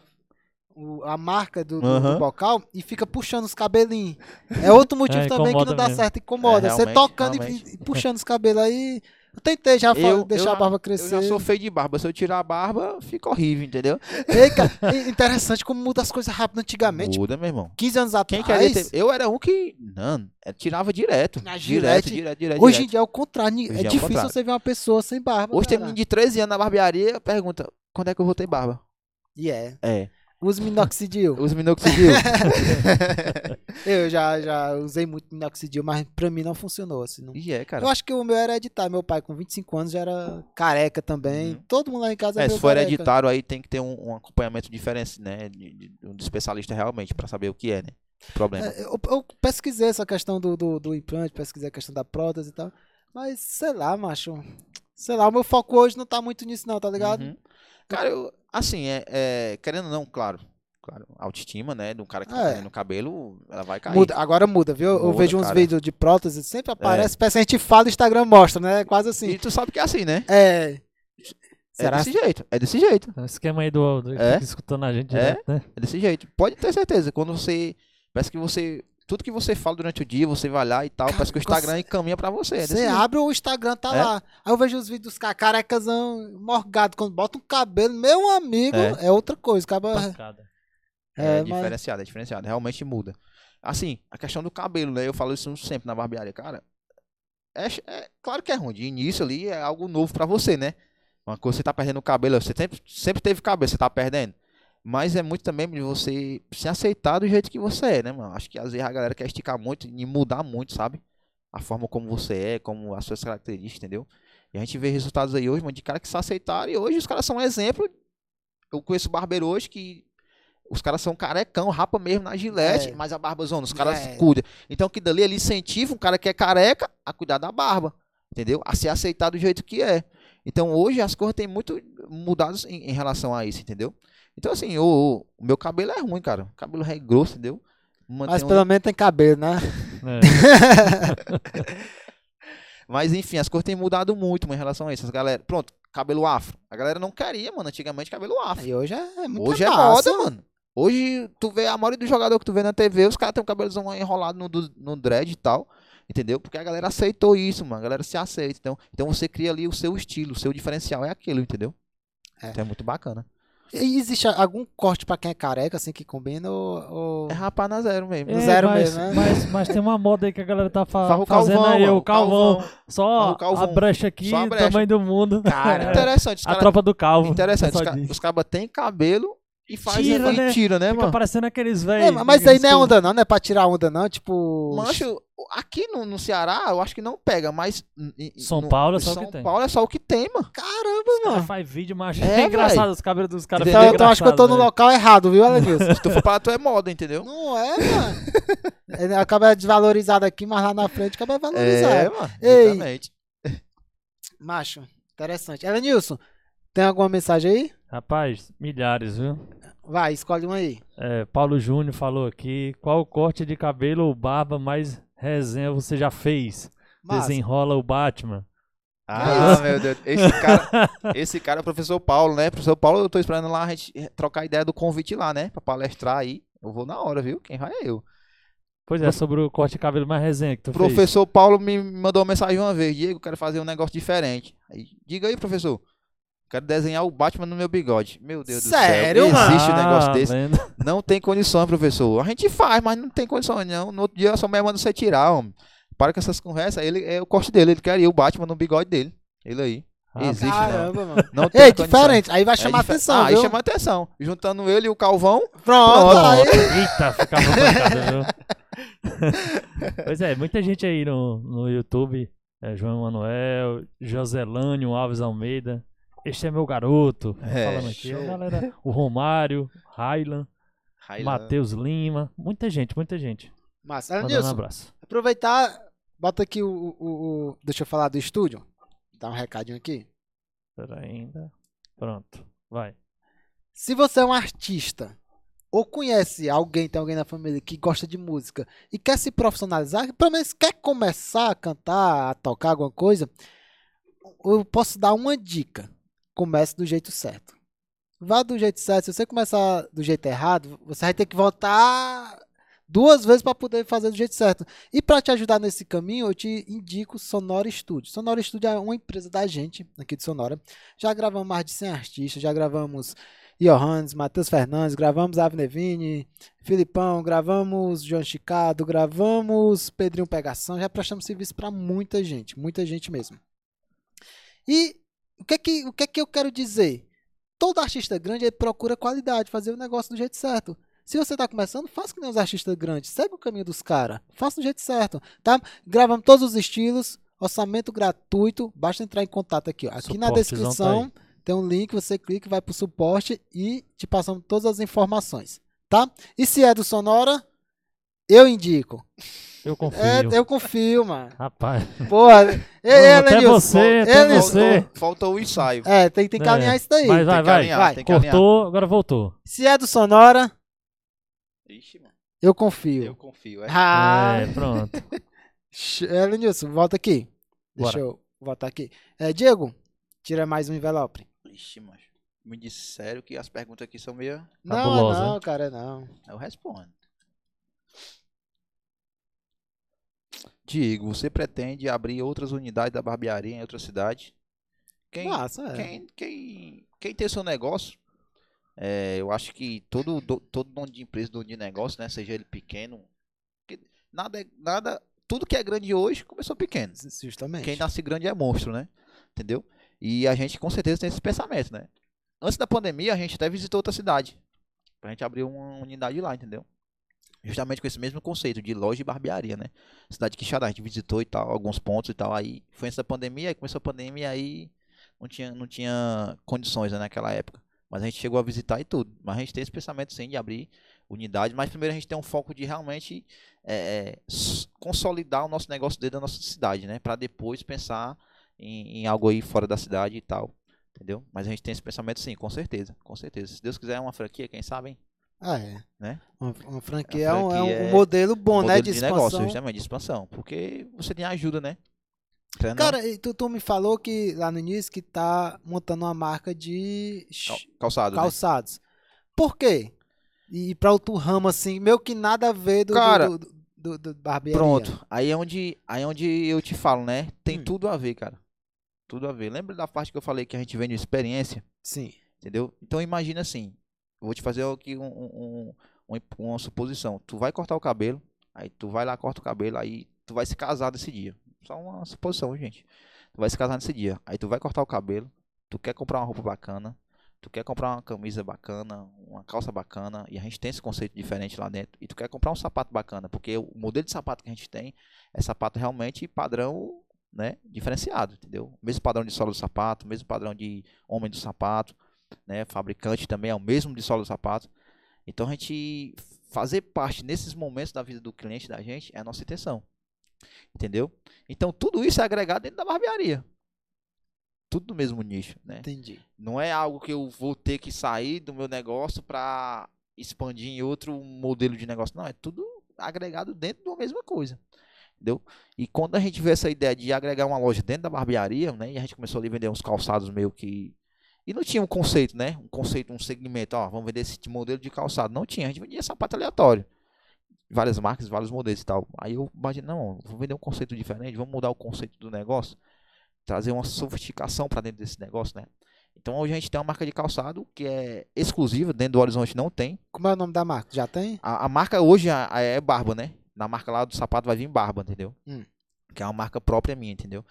A: a marca do
C: Aham.
A: bocal e fica puxando os cabelinhos. É outro motivo também que
B: incomoda
A: não dá
B: mesmo.
A: certo, incomoda. Você
C: realmente,
A: tocando
C: realmente.
A: e puxando os cabelos aí. Eu tentei já deixar a barba
C: Eu
A: crescer.
C: já sou feio de barba, se eu tirar a barba, fica horrível, entendeu?
A: Ei, cara, interessante como muda as coisas rápido antigamente.
C: Muda, meu irmão.
A: 15 anos
C: Quem
A: atrás.
C: queria ter... Eu era um que, não, tirava direto.
A: Na
C: Direto.
A: Hoje em dia é o contrário.
C: Hoje
A: É
C: é o
A: difícil
C: contrário.
A: você ver uma pessoa sem barba.
C: Hoje tem
A: cara.
C: menino de 13 anos na barbearia, pergunta, quando é que eu vou ter barba?
A: E é.
C: É,
A: Usa minoxidil.
C: os minoxidil.
A: Eu já usei muito minoxidil, mas pra mim não funcionou. Assim, não...
C: E cara.
A: Eu acho que o meu era hereditário. Meu pai, com 25 anos, já era careca também.
C: Uhum.
A: Todo mundo lá em casa
C: Se
A: meio
C: for
A: careca.
C: hereditário, aí tem que ter um acompanhamento diferente, né? De um especialista realmente, pra saber o que é, né? O problema.
A: Eu pesquisei essa questão do implante, pesquisei a questão da prótese e tal. Mas, sei lá, macho. Sei lá, o meu foco hoje não tá muito nisso, não, tá ligado?
C: Uhum. Cara, assim, querendo ou não, claro, a autoestima, né, de um cara que tá
A: É.
C: perdendo o cabelo, ela vai cair.
A: Agora muda, viu? Eu
C: Muda,
A: vejo uns
C: cara.
A: vídeos de prótese, sempre aparece, parece que a gente fala, o Instagram mostra, né? Quase assim.
C: E tu sabe que é assim, né?
A: É. Será?
C: É desse jeito,
B: O esquema aí do
C: É?
B: fica escutando a gente direto, né?
C: é desse jeito. Pode ter certeza, quando você, parece que você tudo que você fala durante o dia, você vai lá e tal,
A: Cara,
C: parece que o Instagram encaminha pra você. É desse
A: Você
C: jeito.
A: abre o Instagram, tá
C: É.
A: lá. Aí eu vejo os vídeos dos carecazão, morgado, quando bota um cabelo, meu amigo, é outra coisa. Acaba...
B: Pancada.
C: É
A: mas-
C: diferenciado, é diferenciado. Realmente muda. Assim, a questão do cabelo, né? Eu falo isso sempre na barbearia, cara. Claro que é ruim. De início ali é algo novo pra você, né? Uma coisa, você tá perdendo o cabelo. Você sempre teve cabelo, você tá perdendo. Mas é muito também de você se aceitar do jeito que você é, né, mano? Acho que às vezes a galera quer esticar muito e mudar muito, sabe? A forma como você é, como as suas características, entendeu? E a gente vê resultados aí hoje, mano, de caras que se aceitaram. E hoje os caras são um exemplo. Eu conheço barbeiro hoje que os caras são carecão, rapa mesmo na gilete,
A: É.
C: mas a barba zona, os caras
A: É.
C: cuidam. Então que dali ele incentiva um cara que é careca a cuidar da barba, entendeu? A se aceitar do jeito que é. Então hoje as coisas têm muito mudadas em relação a isso, entendeu? Então assim, o meu cabelo é ruim, cara. Cabelo é grosso, entendeu?
A: Mas pelo menos tem cabelo, né?
C: Mas enfim, as coisas têm mudado muito mano, em relação a isso. As galera, pronto, cabelo afro. A galera não queria, mano, antigamente cabelo afro.
A: E hoje é muito
C: Hoje é
A: massa.
C: moda, mano. Hoje, tu vê a maioria dos jogadores que tu vê na TV, os caras têm um cabelozão enrolado no dread e tal. Entendeu? Porque a galera aceitou isso, mano. A galera se aceita. Então você cria ali o seu estilo, o seu diferencial é aquilo, entendeu?
A: É.
C: Então é muito bacana.
A: E existe algum corte pra quem é careca, assim, que combina ou...
C: É rapar na zero mesmo.
A: No zero
B: mas,
A: mesmo, né?
B: mas tem uma moda aí que a galera tá
C: Farra o
B: fazendo
C: calvão,
B: aí,
C: mano,
B: o calvão.
C: Farra
B: Só
C: o calvão.
B: a brecha aqui,
C: Só a
B: o
C: brecha.
B: tamanho do mundo.
A: Cara,
B: É,
C: Interessante. Os
B: a
C: cara,
B: tropa do calvo.
C: interessante.
B: o pessoal diz.
C: Os cabas têm cabelo e faz
B: Tira,
C: e
B: né?
C: tira, né,
B: Fica
C: mano?
B: parecendo aqueles
A: É,
B: velhos.
A: mas aí não é onda não, não é pra tirar onda não, tipo...
C: Mancho, aqui no Ceará, eu acho que não pega, mas
B: São Paulo é só o que
C: São
B: tem.
C: Paulo é só o que tem, mano.
A: Caramba,
B: Os caras
A: mano.
B: fazem vídeo, macho.
C: É,
B: É engraçado,
C: velho.
B: os cabelos dos caras
C: Entendeu?
B: ficam
A: Então acho que eu tô no
B: engraçados,
A: local errado, viu, Elenilson?
C: Se tu for pra lá, tu é moda, entendeu?
A: Não é, mano. Acaba desvalorizado aqui, mas lá na frente acaba valorizado.
C: mano.
A: Ei.
C: Exatamente.
A: Macho, interessante. Elenilson, tem alguma mensagem aí?
B: Rapaz, milhares, viu?
A: Vai, escolhe uma aí.
B: Paulo Júnior falou aqui, qual corte de cabelo ou barba mais resenha você já fez?
A: Massa.
B: Desenrola o Batman.
C: Ah, meu Deus. Esse cara é o professor Paulo, né? Professor Paulo, eu tô esperando lá a gente trocar ideia do convite lá, né? Pra palestrar aí. Eu vou na hora, viu? Quem vai é eu.
B: Pois é, sobre o corte de cabelo mais resenha que tu
C: O
B: fez.
C: professor Paulo me mandou uma mensagem uma vez. Diego, eu quero fazer um negócio diferente. Aí, diga aí, professor. Quero desenhar o Batman no meu bigode. Meu Deus
A: Sério,
C: do céu.
A: mano?
C: Existe um negócio desse.
B: Vendo?
C: Não tem condições, professor. A gente faz, mas não tem condições, não. No outro dia a sua mãe manda você tirar, homem. Para com essas conversas. Ele é o corte dele. Ele queria o Batman no bigode dele. Ele aí. Existe, não.
A: Caramba, mano.
C: Não tem
A: Ei,
C: condições.
A: diferente. Aí vai
C: É
A: chamar
C: difer-
A: atenção,
C: Aí
A: viu?
C: chama atenção. Juntando ele e o Calvão.
A: Pronto, aí.
B: Eita, ficava pancada, viu? Pois é, muita gente aí no YouTube. João Manuel, Joselânio Alves Almeida. Este é meu garoto. Falando aqui.
C: show.
B: A galera, o Romário, Railan, Matheus Lima. Muita gente, muita gente.
A: Massa.
B: Mandando um
A: Elenilson,
B: abraço.
A: aproveitar, bota aqui deixa eu falar do estúdio. Dá um recadinho aqui.
B: Espera ainda. Pronto, vai.
A: Se você é um artista ou conhece alguém, tem alguém na família que gosta de música e quer se profissionalizar, pelo menos quer começar a cantar, a tocar alguma coisa, eu posso dar uma dica. Comece do jeito certo. Vá do jeito certo. Se você começar do jeito errado, você vai ter que voltar 2 vezes para poder fazer do jeito certo. E para te ajudar nesse caminho, eu te indico Sonora Studio. Sonora Studio é uma empresa da gente, aqui de Sonora. Já gravamos mais de 100 artistas, já gravamos Johannes, Matheus Fernandes, gravamos Avnevini, Filipão, gravamos João Chicado, gravamos Pedrinho Pegação, já prestamos serviço para muita gente mesmo. E o que é que eu quero dizer? Todo artista grande ele procura qualidade, fazer o negócio do jeito certo. Se você está começando, faça que nem os artistas grandes, segue o caminho dos caras, faça do jeito certo, tá? Gravamos todos os estilos, orçamento gratuito, basta entrar em contato aqui, ó. Aqui na
B: Suportezão
A: descrição
B: tá
A: tem um link, você clica e vai pro suporte e te passamos todas as informações, tá? E se é do Sonora, eu indico.
B: Eu confio.
A: Eu confio, mano.
B: Rapaz.
A: Porra,
B: Até
A: Elenilson,
B: você, até
A: Elenilson.
B: você.
C: Faltou o ensaio.
A: Tem que alinhar isso daí.
B: Mas vai,
C: Tem que
B: vai.
C: alinhar, tem que alinhar.
B: Cortou, agora voltou.
A: Se é do Sonora,
C: Ixi, mano.
A: eu confio.
C: Eu confio,
A: Ah,
B: Pronto.
A: Lenilson, volta aqui. Deixa
B: Bora.
A: eu voltar aqui. Diego, tira mais um envelope.
C: Ixi, mano. Me disseram que as perguntas aqui são meio...
A: Não,
B: Cabulosa,
A: não,
B: né?
A: cara, não.
C: Eu respondo. Diego, você pretende abrir outras unidades da barbearia em outra cidade?
A: Massa, é.
C: Quem tem seu negócio, eu acho que todo dono de empresa, dono de negócio, né, seja ele pequeno, que tudo que é grande hoje começou pequeno.
A: Justamente.
C: Quem nasce grande é monstro, né? Entendeu? E a gente com certeza tem esse pensamento, né? Antes da pandemia, a gente até visitou outra cidade, pra gente abrir uma unidade lá, entendeu? Justamente com esse mesmo conceito de loja e barbearia, né? Cidade de Quixadá, a gente visitou e tal, alguns pontos e tal. Aí foi antes da pandemia, aí começou a pandemia, aí não tinha condições, né, naquela época. Mas a gente chegou a visitar e tudo. Mas a gente tem esse pensamento sim de abrir unidade. Mas primeiro a gente tem um foco de realmente consolidar o nosso negócio dentro da nossa cidade, né? Para depois pensar em algo aí fora da cidade e tal. Entendeu? Mas a gente tem esse pensamento sim, com certeza. Com certeza. Se Deus quiser uma franquia, quem sabe, hein? Né?
A: Uma franquia é um modelo bom, né?
C: De negócio, justamente, de expansão. Porque você tem ajuda, né?
A: Cara, e tu me falou que lá no início que tá montando uma marca de calçados. Né? Por quê? E pra outro ramo, assim, meio que nada a ver do barbearia.
C: Pronto. Aí é onde eu te falo, né? Tem tudo a ver, cara. Tudo a ver. Lembra da parte que eu falei que a gente vende experiência?
A: Sim.
C: Entendeu? Então imagina assim. Eu vou te fazer aqui uma suposição. Tu vai cortar o cabelo, aí tu vai lá, corta o cabelo, aí tu vai se casar nesse dia. Só uma suposição, gente. Tu vai se casar nesse dia. Aí tu vai cortar o cabelo, tu quer comprar uma roupa bacana, tu quer comprar uma camisa bacana, uma calça bacana, e a gente tem esse conceito diferente lá dentro. E tu quer comprar um sapato bacana, porque o modelo de sapato que a gente tem é sapato realmente padrão, né, diferenciado, entendeu? Mesmo padrão de sola do sapato, mesmo padrão de homem do sapato, né, fabricante também é o mesmo de sola do sapato. Então a gente fazer parte nesses momentos da vida do cliente da gente é a nossa intenção. Entendeu? Então tudo isso é agregado dentro da barbearia. Tudo no mesmo nicho, né?
A: Entendi.
C: Não é algo que eu vou ter que sair do meu negócio para expandir em outro modelo de negócio. Não, é tudo agregado dentro da mesma coisa. Entendeu? E quando a gente vê essa ideia de agregar uma loja dentro da barbearia, né? E a gente começou ali a vender uns calçados meio que... E não tinha um conceito, né? Um segmento, ó, vamos vender esse modelo de calçado. Não tinha, a gente vendia sapato aleatório. Várias marcas, vários modelos e tal. Aí eu imaginei, não, vou vender um conceito diferente, vamos mudar o conceito do negócio, trazer uma sofisticação para dentro desse negócio, né? Então hoje a gente tem uma marca de calçado que é exclusiva, dentro do Horizonte não tem.
A: Como é o nome da marca? Já tem?
C: A marca hoje é Barba, né? Na marca lá do sapato vai vir Barba, entendeu? Que é uma marca própria minha, entendeu?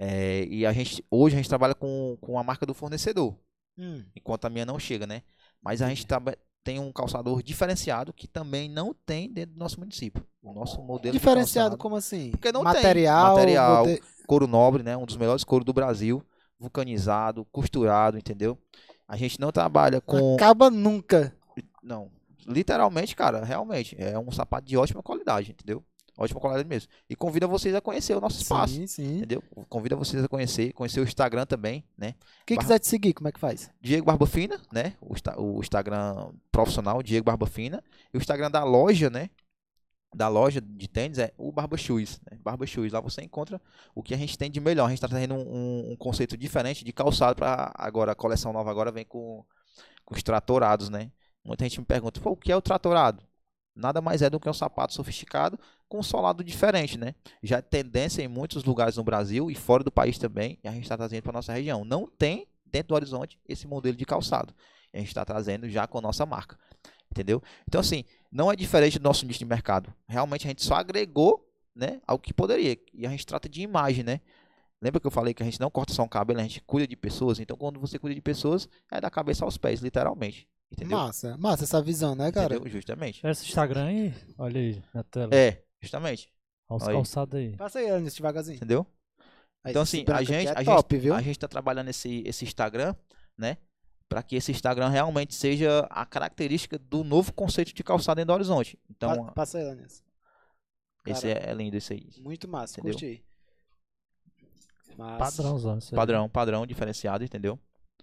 C: E hoje a gente trabalha com a marca do fornecedor, enquanto a minha não chega, né? Mas a gente tem um calçador diferenciado que também não tem dentro do nosso município. O nosso modelo
A: diferenciado, como assim?
C: Porque não
A: material,
C: tem. Material, couro nobre, né? Um dos melhores couros do Brasil, vulcanizado, costurado, entendeu? A gente não trabalha com...
A: Acaba nunca.
C: Não. Literalmente, cara, realmente. É um sapato de ótima qualidade, entendeu? Ótima qualidade mesmo. E convido vocês a conhecer o nosso espaço.
A: Sim, sim.
C: Entendeu? Convido vocês a conhecer o Instagram também, né?
A: Quem quiser te seguir, como é que faz?
C: Diego Barba Fina, né? O Instagram profissional, Diego Barba Fina. E o Instagram da loja, né? Da loja de tênis é o Barba Shoes, né? Barba Shoes. Lá você encontra o que a gente tem de melhor. A gente está trazendo um conceito diferente de calçado para agora. A coleção nova agora vem com os tratorados, né? Muita gente me pergunta, o que é o tratorado? Nada mais é do que um sapato sofisticado com um solado diferente, né? Já é tendência em muitos lugares no Brasil e fora do país também, e a gente está trazendo para nossa região. Não tem dentro do Horizonte esse modelo de calçado. E a gente está trazendo já com a nossa marca, entendeu? Então, assim, não é diferente do nosso nicho de mercado. Realmente a gente só agregou, né, ao que poderia. E a gente trata de imagem, né? Lembra que eu falei que a gente não corta só um cabelo, a gente cuida de pessoas? Então, quando você cuida de pessoas, é da cabeça aos pés, literalmente. Entendeu?
A: Massa essa visão, né, cara?
C: Entendeu? Justamente.
B: Esse Instagram aí, olha aí na tela.
C: Justamente.
B: Olha os calçados aí.
A: Passa aí, Ernest, devagarzinho.
C: Entendeu? Então, assim, a gente tá trabalhando esse Instagram, né? Para que esse Instagram realmente seja a característica do novo conceito de calçado dentro do Horizonte. Então,
A: passa aí, Ernest.
C: Esse é lindo, esse aí.
A: Muito massa,
C: entendeu?
A: curti.
B: Padrãozão.
C: Padrão diferenciado, entendeu?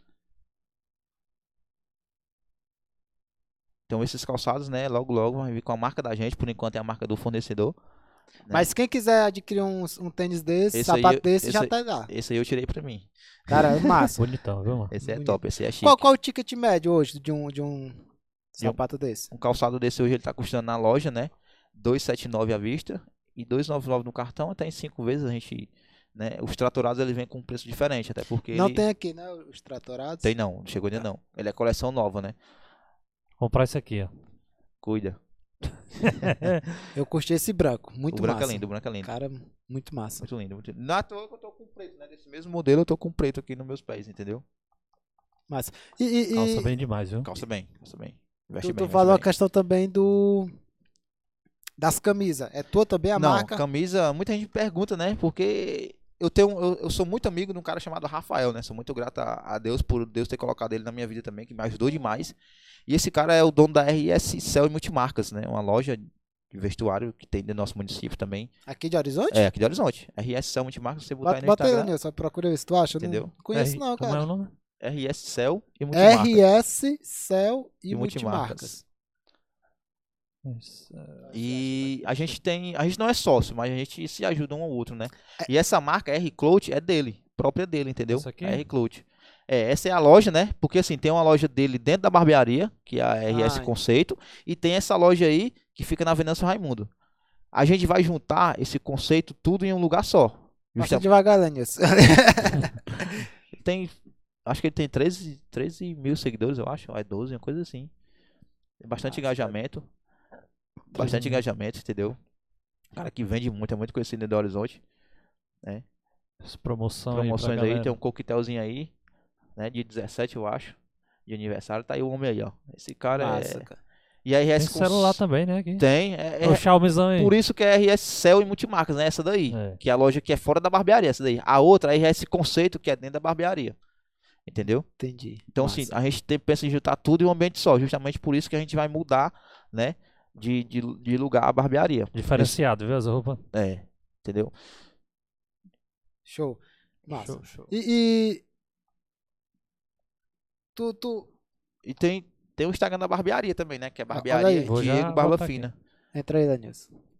C: Então esses calçados, né, logo vai vir com a marca da gente, por enquanto é a marca do fornecedor. Né?
A: Mas quem quiser adquirir um tênis desse, sapato desse, já tá lá.
C: Esse aí eu tirei pra mim.
A: Cara, é massa.
C: Bonitão, viu, mano? Esse é top, esse é chique.
A: Qual o ticket médio hoje de um sapato desse?
C: Um calçado desse hoje ele tá custando na loja, né, R$279 à vista. e 299 no cartão, até em 5 vezes a gente, né? Os tratorados ele vem com um preço diferente, até porque
A: Não
C: ele...
A: tem aqui, né? Os tratorados.
C: Tem não, não chegou ainda não. Ele é coleção nova, né?
B: Comprar isso aqui, ó.
C: Cuida.
A: Eu curti esse branco. Muito
C: O branco
A: massa.
C: é lindo, o branco é lindo.
A: Cara, muito massa.
C: Muito lindo, muito lindo. Não é à toa que eu tô com preto, né? Desse mesmo modelo eu tô com preto aqui nos meus pés, entendeu?
A: Massa. E
B: Calça bem demais, viu?
C: Calça bem, calça bem. Veste
A: tu
C: bem, veste
A: falou a
C: bem.
A: questão também das camisas. É tua também a
C: Não,
A: marca?
C: camisa, muita gente pergunta, né? Porque eu sou muito amigo de um cara chamado Rafael, né? Sou muito grato a Deus por Deus ter colocado ele na minha vida também, que me ajudou demais. E esse cara é o dono da RS Cell e Multimarcas, né? Uma loja de vestuário que tem dentro do nosso município também.
A: Aqui de Horizonte?
C: É, aqui de Horizonte. RS Cell Multimarcas, você botar aí no
A: Bota aí,
C: Instagram.
A: Daniel, só procura ver se tu acha. Eu
C: Entendeu?
A: Não conheço não,
B: Como é o
A: cara.
B: nome?
C: RS Cell e Multimarcas.
A: RS, Cell e
C: E Multimarcas.
A: Multimarcas.
C: E a gente não é sócio, mas a gente se ajuda um ao outro, né? E essa marca R-Clout é dele, própria dele, entendeu?
B: Isso aqui?
C: R-Clout. Essa é a loja, né? Porque assim, tem uma loja dele dentro da barbearia, que é a RS Conceito, e tem essa loja aí que fica na Venâncio Raimundo. A gente vai juntar esse conceito tudo em um lugar só.
A: Passa devagar, Daniel.
C: Acho que ele tem 13 mil seguidores, eu acho, ou é 12, uma coisa assim. Tem bastante engajamento. Bastante engajamento, entendeu? Cara que vende muito, é muito conhecido em Belo Horizonte, né?
B: Essa promoção
C: Promoções
B: aí,
C: aí, tem um coquetelzinho aí, né? De 17, eu acho, de aniversário. Tá aí o homem aí, ó. Esse cara
A: Massa,
C: é...
A: cara.
C: E a RS
B: Tem celular também, né? Aqui.
C: Tem,
B: O Xiaomizão aí.
C: por isso que é RS Cell e Multimarcas, né? Essa daí,
B: É.
C: que é a loja que é fora da barbearia, essa daí. A outra é a RS Conceito, que é dentro da barbearia, entendeu?
A: Entendi.
C: Então,
A: Massa.
C: assim, a gente pensa em juntar tudo em um ambiente só, justamente por isso que a gente vai mudar, né? De lugar a barbearia.
B: Diferenciado, viu? As roupas.
C: Entendeu?
A: Show. Massa.
B: Show.
A: E
C: E tem o Instagram da barbearia também, né? Que é
A: Olha
C: barbearia
A: aí.
B: Vou já
C: Diego Barba
B: botar aqui.
C: Fina.
A: entra aí, Daniel.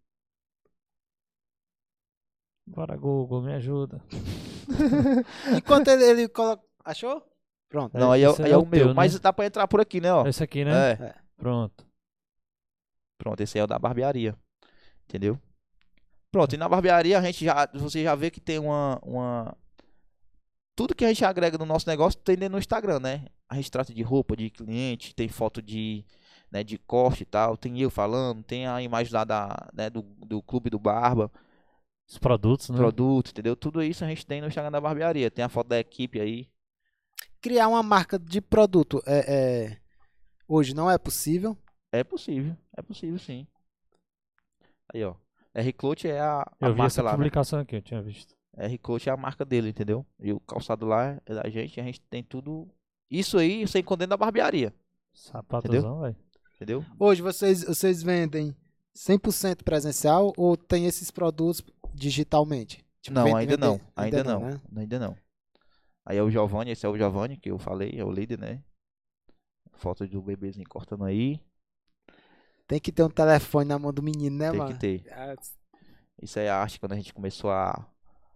B: Bora, Google, me ajuda.
A: Enquanto ele coloca... Achou? Pronto.
C: Não, aí
B: esse
C: é o
B: teu,
C: meu. Mas dá pra entrar por aqui, né? Ó.
B: Esse aqui, né?
C: É.
B: Pronto.
C: Pronto, esse aí é o da barbearia. Entendeu? Pronto, e na barbearia você já vê que tem tudo que a gente agrega no nosso negócio tem dentro no Instagram, né? A gente trata de roupa, de cliente, tem foto né, de corte e tal, tem eu falando, tem a imagem lá do Clube do Barba,
B: Os produtos, né?
C: produto, entendeu? Tudo isso a gente tem no Instagram da barbearia. Tem a foto da equipe aí.
A: Criar uma marca de produto hoje não é possível.
C: É possível sim. Aí, ó. R-Clout é a
B: Eu vi
C: marca
B: essa
C: lá, né?
B: publicação aqui, eu tinha visto.
C: R-Coach é a marca dele, entendeu? E o calçado lá é da gente, a gente tem tudo. Isso aí sem dentro da barbearia,
B: Sapatozão, velho.
C: entendeu?
A: Hoje vocês vendem 100% presencial ou tem esses produtos digitalmente? Tipo,
C: Não, ainda não. Ainda não.
A: né?
C: Ainda não. Aí é o Giovanni, esse é o Giovanni que eu falei, é o líder, né? Foto do bebezinho cortando aí.
A: Tem que ter um telefone na mão do menino, né,
C: Tem
A: mano?
C: que ter.
A: Ah,
C: Isso aí é a arte quando a gente começou a.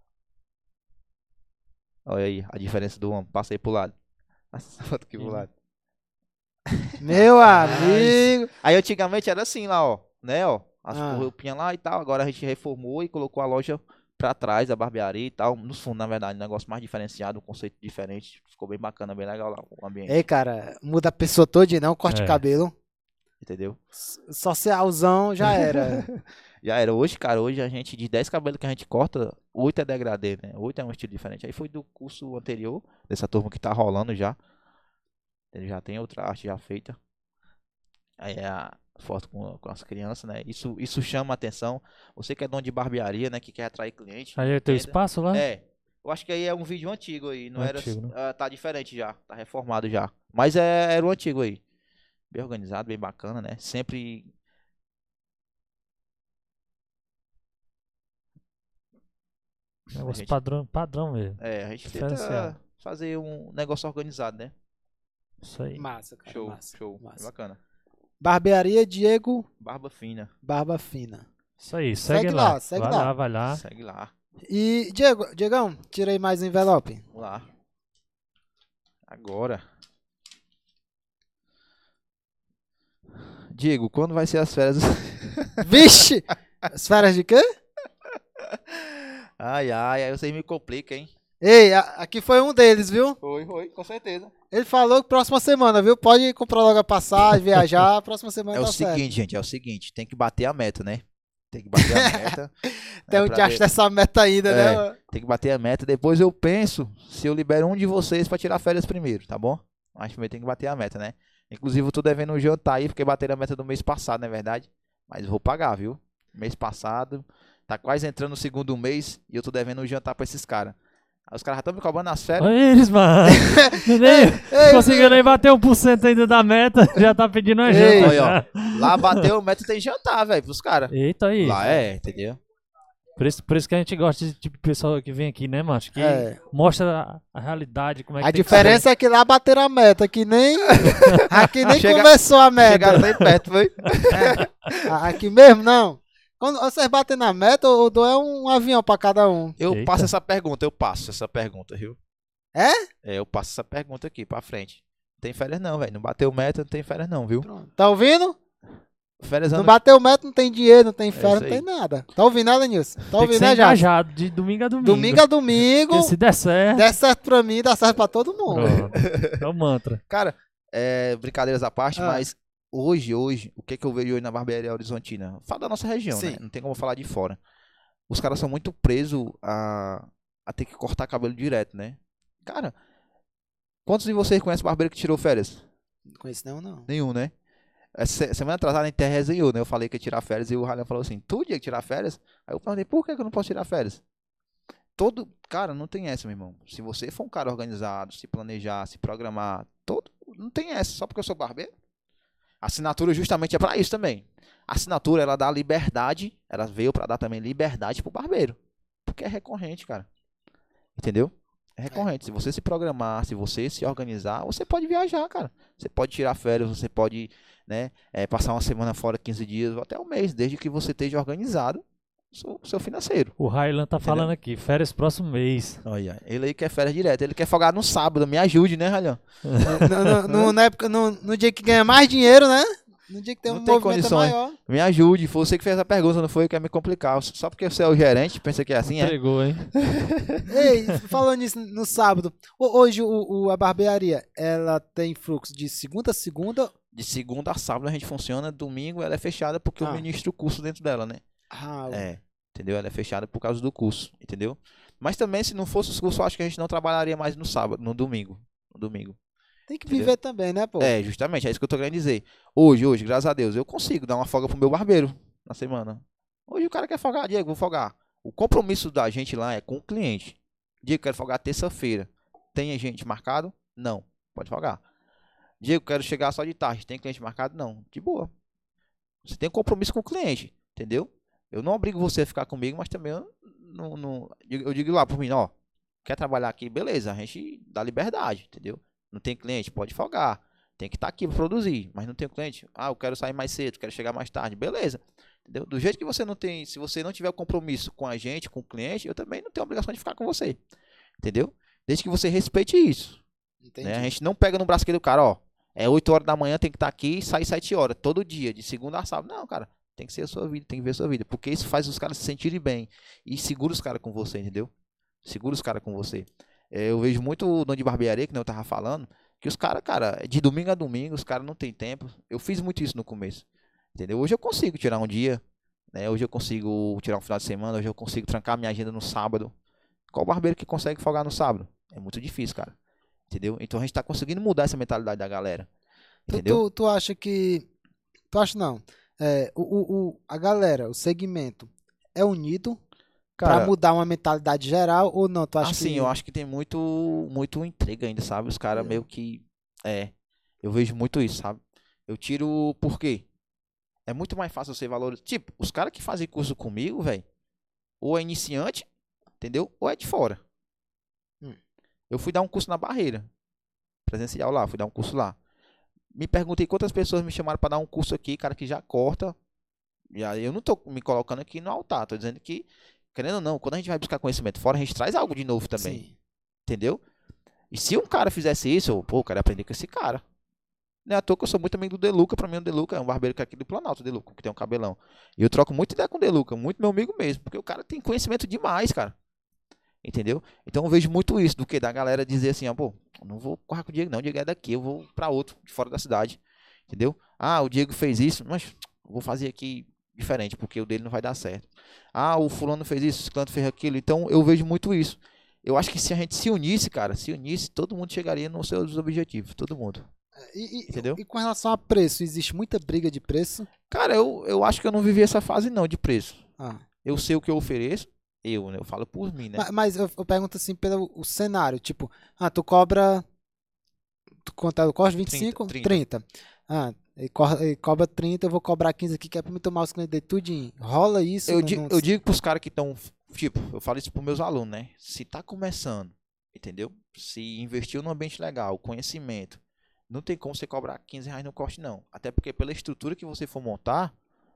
C: Olha aí, a diferença do homem. Passa aí pro lado. Passa essa foto aqui pro lado.
A: Meu amigo!
C: Aí antigamente era assim lá, ó. Né, ó. As
A: Ah.
C: roupinhas lá e tal. Agora a gente reformou e colocou a loja pra trás, a barbearia e tal. No fundo, na verdade, um negócio mais diferenciado, um conceito diferente. Ficou bem bacana, bem legal lá o ambiente.
A: Ei, cara, muda a pessoa toda, não? Corte de
B: É.
A: cabelo.
C: Entendeu?
A: Socialzão já era.
C: Já era. Hoje, cara, hoje a gente, de 10 cabelos que a gente corta, 8 é degradê, né? 8 é um estilo diferente. Aí foi do curso anterior, dessa turma que tá rolando já. Ele já tem outra arte já feita. Aí é a foto com as crianças, né? Isso chama a atenção. Você que é dono de barbearia, né? Que quer atrair cliente.
B: Aí é teu
C: entenda.
B: espaço lá?
C: É. Eu acho que aí é um vídeo antigo aí. Não era.
B: Antigo, né?
C: Tá diferente já. Tá reformado já. Mas era o antigo aí. Bem organizado, bem bacana, né? Sempre.
B: Negócio
C: gente-
B: padrão mesmo.
C: A gente
B: Diferenciado.
C: tenta fazer um negócio organizado, né?
B: Isso aí.
A: Massa, cara.
C: Show,
A: massa,
C: show.
A: massa.
C: Bem bacana.
A: Barbearia Diego
C: Barba fina.
A: Barba Fina.
B: Isso aí, segue
A: Segue
B: lá.
A: lá, segue
B: vai
A: lá.
B: lá, vai lá.
C: Segue lá.
A: E, Diegão, tira aí mais um envelope.
C: Vamos lá. Agora. Diego, quando vai ser as férias?
A: Vixe! As férias de quê?
C: Ai, aí vocês me complicam, hein?
A: Ei, aqui foi um deles, viu?
C: Foi, com certeza.
A: Ele falou que próxima semana, viu? Pode comprar logo a passagem, viajar, próxima semana
C: É o
A: tá certo.
C: seguinte, gente, é o seguinte, tem que bater a meta, né? Tem que bater a meta.
A: Tem um
C: pra
A: diacho
C: ver-
A: dessa meta ainda, né?
C: É. Tem que bater a meta. Depois eu penso se eu libero um de vocês pra tirar férias primeiro, tá bom? Mas primeiro tem que bater a meta, né? Inclusive eu tô devendo um jantar aí, porque bateram a meta do mês passado, não é verdade? Mas vou pagar, viu? Mês passado, tá quase entrando no segundo mês e eu tô devendo um jantar pra esses caras. Aí os caras já estão me cobrando nas férias.
B: Olha eles, mano. Nem conseguiu nem bater 1% ainda da meta, já tá pedindo uma
A: Ei.
B: janta.
C: Olha, ó, lá bateu a meta, tem jantar, velho, pros caras.
B: Eita aí.
C: Lá entendeu?
B: Por isso que a gente gosta de tipo de pessoa que vem aqui, né, macho? Que
A: É.
B: mostra a realidade, como é que
A: A
B: tem
A: diferença é que lá bateram a meta, que nem. Aqui nem
C: Chega-
A: começou a meta.
C: Chegaram bem perto, foi?
A: Aqui mesmo, não. Quando vocês batem na meta, eu dou um avião pra cada um.
C: Eu
B: Eita.
C: passo essa pergunta, viu?
A: É?
C: Eu passo essa pergunta aqui pra frente. Não tem férias não, velho. Não bateu meta, não tem férias não, viu?
A: Pronto. Tá ouvindo?
C: Férias
A: Não
C: ano...
A: bateu meta, não tem dinheiro, não tem férias,
C: isso
A: não tem
C: aí.
A: nada. Tá ouvindo nada, Nilson? Tá
B: Tem que
A: ouvindo,
B: ser
A: né, já?
B: engajado de domingo a domingo.
A: Domingo a domingo,
B: Porque se der certo,
A: der certo pra mim, dá certo pra todo mundo.
B: pronto. É o mantra.
C: Cara, brincadeiras à parte,
A: Ah.
C: mas hoje, o que eu vejo hoje na barbearia horizontina? Fala da nossa região,
A: Sim.
C: né? Não tem como falar de fora. Os caras são muito presos a ter que cortar cabelo direto, né? Cara, quantos de vocês conhecem barbeiro que tirou férias?
A: Não conheço nenhum, não.
C: Nenhum, né? Semana atrasada a gente até resenhou, né? Eu falei que ia tirar férias e o Ralhan falou assim, tu tinha que tirar férias? Aí eu perguntei, por que eu não posso tirar férias? Cara, não tem essa, meu irmão. Se você for um cara organizado, se planejar, se programar, não tem essa, só porque eu sou barbeiro. A assinatura justamente é pra isso também. A assinatura, ela dá liberdade, ela veio pra dar também liberdade pro barbeiro. Porque é recorrente, cara. Entendeu? É recorrente. Se você se programar, se você se organizar, você pode viajar, cara. Você pode tirar férias, você pode, né, passar uma semana fora, 15 dias, ou até um mês, desde que você esteja organizado o seu financeiro.
B: O Railan tá falando aqui, férias próximo mês.
C: Olha, ele aí quer férias direto, ele quer folgar no sábado, me ajude, né, Ralhão?
A: Na época, no dia que ganha mais dinheiro, né? No dia que tem
C: Não
A: um
C: tem
A: movimento
C: condições.
A: maior.
C: Me ajude, foi você que fez a pergunta, não foi? Quer me complicar. Só porque você é o gerente, pensa que é assim, é?
B: Entregou, hein?
A: Ei, falando nisso, no sábado, hoje a barbearia, ela tem fluxo de segunda a segunda.
C: De segunda a sábado a gente funciona, domingo ela é fechada porque eu ministro o curso dentro dela, né? Entendeu? Ela é fechada por causa do curso, entendeu? Mas também, se não fosse os cursos, eu acho que a gente não trabalharia mais no sábado, no domingo.
A: Tem que viver também, né, pô?
C: Justamente, é isso que eu tô querendo dizer. Hoje, graças a Deus, eu consigo dar uma folga pro meu barbeiro na semana. Hoje o cara quer folgar, Diego, vou folgar. O compromisso da gente lá é com o cliente. Diego, quero folgar terça-feira. Tem gente marcado? Não. Pode folgar. Diego, quero chegar só de tarde. Tem cliente marcado? Não. De boa. Você tem um compromisso com o cliente, entendeu? Eu não obrigo você a ficar comigo, mas também eu digo lá por mim, ó, quer trabalhar aqui? Beleza, a gente dá liberdade, entendeu? Não tem cliente? Pode folgar. Tem que estar aqui para produzir. Mas não tem cliente? Eu quero sair mais cedo, quero chegar mais tarde. Beleza. Entendeu? Do jeito que você não tem, se você não tiver o compromisso com a gente, com o cliente, eu também não tenho a obrigação de ficar com você. Entendeu? Desde que você respeite isso. Né? A gente não pega no braço aqui do cara, ó. É 8 horas da manhã, tem que estar aqui e sair 7 horas. Todo dia, de segunda a sábado. Não, cara. Tem que ser a sua vida, tem que ver a sua vida. Porque isso faz os caras se sentirem bem. E segura os caras com você, entendeu? Segura os caras com você. Eu vejo muito o dono de barbearia, que eu tava falando, que os caras, cara, de domingo a domingo, os caras não tem tempo. Eu fiz muito isso no começo, entendeu? Hoje eu consigo tirar um dia, né? Hoje eu consigo tirar um final de semana, hoje eu consigo trancar minha agenda no sábado. Qual barbeiro que consegue folgar no sábado? É muito difícil, cara, entendeu? Então a gente tá conseguindo mudar essa mentalidade da galera, entendeu?
A: Tu acha que... Tu acha não? A galera, o segmento, é unido... Pra mudar uma mentalidade geral ou não? Tu acha
C: assim, eu acho que tem muito entrega ainda, sabe? Os caras meio que... eu vejo muito isso, sabe? Eu tiro por quê? É muito mais fácil você valorizar. Tipo, os caras que fazem curso comigo, velho, ou é iniciante, entendeu? Ou é de fora. Eu fui dar um curso na Barreira, presencial lá, fui dar um curso lá. Me perguntei quantas pessoas me chamaram pra dar um curso aqui, cara que já corta. E aí eu não tô me colocando aqui no altar, tô dizendo que querendo ou não, quando a gente vai buscar conhecimento fora, a gente traz algo de novo também. Sim. Entendeu? E se um cara fizesse isso, eu quero aprender com esse cara. Não é à toa que eu sou muito amigo do Deluca. Pra mim, o Deluca é um barbeiro que é aqui do Planalto, o Deluca, que tem um cabelão. E eu troco muito ideia com o Deluca, muito meu amigo mesmo, porque o cara tem conhecimento demais, cara. Entendeu? Então eu vejo muito isso, do que da galera dizer assim, ó, pô, eu não vou correr com o Diego não, o Diego é daqui, eu vou pra outro, de fora da cidade. Entendeu? Ah, o Diego fez isso, mas eu vou fazer aqui diferente, porque o dele não vai dar certo. Ah, o fulano fez isso, o ciclano fez aquilo. Então eu vejo muito isso. Eu acho que se a gente se unisse, cara, se unisse, todo mundo chegaria nos seus objetivos, todo mundo. Entendeu?
A: E com relação a preço, existe muita briga de preço?
C: Cara, eu acho que eu não vivi essa fase não de preço.
A: Ah.
C: Eu sei o que eu ofereço, né? Eu falo por mim, né?
A: Mas eu pergunto assim pelo o cenário, tipo, tu cobra, eu cobro 25? 30. E cobra 30, eu vou cobrar 15 aqui, que é pra me tomar os clientes dele tudinho. Rola isso?
C: Eu digo pros caras que estão, tipo, eu falo isso pros meus alunos, né? Se tá começando, entendeu? Se investiu num ambiente legal, conhecimento, não tem como você cobrar 15 reais no corte, não. Até porque pela estrutura que você for montar,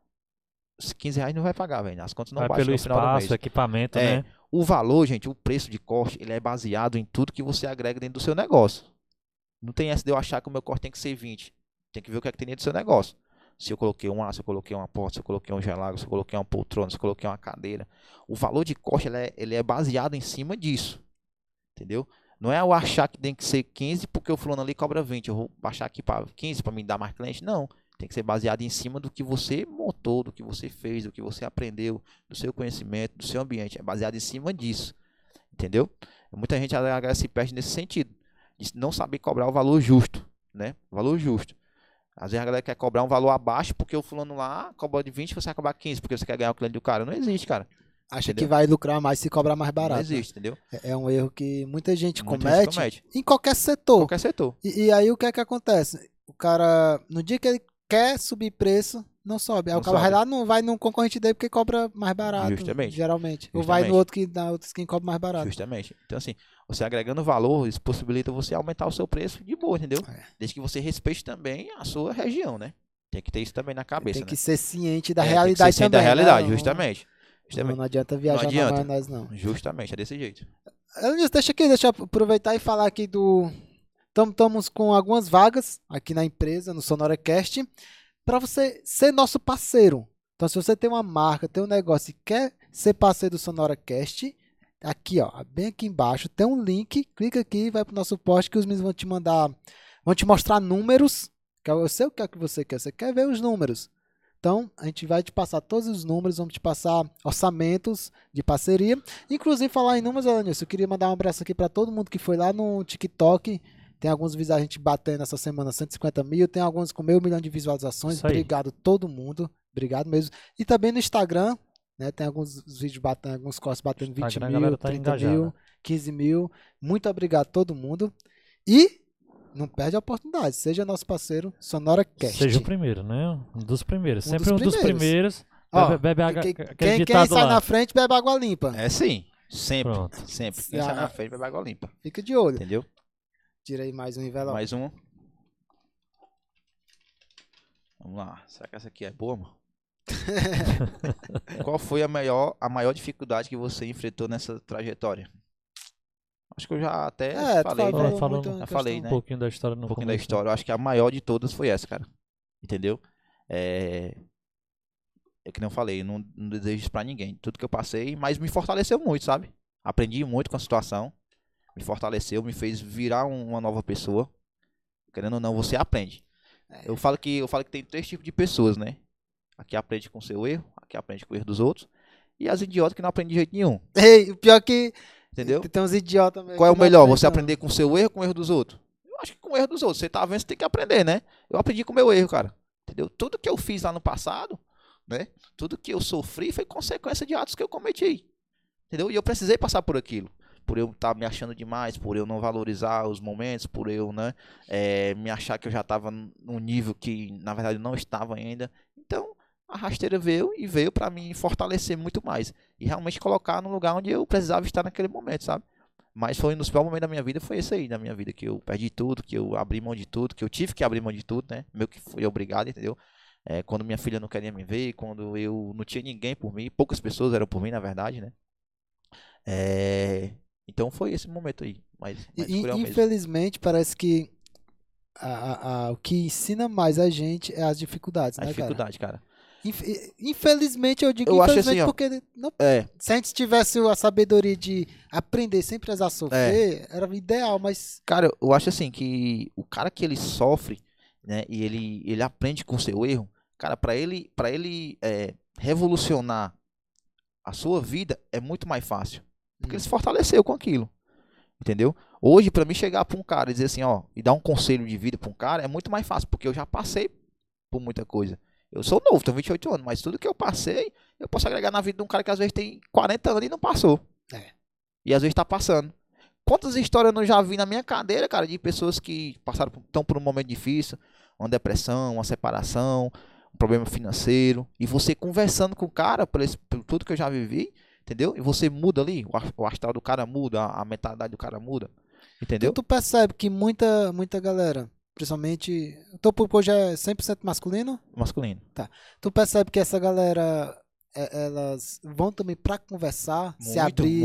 C: os 15 reais não vai pagar, velho. As contas não
B: Vai
C: baixam
B: pelo
C: no final do mês.
B: espaço, equipamento, né?
C: O valor, gente, o preço de corte, ele é baseado em tudo que você agrega dentro do seu negócio. Não tem essa de eu achar que o meu corte tem que ser 20. Tem que ver o que é que tem dentro do seu negócio. Se eu coloquei um aço, se eu coloquei uma porta, se eu coloquei um gelago, se eu coloquei uma poltrona, se eu coloquei uma cadeira. O valor de corte, ele é baseado em cima disso. Entendeu? Não é eu achar que tem que ser 15 porque o fulano ali cobra 20. Eu vou baixar aqui para 15 para me dar mais cliente. Não. Tem que ser baseado em cima do que você montou, do que você fez, do que você aprendeu, do seu conhecimento, do seu ambiente. É baseado em cima disso. Entendeu? Muita gente se perde nesse sentido. De não saber cobrar o valor justo. Né? O valor justo. Às vezes a galera quer cobrar um valor abaixo porque o fulano lá cobra de 20 você vai cobrar 15 porque você quer ganhar o cliente do cara. Não existe, cara.
A: Acha
C: Entendeu?
A: que vai lucrar mais se cobrar mais barato.
C: Não existe, entendeu?
A: É um erro que muita gente
C: Muita
A: comete,
C: gente comete.
A: em qualquer setor.
C: Qualquer setor.
A: E aí o que é que acontece? O cara, no dia que ele quer subir preço, não sobe. Aí
C: Não
A: o cara
C: sobe.
A: vai lá, não vai num concorrente dele porque cobra mais barato,
C: Justamente.
A: geralmente. Ou vai no
C: Justamente.
A: outro que dá outra skin cobra mais barato.
C: Justamente. Então, assim, você agregando valor, isso possibilita você aumentar o seu preço de boa, entendeu?
A: É.
C: Desde que você respeite também a sua região, né? Tem que ter isso também na cabeça,
A: Tem que
C: né?
A: ser ciente da
C: Tem que
A: realidade
C: ser ciente
A: também.
C: da realidade,
A: né?
C: justamente.
A: Não adianta viajar
C: adianta.
A: na maionese, não.
C: Justamente, é desse jeito.
A: Deixa eu aproveitar e falar aqui do... Estamos com algumas vagas aqui na empresa, no SonoraCast, para você ser nosso parceiro. Então, se você tem uma marca, tem um negócio e quer ser parceiro do SonoraCast, aqui, ó, bem aqui embaixo, tem um link, clica aqui, vai pro nosso post que os meninos vão te mandar, vão te mostrar números, que eu sei o que é que você quer ver os números. Então, a gente vai te passar todos os números, vamos te passar orçamentos de parceria. Inclusive, falar em números, Alanilson, eu queria mandar um abraço aqui para todo mundo que foi lá no TikTok. Tem alguns vídeos a gente batendo essa semana 150 mil, tem alguns com 1 milhão de visualizações.
B: Isso aí.
A: Obrigado todo mundo, obrigado mesmo. E também no Instagram, né, tem alguns vídeos batendo, alguns cortes batendo 20
B: Instagram, a
A: mil,
B: galera tá
A: 30
B: engajada.
A: mil, 15 mil. Muito obrigado a todo mundo. E não perde a oportunidade, seja nosso parceiro SonoraCast.
B: Seja o primeiro, né? Um dos primeiros.
A: Um
B: Sempre
A: dos
B: um dos primeiros.
A: Ó,
B: Bebe água, aquele
A: quem
B: ditado
A: sai
B: lá.
A: na frente bebe água limpa.
C: É sim. Sempre.
B: Pronto.
C: Sempre. Quem sai na frente vai água limpa.
A: Fica de olho.
C: Entendeu?
A: Tira aí mais um envelope.
C: Mais um. Vamos lá. Será que essa aqui é boa, mano? Qual foi a maior dificuldade que você enfrentou nessa trajetória? Acho que eu já até falei,
A: tu
C: né?
B: falou,
A: muito
B: já
A: na
C: falei,
A: questão.
C: né?
B: Um pouquinho da história no
C: Um pouquinho da
B: começo,
C: história. Eu acho que a maior de todas foi essa, cara. Entendeu? É que não falei, não desejo isso pra ninguém. Tudo que eu passei, mas me fortaleceu muito, sabe? Aprendi muito com a situação. Me fortaleceu, me fez virar uma nova pessoa. Querendo ou não, você aprende. Eu falo que tem 3 tipos de pessoas, né? Aqui aprende com o seu erro, aqui aprende com o erro dos outros. E as idiotas que não aprendem de jeito nenhum.
A: Ei, o pior que
C: Entendeu?
A: tem uns idiotas mesmo.
C: Qual é o
A: que não
C: melhor?
A: aprendem,
C: Você
A: não.
C: aprender com o seu erro ou com o erro dos outros? Eu acho que com o erro dos outros. Você tá vendo, você tem que aprender, né? Eu aprendi com o meu erro, cara. Entendeu? Tudo que eu fiz lá no passado, né? Tudo que eu sofri foi consequência de atos que eu cometi. Entendeu? E eu precisei passar por aquilo. Por eu estar me achando demais, por eu não valorizar os momentos, por eu, né, me achar que eu já estava num nível que, na verdade, eu não estava ainda. Então, a rasteira veio para me fortalecer muito mais. E realmente colocar no lugar onde eu precisava estar naquele momento, sabe? Mas foi nos piores momentos da minha vida, foi esse aí, da minha vida, que eu perdi tudo, que eu abri mão de tudo, que eu tive que abrir mão de tudo, né? Meio que fui obrigado, entendeu? Quando minha filha não queria me ver, quando eu não tinha ninguém por mim, poucas pessoas eram por mim, na verdade, né? Então foi esse momento aí, mas cruel mesmo.
A: Infelizmente, parece que o que ensina mais a gente é as dificuldades,
C: A
A: né, cara?
C: dificuldade, cara.
A: Infelizmente, eu digo
C: Eu acho
A: infelizmente
C: assim, ó,
A: porque
C: É,
A: se a gente tivesse a sabedoria de aprender sem precisar sofrer, era o ideal, mas
C: cara, eu acho assim que o cara que ele sofre, né, e ele aprende com o seu erro, cara, para ele revolucionar a sua vida é muito mais fácil, porque ele se fortaleceu com aquilo, entendeu? Hoje, pra mim chegar pra um cara e dizer assim, ó, e dar um conselho de vida pra um cara é muito mais fácil, porque eu já passei por muita coisa. Eu sou novo, tenho 28 anos, mas tudo que eu passei, eu posso agregar na vida de um cara que às vezes tem 40 anos e não passou.
A: É.
C: E às vezes tá passando. Quantas histórias eu não já vi na minha cadeira, cara, de pessoas que estão por um momento difícil, uma depressão, uma separação, um problema financeiro, e você conversando com o cara, por tudo que eu já vivi, entendeu? E você muda ali, o astral do cara muda, a mentalidade do cara muda, entendeu?
A: tu percebe que muita galera, principalmente, o teu público hoje é 100% masculino,
C: Masculino.
A: tu percebe que essa galera, elas vão também pra conversar, se abrir.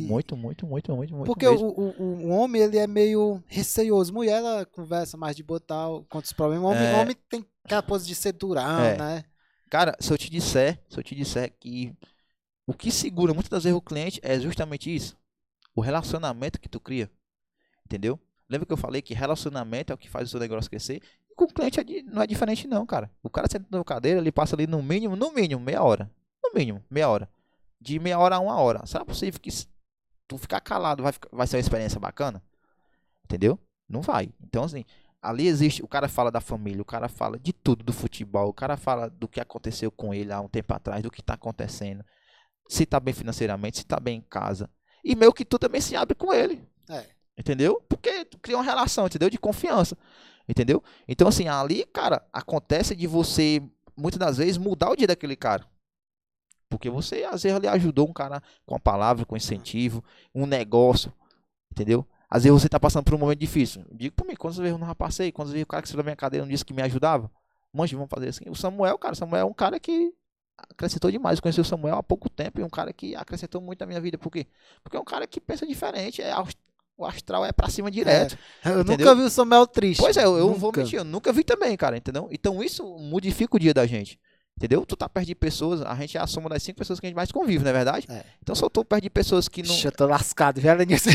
C: Muito
A: Porque
C: mesmo.
A: o homem, ele é meio receoso. Mulher, ela conversa mais de botar contra os problemas. O homem tem aquela pose de ser durão,
C: É.
A: né?
C: Cara, se eu te disser que o que segura muitas das vezes o cliente é justamente isso, o relacionamento que tu cria, entendeu? Lembra que eu falei que relacionamento é o que faz o seu negócio crescer? E com o cliente não é diferente não, cara. O cara senta na cadeira, ele passa ali no mínimo, meia hora. No mínimo, meia hora. De meia hora a uma hora. Será possível que tu ficar calado vai ser uma experiência bacana? Entendeu? Não vai. Então, assim, ali existe, o cara fala da família, o cara fala de tudo do futebol, o cara fala do que aconteceu com ele há um tempo atrás, do que tá acontecendo, se tá bem financeiramente, se tá bem em casa. E meio que tu também se abre com ele.
A: É.
C: Entendeu? Porque tu cria uma relação, entendeu? De confiança. Entendeu? Então, assim, ali, cara, acontece de você, muitas das vezes, mudar o dia daquele cara. Porque você, às vezes, ali ajudou um cara com a palavra, com incentivo, um negócio, entendeu? Às vezes você tá passando por um momento difícil. Digo por mim, quantas vezes eu não passei, quantas vezes o cara que saiu da minha cadeira não disse que me ajudava. Manche, vamos fazer assim. O Samuel, cara, Samuel é um cara que acrescentou demais. Eu conheci o Samuel há pouco tempo e um cara que acrescentou muito na minha vida. Por quê? Porque é um cara que pensa diferente, o astral é pra cima direto.
A: Eu
C: entendeu?
A: nunca vi o Samuel triste.
C: Pois é, eu não vou
A: Nunca.
C: mentir, eu nunca vi também, cara, entendeu? Então isso modifica o dia da gente. Entendeu? Tu tá perto de pessoas, a gente é a soma das 5 pessoas que a gente mais convive, não é verdade?
A: É.
C: Então se eu tô perto de pessoas que não.
A: Ixi, eu tô lascado, já nisso.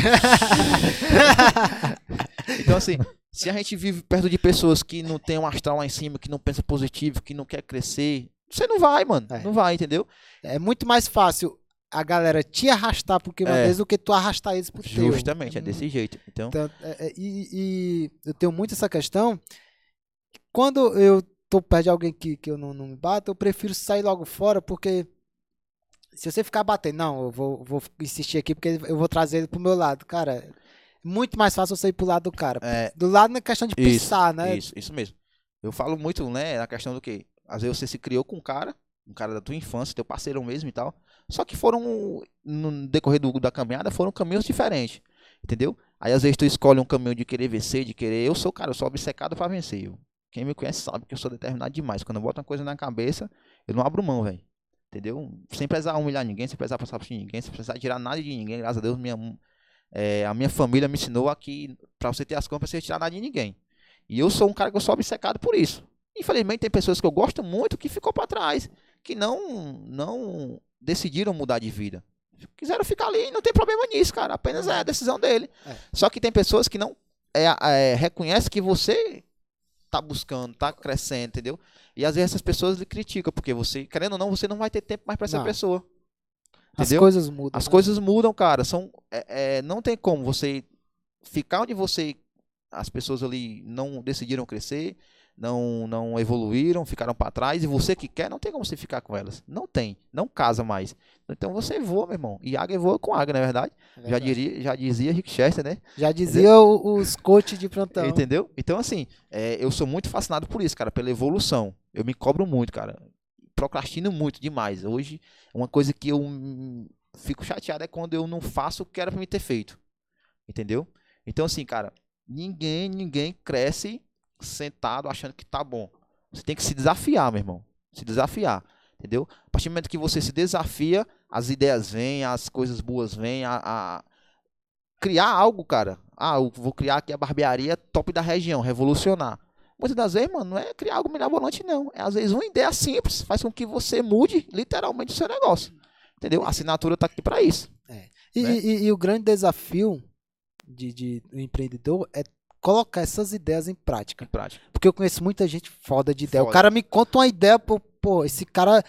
C: Então, assim, se a gente vive perto de pessoas que não tem um astral lá em cima, que não pensa positivo, que não quer crescer, você não vai, mano.
A: É.
C: Não vai, entendeu?
A: É muito mais fácil a galera te arrastar porque uma vez do que tu arrastar eles pro teu.
C: Justamente, é desse jeito. Então,
A: E eu tenho muito essa questão. Quando eu tô perto de alguém que eu não me bato, eu prefiro sair logo fora, porque se você ficar batendo, não, eu vou insistir aqui porque eu vou trazer ele pro meu lado. Cara, é muito mais fácil eu sair pro lado do cara. Do lado na questão de pensar, né?
C: Isso mesmo. Eu falo muito, né, na questão do que às vezes você se criou com um cara da tua infância, teu parceiro mesmo e tal, só que foram, no decorrer da caminhada, foram caminhos diferentes, entendeu? Aí às vezes tu escolhe um caminho de querer vencer, eu sou obcecado pra vencer. Quem me conhece sabe que eu sou determinado demais. Quando eu boto uma coisa na cabeça, eu não abro mão, velho. Entendeu? Sem precisar humilhar ninguém, sem precisar passar por cima de ninguém, sem precisar tirar nada de ninguém. Graças a Deus, a minha família me ensinou aqui, pra você ter as contas, pra você tirar nada de ninguém. E eu sou um cara que eu sou obcecado por isso. Infelizmente, tem pessoas que eu gosto muito que ficou pra trás, que não decidiram mudar de vida. Quiseram ficar ali e não tem problema nisso, cara. Apenas é a decisão dele. Só que tem pessoas que não reconhecem que você tá buscando, tá crescendo, entendeu? E às vezes essas pessoas lhe criticam, porque você, querendo ou não, você não vai ter tempo mais pra essa pessoa. Entendeu?
A: As coisas mudam.
C: As coisas mudam, cara. Não tem como você ficar onde as pessoas ali não decidiram crescer, não evoluíram, ficaram para trás, e você que quer, não tem como você ficar com elas. Não tem, não casa mais. Então você voa, meu irmão. E águia voa com águia, não é verdade? Já dizia Rick Chester, né?
A: Já dizia os coaches de plantão.
C: Entendeu? Então, assim, eu sou muito fascinado por isso, cara, pela evolução. Eu me cobro muito, cara. Procrastino muito demais. Hoje, uma coisa que eu fico chateado é quando eu não faço o que era pra me ter feito. Entendeu? Então, assim, cara, ninguém cresce sentado achando que tá bom. Você tem que se desafiar, meu irmão. Se desafiar. Entendeu? A partir do momento que você se desafia, as ideias vêm, as coisas boas vêm, criar algo, cara. Eu vou criar aqui a barbearia top da região, revolucionar. Muitas das vezes, mano, não é criar algo mirabolante, não. É, às vezes, uma ideia simples faz com que você mude, literalmente, o seu negócio. Entendeu? A assinatura tá aqui pra isso.
A: E o grande desafio do empreendedor é colocar essas ideias em prática. Porque eu conheço muita gente foda de ideia. O cara me conta uma ideia, pô, esse cara,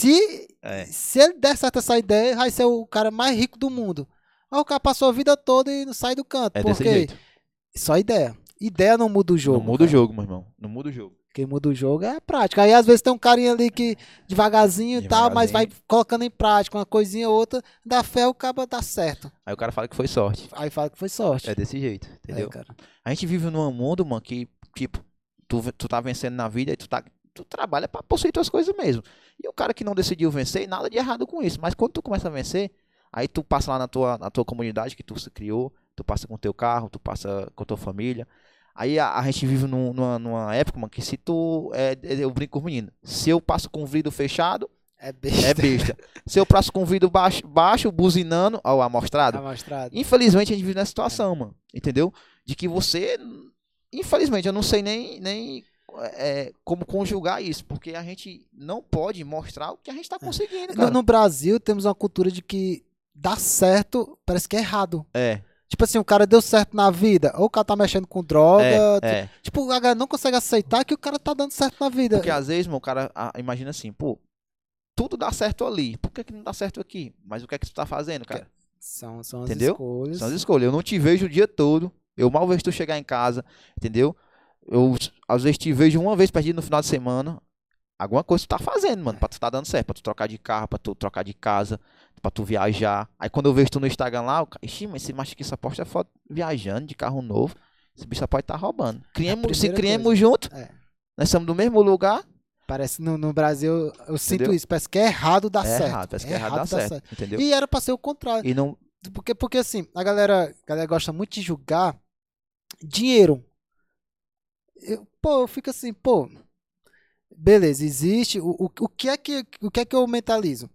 A: se ele der certo essa ideia, vai ser o cara mais rico do mundo. Mas o cara passou a vida toda e não sai do canto.
C: É
A: porque
C: desse jeito.
A: só ideia. Ideia não muda o jogo.
C: Não muda o jogo, meu irmão. Não muda o jogo.
A: Quem muda o jogo é a prática. Aí às vezes tem um carinha ali que devagarzinho e tal, mas vai colocando em prática uma coisinha ou outra, dá fé, o cara dá certo.
C: Aí o cara fala que foi sorte.
A: Aí fala que foi sorte.
C: É desse jeito, entendeu?
A: Cara.
C: A gente vive num mundo, mano, que, tipo, tu tá vencendo na vida e tu trabalha pra possuir tuas coisas mesmo. E o cara que não decidiu vencer, nada de errado com isso. Mas quando tu começa a vencer, aí tu passa lá na tua comunidade que tu se criou, tu passa com o teu carro, tu passa com a tua família. Aí a gente vive numa época, mano, que se tu... eu brinco com os meninos. Se eu passo com o vidro fechado, é besta. Se eu passo com o vidro baixo, buzinando, ó, amostrado. Infelizmente a gente vive nessa situação, mano. Entendeu? De que você... Infelizmente, eu não sei nem como conjugar isso. Porque a gente não pode mostrar o que a gente tá conseguindo, cara.
A: No Brasil, temos uma cultura de que dá certo, parece que é errado. Tipo assim, o cara deu certo na vida, ou o cara tá mexendo com droga. Tipo, a galera não consegue aceitar que o cara tá dando certo na vida.
C: Porque às vezes, meu, o cara imagina assim, pô, tudo dá certo ali, por que não dá certo aqui? Mas o que é que tu tá fazendo, cara?
A: São as
C: entendeu?
A: Escolhas.
C: São as escolhas. Eu não te vejo o dia todo, eu mal vejo tu chegar em casa, entendeu? Eu, às vezes, te vejo uma vez perdido no final de semana. Alguma coisa tu tá fazendo, mano, pra tu tá dando certo, pra tu trocar de carro, pra tu trocar de casa, pra tu viajar. Aí quando eu vejo tu no Instagram lá, ixi, mas esse macho aqui só posta foto viajando de carro novo. Esse bicho só pode estar roubando. Se criemos junto, nós somos do mesmo lugar.
A: Parece no Brasil, eu sinto isso, parece que é errado dar certo.
C: Parece que é errado dar certo, entendeu?
A: E era pra ser o contrário.
C: E não...
A: porque assim, a galera gosta muito de julgar dinheiro. Eu fico assim, beleza, existe. O que é que eu mentalizo?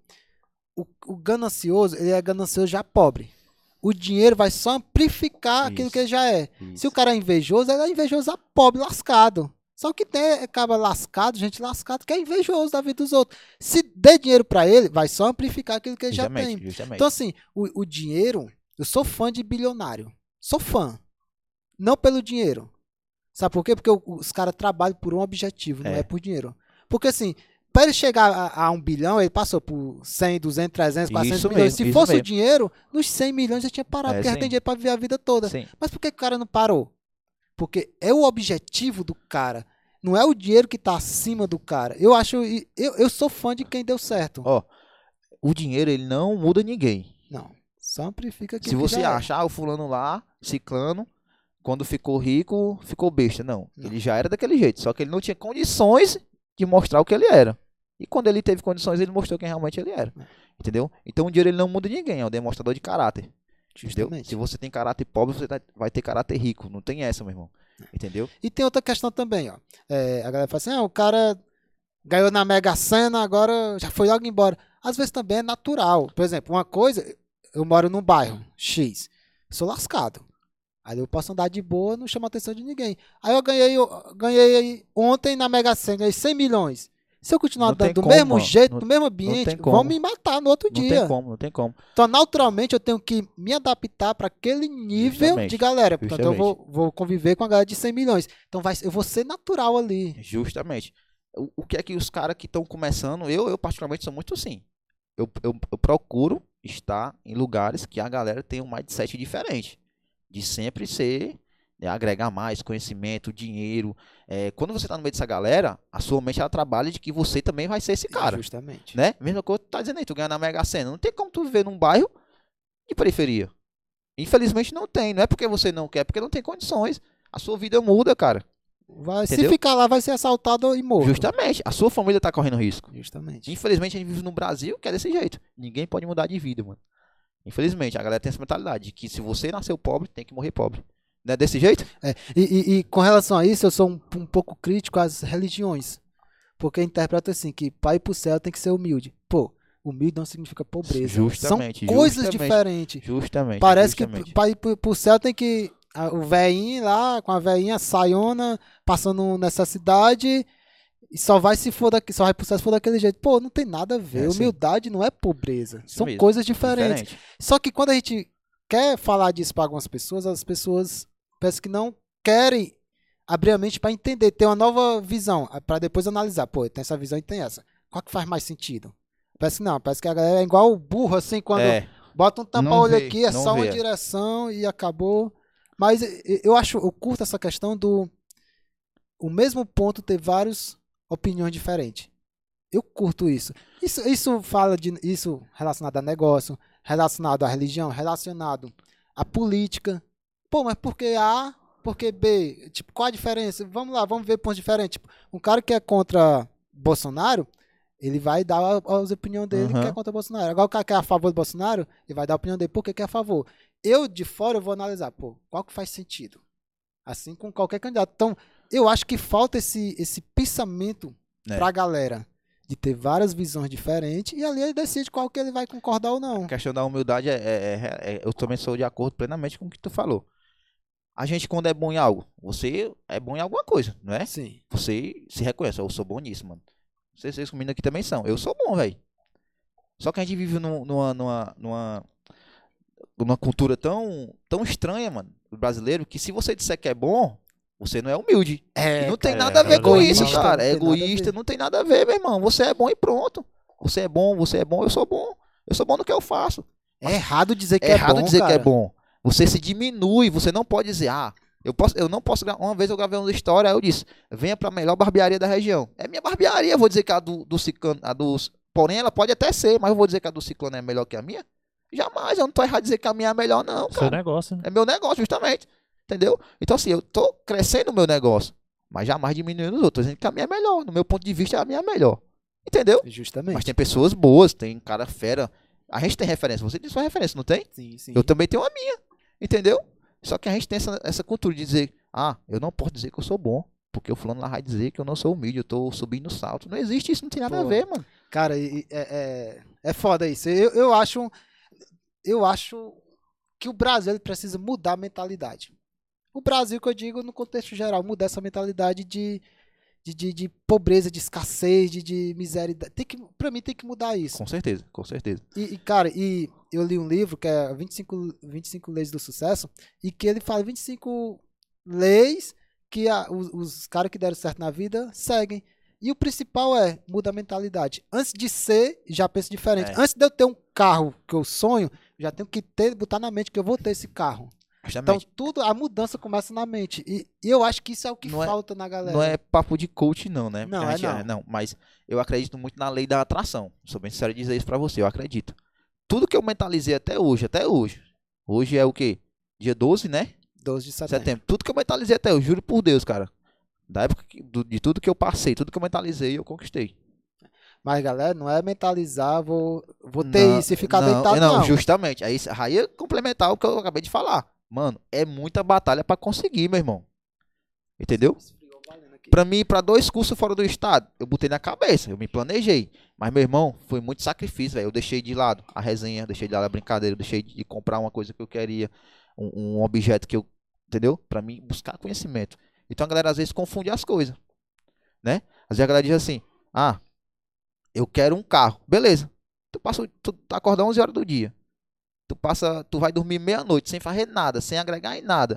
A: O ganancioso, ele é ganancioso já pobre. O dinheiro vai só amplificar aquilo que ele já é. Isso. Se o cara é invejoso, ele é invejoso a pobre, lascado. Só que tem acaba lascado, gente lascada, que é invejoso da vida dos outros. Se der dinheiro pra ele, vai só amplificar aquilo que ele já tem.
C: Justamente.
A: Então assim, o dinheiro, eu sou fã de bilionário. Sou fã. Não pelo dinheiro. Sabe por quê? Porque os caras trabalham por um objetivo, não é por dinheiro. Porque assim, para ele chegar a 1 bilhão, ele passou por 100, 200, 300, 400 milhões. Se fosse o dinheiro, nos 100 milhões já tinha parado, porque já tem dinheiro para viver a vida toda.
C: Sim.
A: Mas por que o cara não parou? Porque é o objetivo do cara. Não é o dinheiro que está acima do cara. Eu sou fã de quem deu certo.
C: O dinheiro, ele não muda ninguém.
A: Não. Só amplifica aquilo.
C: Se você achar o fulano lá, ciclano, quando ficou rico, ficou besta. Não. Ele já era daquele jeito. Só que ele não tinha condições de mostrar o que ele era. E quando ele teve condições, ele mostrou quem realmente ele era. Entendeu? Então o dinheiro ele não muda ninguém. É um demonstrador de caráter. Entendeu? Se você tem caráter pobre, você vai ter caráter rico. Não tem essa, meu irmão. Entendeu?
A: E tem outra questão também, ó. A galera fala assim, o cara ganhou na Mega Sena, agora já foi logo embora. Às vezes também é natural. Por exemplo, uma coisa, eu moro num bairro X, sou lascado. Aí eu posso andar de boa, não chama a atenção de ninguém. Aí eu ganhei ontem na Mega Sena, ganhei 100 milhões. Se eu continuar andando do mesmo jeito, no mesmo ambiente, vão me matar no outro dia.
C: Não tem como.
A: Então, naturalmente, eu tenho que me adaptar para aquele nível de galera. Portanto, eu vou conviver com a galera de 100 milhões. Então, eu vou ser natural ali.
C: Justamente. O que é que os caras que estão começando, eu particularmente sou muito assim. Eu procuro estar em lugares que a galera tem um mindset diferente. De sempre ser... agregar mais conhecimento, dinheiro. Quando você tá no meio dessa galera, a sua mente ela trabalha de que você também vai ser esse cara.
A: Justamente.
C: Né? Mesma coisa que tu tá dizendo aí, tu ganha na Mega Sena. Não tem como tu viver num bairro de periferia. Infelizmente não tem. Não é porque você não quer, é porque não tem condições. A sua vida muda, cara.
A: Se ficar lá, vai ser assaltado e morto.
C: Justamente. A sua família tá correndo risco.
A: Justamente.
C: Infelizmente a gente vive no Brasil que é desse jeito. Ninguém pode mudar de vida, mano. Infelizmente, a galera tem essa mentalidade de que se você nasceu pobre, tem que morrer pobre. Não é desse jeito?
A: E com relação a isso, eu sou um pouco crítico às religiões. Porque interpreto assim, que para ir pro céu tem que ser humilde. Humilde não significa pobreza.
C: Justamente.
A: São coisas diferentes.
C: Justamente.
A: Parece que para ir pro céu tem que... O velhinho lá, com a velhinha saiona, passando necessidade... E só vai pro céu se for daquele jeito. Pô, não tem nada a ver. Humildade não é pobreza. São coisas diferentes. Só que quando a gente quer falar disso para algumas pessoas, as pessoas parece que não querem abrir a mente para entender, ter uma nova visão, para depois analisar. Pô, tem essa visão e tem essa. Qual que faz mais sentido? Parece que não. Parece que a galera é igual o burro, assim, quando bota um tapa-olho aqui, é só uma direção e acabou. Mas eu curto essa questão do o mesmo ponto ter vários opiniões diferentes. Eu curto isso. Isso relacionado a negócio, relacionado à religião, relacionado à política. Pô, mas por que A, por que B? Tipo, qual a diferença? Vamos lá, vamos ver pontos diferentes. Tipo, um cara que é contra Bolsonaro, ele vai dar as opiniões dele que é contra Bolsonaro. Agora o cara que é a favor do Bolsonaro, ele vai dar a opinião dele por que é a favor. Eu, de fora, eu vou analisar, pô, qual que faz sentido? Assim com qualquer candidato. Então, eu acho que falta esse pensamento pra galera de ter várias visões diferentes e ali ele decide qual que ele vai concordar ou não.
C: A questão da humildade eu também sou de acordo plenamente com o que tu falou. A gente, quando é bom em algo, você é bom em alguma coisa, não é?
A: Sim.
C: Você se reconhece, eu sou bom nisso, mano. Vocês comigo aqui também são. Eu sou bom, velho. Só que a gente vive numa cultura tão estranha, mano, do brasileiro, que se você disser que é bom, você não é humilde. E não tem nada a ver com isso, cara. É egoísta, não tem nada a ver, meu irmão. Você é bom e pronto. Você é bom, eu sou bom. Eu sou bom no que eu faço.
A: É errado dizer que é bom,
C: errado dizer que é bom. Você se diminui, você não pode dizer, eu não posso, uma vez eu gravei uma história, aí eu disse, venha pra melhor barbearia da região. É minha barbearia, eu vou dizer que a do Ciclano, porém ela pode até ser, mas eu vou dizer que a do Ciclano é melhor que a minha? Jamais, eu não tô errado de dizer que a minha é melhor não, cara.
B: Seu negócio, né?
C: É meu negócio, justamente. Entendeu? Então, assim, eu tô crescendo o meu negócio, mas jamais diminuindo os outros. Tô dizendo que a minha é melhor. No meu ponto de vista, a minha é melhor. Entendeu?
A: Justamente.
C: Mas tem pessoas boas, tem cara fera. A gente tem referência. Você tem sua referência, não tem?
A: Sim, sim.
C: Eu também tenho a minha. Entendeu? Só que a gente tem essa cultura de dizer, eu não posso dizer que eu sou bom, porque o fulano lá vai dizer que eu não sou humilde, eu tô subindo no salto. Não existe isso, não tem nada a ver, mano.
A: Cara, é foda isso. Eu acho que o Brasil precisa mudar a mentalidade. O Brasil, que eu digo, no contexto geral, mudar essa mentalidade de pobreza, de escassez, de miséria. Pra mim tem que mudar isso.
C: Com certeza, com certeza.
A: Cara, eu li um livro que é 25 Leis do Sucesso, e que ele fala 25 leis que os caras que deram certo na vida seguem. E o principal muda a mentalidade. Antes de ser, já penso diferente. Antes de eu ter um carro que eu sonho, já tenho que botar na mente que eu vou ter esse carro.
C: Justamente.
A: Então, a mudança começa na mente. E eu acho que isso é o que falta na galera.
C: Não é papo de coach, não, né?
A: Não,
C: não. Mas eu acredito muito na lei da atração. Sou bem sincero em dizer isso pra você, eu acredito. Tudo que eu mentalizei até hoje. Hoje é o quê? Dia 12, né?
A: 12 de setembro.
C: Tudo que eu mentalizei até hoje, juro por Deus, cara. Da época de tudo que eu passei, tudo que eu mentalizei, eu conquistei.
A: Mas, galera, não é mentalizar, vou ter isso e ficar deitado, não.
C: Justamente. Aí ia complementar o que eu acabei de falar. Mano, é muita batalha pra conseguir, meu irmão. Entendeu? Pra mim, pra 2 cursos fora do estado, eu botei na cabeça, eu me planejei. Mas, meu irmão, foi muito sacrifício, velho. Eu deixei de lado a resenha, deixei de lado a brincadeira, eu deixei de comprar uma coisa que eu queria, um objeto que eu... Entendeu? Pra mim, buscar conhecimento. Então, a galera às vezes confunde as coisas, né? Às vezes a galera diz assim, eu quero um carro. Beleza. Tu acorda 11 horas do dia. Tu vai dormir meia-noite sem fazer nada, sem agregar em nada.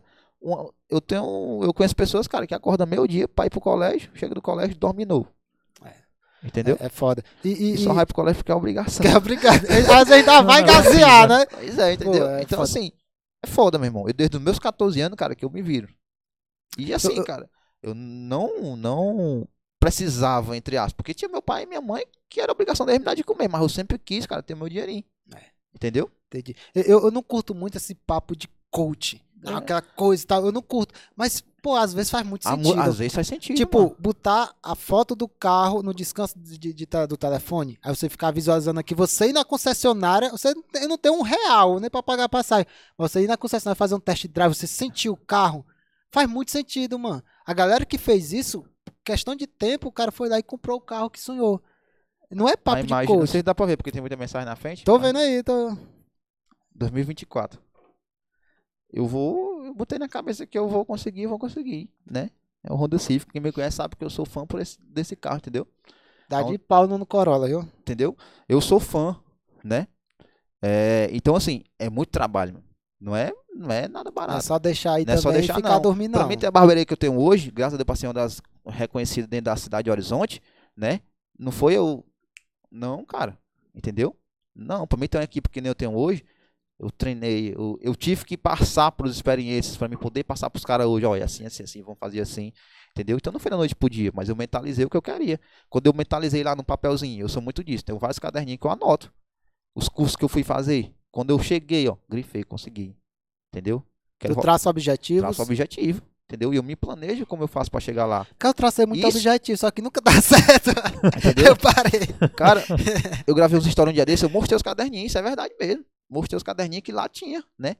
C: Eu conheço pessoas, cara, que acordam meio-dia pra ir pro colégio, chega do colégio e dorme de novo. Entendeu?
A: É foda.
C: E só vai pro colégio porque é obrigação.
A: Que é obrigado. Às vezes ainda vai gasear, né?
C: Pois é, entendeu?
A: Pô,
C: então,
A: foda.
C: assim, é foda, meu irmão. Eu desde os meus 14 anos, cara, que eu me viro. E assim, cara, eu não precisava, entre aspas, porque tinha meu pai e minha mãe que era obrigação deles me dar de comer, mas eu sempre quis, cara, ter meu dinheirinho. Entendeu?
A: Entendi. Eu não curto muito esse papo de coach. Aquela coisa e tal. Eu não curto. Mas, pô, às vezes faz muito sentido.
C: Às vezes faz sentido.
A: Tipo,
C: mano,
A: botar a foto do carro no descanso do telefone. Aí você ficar visualizando aqui. Você ir na concessionária. Você não tem R$1 nem pra pagar a passagem. Mas você ir na concessionária fazer um test drive. Você sentir o carro. Faz muito sentido, mano. A galera que fez isso, questão de tempo, o cara foi lá e comprou o carro que sonhou. Não é
C: A
A: papo de
C: imagem, não
A: coach.
C: sei se dá pra ver, porque tem muita mensagem na frente.
A: Tô
C: mas
A: vendo aí, tô...
C: 2024. Eu botei na cabeça que eu vou conseguir, né? É o Honda Civic. Quem me conhece sabe que eu sou fã desse carro, entendeu?
A: Dá de pau no Corolla, viu?
C: Entendeu? Eu sou fã, né? Então, assim, é muito trabalho, mano. Não é nada
A: Não é
C: barato.
A: só deixar aí
C: Não é
A: também
C: só
A: e
C: deixar,
A: ficar
C: não.
A: dormindo,
C: Pra
A: não.
C: mim, ter a barbearia que eu tenho hoje, graças a Deus, pra ser uma das reconhecidas dentro da cidade de Horizonte, né? Não foi eu. Não, cara. Entendeu? Não, pra mim ter uma equipe que nem eu tenho hoje, eu treinei, eu tive que passar por experiências pra mim poder passar pros caras hoje. Olha, assim, vamos fazer assim. Entendeu? Então não foi da noite pro dia, mas eu mentalizei o que eu queria. Quando eu mentalizei lá no papelzinho, eu sou muito disso, tenho vários caderninhos que eu anoto. Os cursos que eu fui fazer. Quando eu cheguei, ó, grifei, consegui. Entendeu?
A: Tu traça objetivos.
C: Traço objetivo, entendeu? E eu me planejo como eu faço pra chegar lá.
A: Cara, eu tracei muito
C: Isso.
A: objetivo, só que nunca dá certo.
C: Entendeu?
A: Eu parei.
C: Cara, eu gravei uns stories um dia desse, eu mostrei os caderninhos, isso é verdade mesmo. Mostrei os caderninhos que lá tinha, né?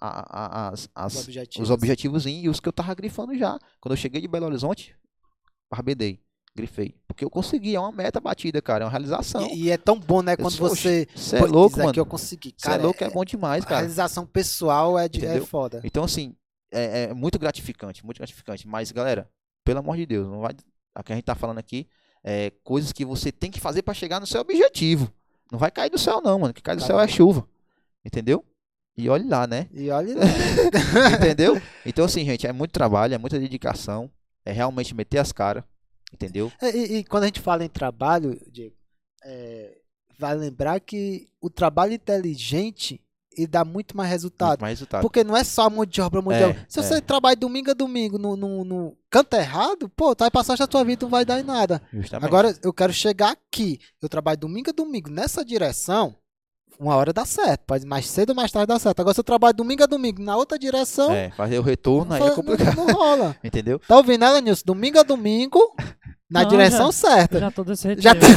C: Os objetivos e os que eu tava grifando já. Quando eu cheguei de Belo Horizonte, barbedei, grifei. Porque eu consegui, é uma meta batida, cara, é uma realização.
A: E é tão bom, né? Quando você...
C: Você é louco,
A: Isso aqui
C: mano.
A: eu consegui.
C: Você é louco, é bom demais,
A: A
C: cara.
A: realização pessoal é
C: Entendeu?
A: foda.
C: Então, assim, é muito gratificante, muito gratificante. Mas, galera, pelo amor de Deus, não vai. O que a gente tá falando aqui é coisas que você tem que fazer pra chegar no seu objetivo. Não vai cair do céu, não, mano. O que cai do céu é chuva. Entendeu? E olhe lá, né?
A: E olha...
C: Entendeu? Então, assim, gente, é muito trabalho, é muita dedicação. É realmente meter as caras. Entendeu?
A: E quando a gente fala em trabalho, Diego, vai lembrar que o trabalho inteligente ele dá muito mais resultado.
C: Muito mais resultado.
A: Porque não é só mão de obra, Se você trabalha domingo a domingo no canto errado, pô, tu vai passar a tua vida e não vai dar em nada.
C: Justamente.
A: Agora, eu quero chegar aqui. Eu trabalho domingo a domingo nessa direção, uma hora dá certo. Pode mais cedo ou mais tarde dar certo. Agora, se eu trabalho domingo a domingo na outra direção,
C: fazer o retorno aí é complicado.
A: não rola.
C: Entendeu?
A: Tá ouvindo, né, Lenilson? Domingo a domingo, na
B: Não,
A: direção
B: Eu
A: certa.
B: já tô desse jeito.
A: Já
B: mesmo.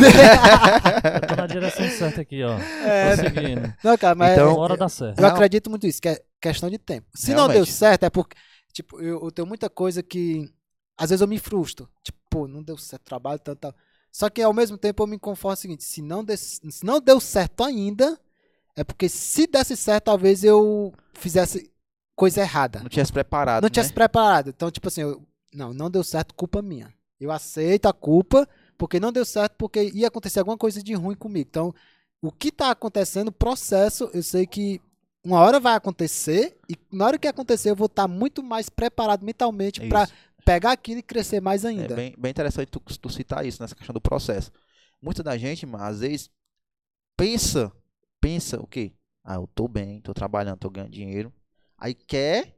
B: Eu tô na direção certa aqui, ó. Tô seguindo.
A: Não, cara, mas
C: Então,
B: Uma hora dá certo.
A: eu acredito muito nisso, que é questão de tempo. Se não deu
C: Realmente.
A: certo, é porque, tipo, eu tenho muita coisa que, às vezes eu me frustro. Tipo, pô, não deu certo o trabalho, tal. Só que, ao mesmo tempo, eu me conforto o seguinte, se não deu certo ainda, é porque se desse certo, talvez eu fizesse coisa errada.
C: Não tinha se preparado.
A: Não tinha
C: né?
A: se preparado. Então, tipo assim, não deu certo, culpa minha. Eu aceito a culpa, porque não deu certo, porque ia acontecer alguma coisa de ruim comigo. Então, o que está acontecendo, o processo, eu sei que uma hora vai acontecer, e na hora que acontecer, eu vou estar muito mais preparado mentalmente para
C: Isso.
A: pegar aquilo e crescer mais
C: É
A: ainda.
C: bem interessante tu citar isso, nessa questão do processo. Muita da gente, mano, às vezes, pensa o quê? Ah, eu tô bem, tô trabalhando, tô ganhando dinheiro. Aí quer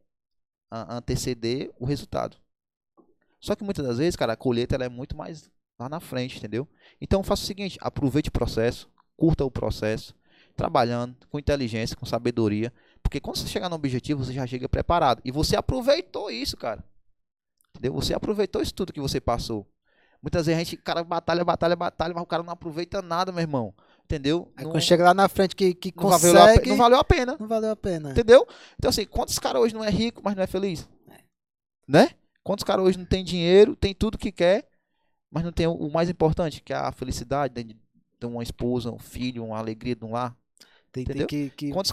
C: anteceder o resultado. Só que muitas das vezes, cara, a colheita ela é muito mais lá na frente, entendeu? Então faça o seguinte, aproveite o processo, curta o processo, trabalhando com inteligência, com sabedoria, porque quando você chegar no objetivo, você já chega preparado. E você aproveitou isso, cara. Entendeu? Você aproveitou isso tudo que você passou. Muitas vezes a gente, cara, batalha, mas o cara não aproveita nada, meu irmão. Entendeu?
A: Aí quando chega lá na frente que
C: não
A: consegue,
C: não valeu a pena.
A: não valeu a pena.
C: Entendeu? Então, assim, quantos caras hoje não é rico, mas não é feliz? Né? Quantos caras hoje não tem dinheiro, tem tudo que quer, mas não tem o mais importante, que é a felicidade de uma esposa, um filho, uma alegria de um lar?
A: Tem
C: Entendeu?
A: que
C: Quantos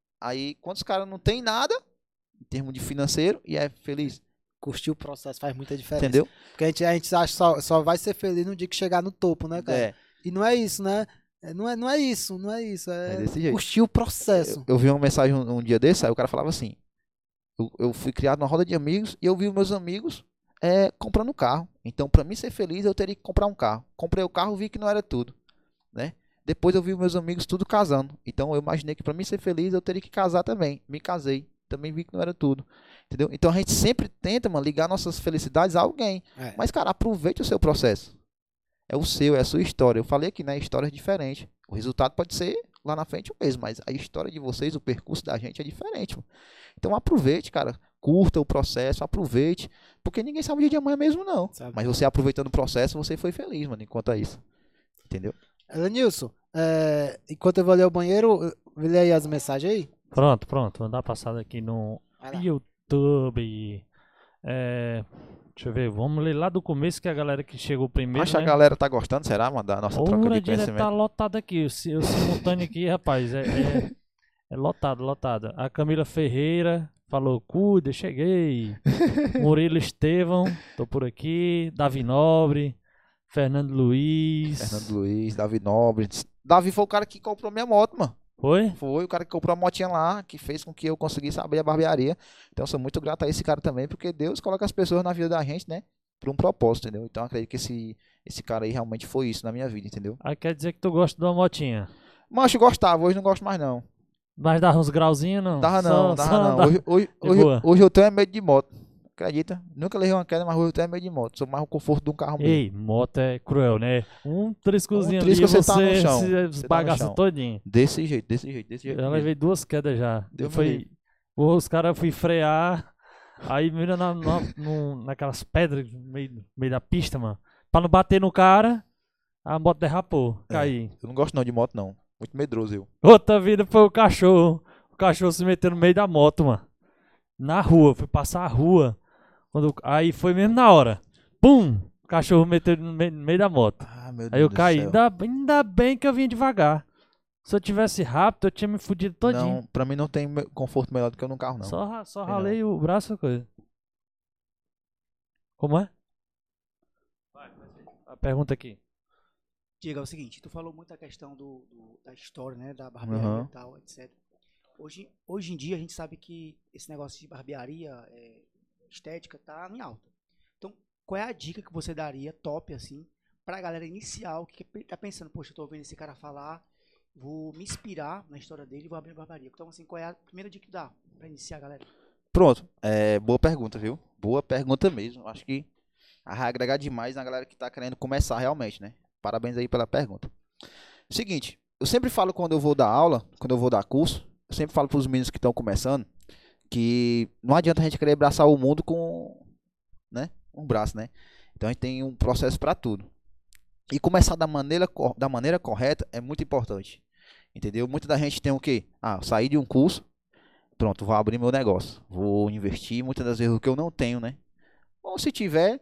C: caras não tem nada, em termos de financeiro, e é feliz?
A: curtir o processo faz muita diferença.
C: Entendeu?
A: Porque a gente acha que só vai ser feliz no dia que chegar no topo, né, cara?
C: É.
A: E não é isso, né? Não é isso.
C: É desse jeito.
A: Curtir o processo.
C: Eu vi uma mensagem um dia desse, aí o cara falava assim, eu fui criado numa roda de amigos e eu vi os meus amigos comprando carro. Então, para mim ser feliz, eu teria que comprar um carro. Comprei o carro, vi que não era tudo, né? Depois eu vi os meus amigos tudo casando. Então, eu imaginei que para mim ser feliz, eu teria que casar também. Me casei. Também vi que não era tudo. Entendeu? Então, a gente sempre tenta, mano, ligar nossas felicidades a alguém.
A: É.
C: Mas, cara, aproveite o seu processo. É o seu, é a sua história. Eu falei que, né, história é diferente. O resultado pode ser lá na frente o mesmo, mas a história de vocês, o percurso da gente é diferente, mano. Então aproveite, cara. Curta o processo, aproveite. Porque ninguém sabe o dia de amanhã mesmo, não.
A: Sabe.
C: Mas você aproveitando o processo, você foi feliz, mano, enquanto isso. Entendeu?
A: Lenilson, enquanto eu vou ler o banheiro, lê aí as mensagens aí.
B: Pronto. Vou dar uma passada aqui no
A: Vai lá.
B: YouTube. Deixa Deixa eu ver, vamos ler lá do começo que a galera que chegou primeiro,
C: Acho que
B: né?
C: a galera tá gostando, será, mano, da nossa troca de
B: Uradinha tá
C: conhecimento?
B: lotado aqui, o simultâneo aqui, rapaz, é lotado, lotado. A Camila Ferreira falou, cuida, cheguei. Murilo Estevão, tô por aqui. Davi Nobre, Fernando Luiz.
C: Fernando Luiz, Davi Nobre. Davi foi o cara que comprou minha moto, mano.
B: Foi?
C: Foi o cara que comprou a motinha lá, que fez com que eu conseguisse abrir a barbearia. Então eu sou muito grato a esse cara também, porque Deus coloca as pessoas na vida da gente, né? Por um propósito, entendeu? Então eu acredito que esse cara aí realmente foi isso na minha vida, entendeu?
B: Aí quer dizer que tu gosta de uma motinha.
C: Mas eu gostava, hoje não gosto mais não.
B: Mas dava uns grauzinhos, não?
C: Dava não, dava não.
B: boa.
C: Hoje eu tenho medo de moto. Acredita? Nunca levei uma queda, mas hoje eu tenho medo de moto. Sou mais o conforto de um carro mesmo.
B: Ei, moto é cruel, né? Um triscozinho
C: trisco,
B: ali,
C: você tá no
B: você
C: chão.
B: se
C: Você tá no
B: esbagaça
C: chão.
B: todinho.
C: Desse jeito
B: Eu
C: mesmo.
B: levei 2 quedas já.
C: Deus me livre.
B: Os caras fui frear, aí mira naquelas pedras no meio da pista, mano. Pra não bater no cara, a moto derrapou, caí.
C: Eu não gosto não de moto não. Muito medroso eu.
B: Outra vida foi o cachorro. O cachorro se meteu no meio da moto, mano. Na rua, fui passar a rua. Aí foi mesmo na hora. Pum! O cachorro meteu no meio da moto.
C: Ah, meu Deus
B: Aí eu
C: do
B: caí.
C: céu.
B: Ainda bem que eu vinha devagar. Se eu tivesse rápido, eu tinha me fudido todinho.
C: Não, pra mim não tem conforto melhor do que eu num carro não.
B: Só
C: Tem
B: ralei o braço e coisa. Como é? A pergunta aqui.
D: Diga, é o seguinte, tu falou muito da questão da história, né, da barbearia
C: Uhum.
D: e tal, etc. Hoje em dia a gente sabe que esse negócio de barbearia, estética, tá em alta. Então, qual é a dica que você daria, top, assim, pra galera inicial que tá pensando, poxa, eu tô ouvindo esse cara falar, vou me inspirar na história dele e vou abrir uma barbearia. Então, assim, qual é a primeira dica que dá pra iniciar, galera?
C: Pronto. Boa pergunta, viu? Boa pergunta mesmo. Acho que vai agregar demais na galera que tá querendo começar realmente, né? Parabéns aí pela pergunta. Seguinte, eu sempre falo quando eu vou dar aula, quando eu vou dar curso, eu sempre falo pros meninos que estão começando que não adianta a gente querer abraçar o mundo com, né, um braço, né? Então a gente tem um processo para tudo. E começar da maneira correta é muito importante. Entendeu? Muita da gente tem o quê? Sair de um curso, pronto, vou abrir meu negócio, vou investir, muitas das vezes o que eu não tenho, né? Ou se tiver,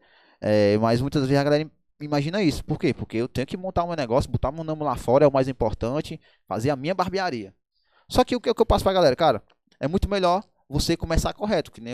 C: mas muitas vezes a galera imagina isso. Por quê? Porque eu tenho que montar meu negócio, botar meu nome lá fora é o mais importante, fazer a minha barbearia. Só que o que eu passo pra galera? Cara, é muito melhor você começar correto, que nem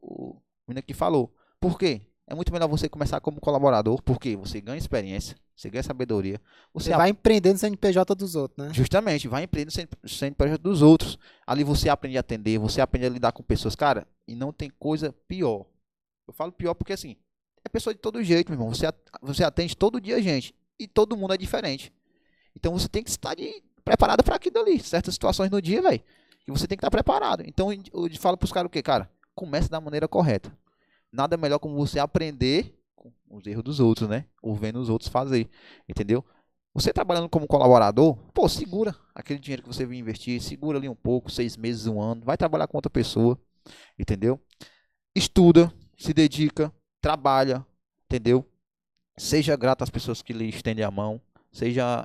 C: o menino aqui falou. Por quê? É muito melhor você começar como colaborador, porque você ganha experiência, você ganha sabedoria.
A: Você vai empreendendo no CNPJ dos outros, né?
C: Justamente, vai empreendendo sem projeto dos outros. Ali você aprende a atender, você aprende a lidar com pessoas. Cara, e não tem coisa pior. Eu falo pior porque assim, é pessoa de todo jeito, meu irmão. Você atende todo dia gente. E todo mundo é diferente. Então você tem que estar preparado para aquilo ali. Certas situações no dia, velho. E você tem que estar preparado. Então eu falo pros caras o quê, cara? Comece da maneira correta. Nada melhor como você aprender com os erros dos outros, né? Ou vendo os outros fazer. Entendeu? Você trabalhando como colaborador, pô, segura aquele dinheiro que você vai investir. Segura ali um pouco, 6 meses, 1 ano. Vai trabalhar com outra pessoa. Entendeu? Estuda, se dedica, trabalha. Entendeu? Seja grato às pessoas que lhe estendem a mão. Seja...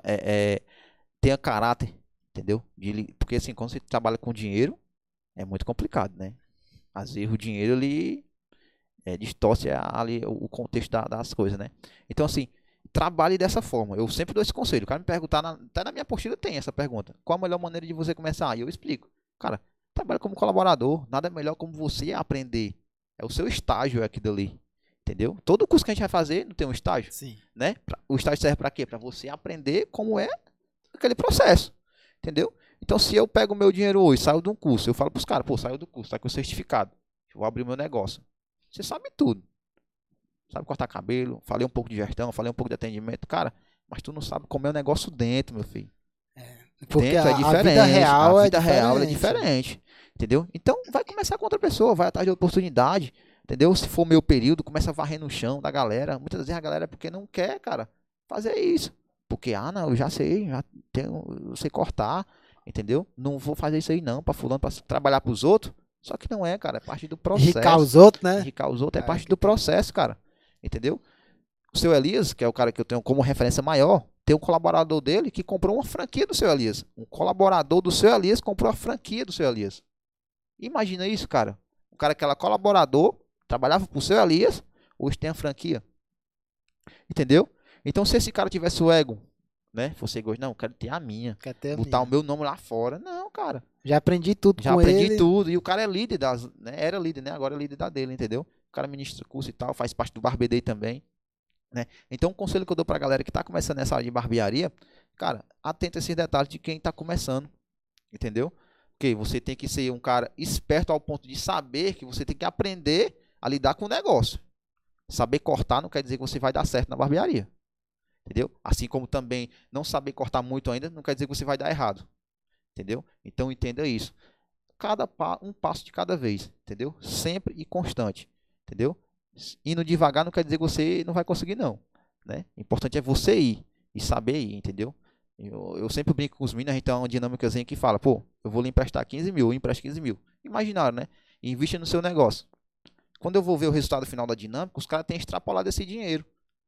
C: tenha caráter, entendeu? Porque assim, quando você trabalha com dinheiro, é muito complicado, né? Às vezes o dinheiro ele distorce ali o contexto das coisas, né? Então assim, trabalhe dessa forma. Eu sempre dou esse conselho. O cara me perguntar, até na minha apostila tem essa pergunta. Qual a melhor maneira de você começar? E eu explico. Cara, trabalha como colaborador. Nada melhor como você aprender. É o seu estágio aquilo ali. Entendeu? Todo curso que a gente vai fazer não tem um estágio.
A: Sim.
C: Né? O estágio serve para quê? Para você aprender como é aquele processo, entendeu? Então, se eu pego o meu dinheiro hoje, saio de um curso, eu falo pros caras, pô, saiu do curso, tá com o certificado, eu vou abrir o meu negócio. Você sabe tudo. Sabe cortar cabelo, falei um pouco de gestão, falei um pouco de atendimento, cara, mas tu não sabe como é o negócio dentro, meu filho.
A: Porque
C: Dentro
A: a vida real
C: a vida real é diferente, entendeu? Então, vai começar com outra pessoa, vai atrás de oportunidade, entendeu? Se for meu período, começa a varrer no chão da galera. Muitas vezes a galera, porque não quer, cara, fazer isso. Porque, não, eu já sei, eu sei cortar, entendeu? Não vou fazer isso aí não, pra fulano, pra trabalhar pros outros. Só que não é, cara, é parte do processo.
A: Enricar os outros, né?
C: Enricar os outros é parte do processo, cara, entendeu? O seu Elias, que é o cara que eu tenho como referência maior, tem um colaborador dele que comprou uma franquia do seu Elias. Um colaborador do seu Elias comprou a franquia do seu Elias. Imagina isso, cara. O cara que era colaborador, trabalhava pro seu Elias, hoje tem a franquia. Entendeu? Então, se esse cara tivesse o ego, né? Fosse egoísta, não, eu quero ter a minha.
A: Quer ter a
C: Botar
A: minha.
C: o meu nome lá fora. Não, cara.
A: Já aprendi tudo
C: Já
A: com
C: aprendi
A: ele.
C: tudo. E o cara é líder das. Né? Era líder, né? Agora é líder da dele, entendeu? O cara ministra curso e tal, faz parte do Barbe Day também. Né? Então, o conselho que eu dou pra galera que tá começando nessa área de barbearia, cara, atenta a esses detalhes de quem tá começando. Entendeu? Porque você tem que ser um cara esperto ao ponto de saber que você tem que aprender a lidar com o negócio. Saber cortar não quer dizer que você vai dar certo na barbearia. Entendeu? Assim como também não saber cortar muito ainda não quer dizer que você vai dar errado. Entendeu? Então entenda isso. Um passo de cada vez. Entendeu? Sempre e constante. Entendeu? Indo devagar não quer dizer que você não vai conseguir, não. Né? O importante é você ir e saber ir. Entendeu? Eu sempre brinco com os meninos, a gente tem uma dinâmicazinha que fala, pô, eu vou lhe emprestar 15 mil, eu empresto 15 mil. Imaginaram, né? E investe no seu negócio. Quando eu vou ver o resultado final da dinâmica, os caras têm extrapolado esse dinheiro.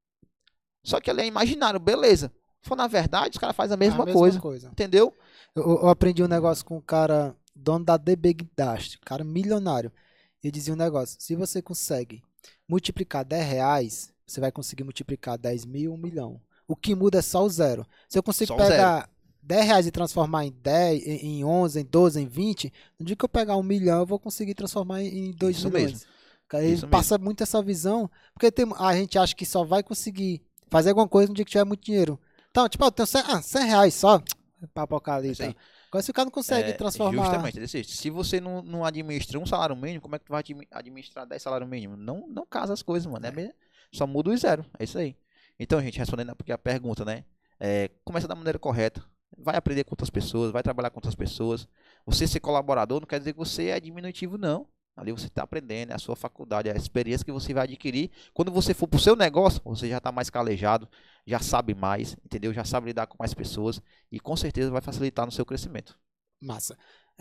C: Só que ele é imaginário, beleza. Se for na verdade, os caras fazem a mesma coisa. Entendeu?
A: Eu aprendi um negócio com um cara, dono da The Big Dash, cara milionário. Ele dizia um negócio, se você consegue multiplicar 10 reais, você vai conseguir multiplicar 10 mil, 1 milhão. O que muda é só o zero. Se eu consigo
C: Só o
A: pegar 10 reais e transformar em 10, em 11, em 12, em 20, no dia que eu pegar 1 milhão, eu vou conseguir transformar em 2
C: Isso
A: milhões.
C: mesmo.
A: Ele
C: Isso
A: passa muito essa visão, porque a gente acha que só vai conseguir fazer alguma coisa no dia que tiver muito dinheiro. Então, tipo, eu tenho 100 reais só, papocar ali.
C: Isso aí.
A: Agora, se o cara não consegue transformar...
C: Justamente, é desse jeito. Se você não administra um salário mínimo, como é que tu vai administrar 10 salários mínimos? Não casa as coisas, mano. Só muda o zero. É isso aí. Então, gente, respondendo aqui a pergunta, né? Começa da maneira correta. Vai aprender com outras pessoas, vai trabalhar com outras pessoas. Você ser colaborador não quer dizer que você é diminutivo, não. Ali você está aprendendo, é a sua faculdade, é a experiência que você vai adquirir. Quando você for para o seu negócio, você já está mais calejado, já sabe mais, entendeu? Já sabe lidar com mais pessoas e com certeza vai facilitar no seu crescimento.
A: Massa.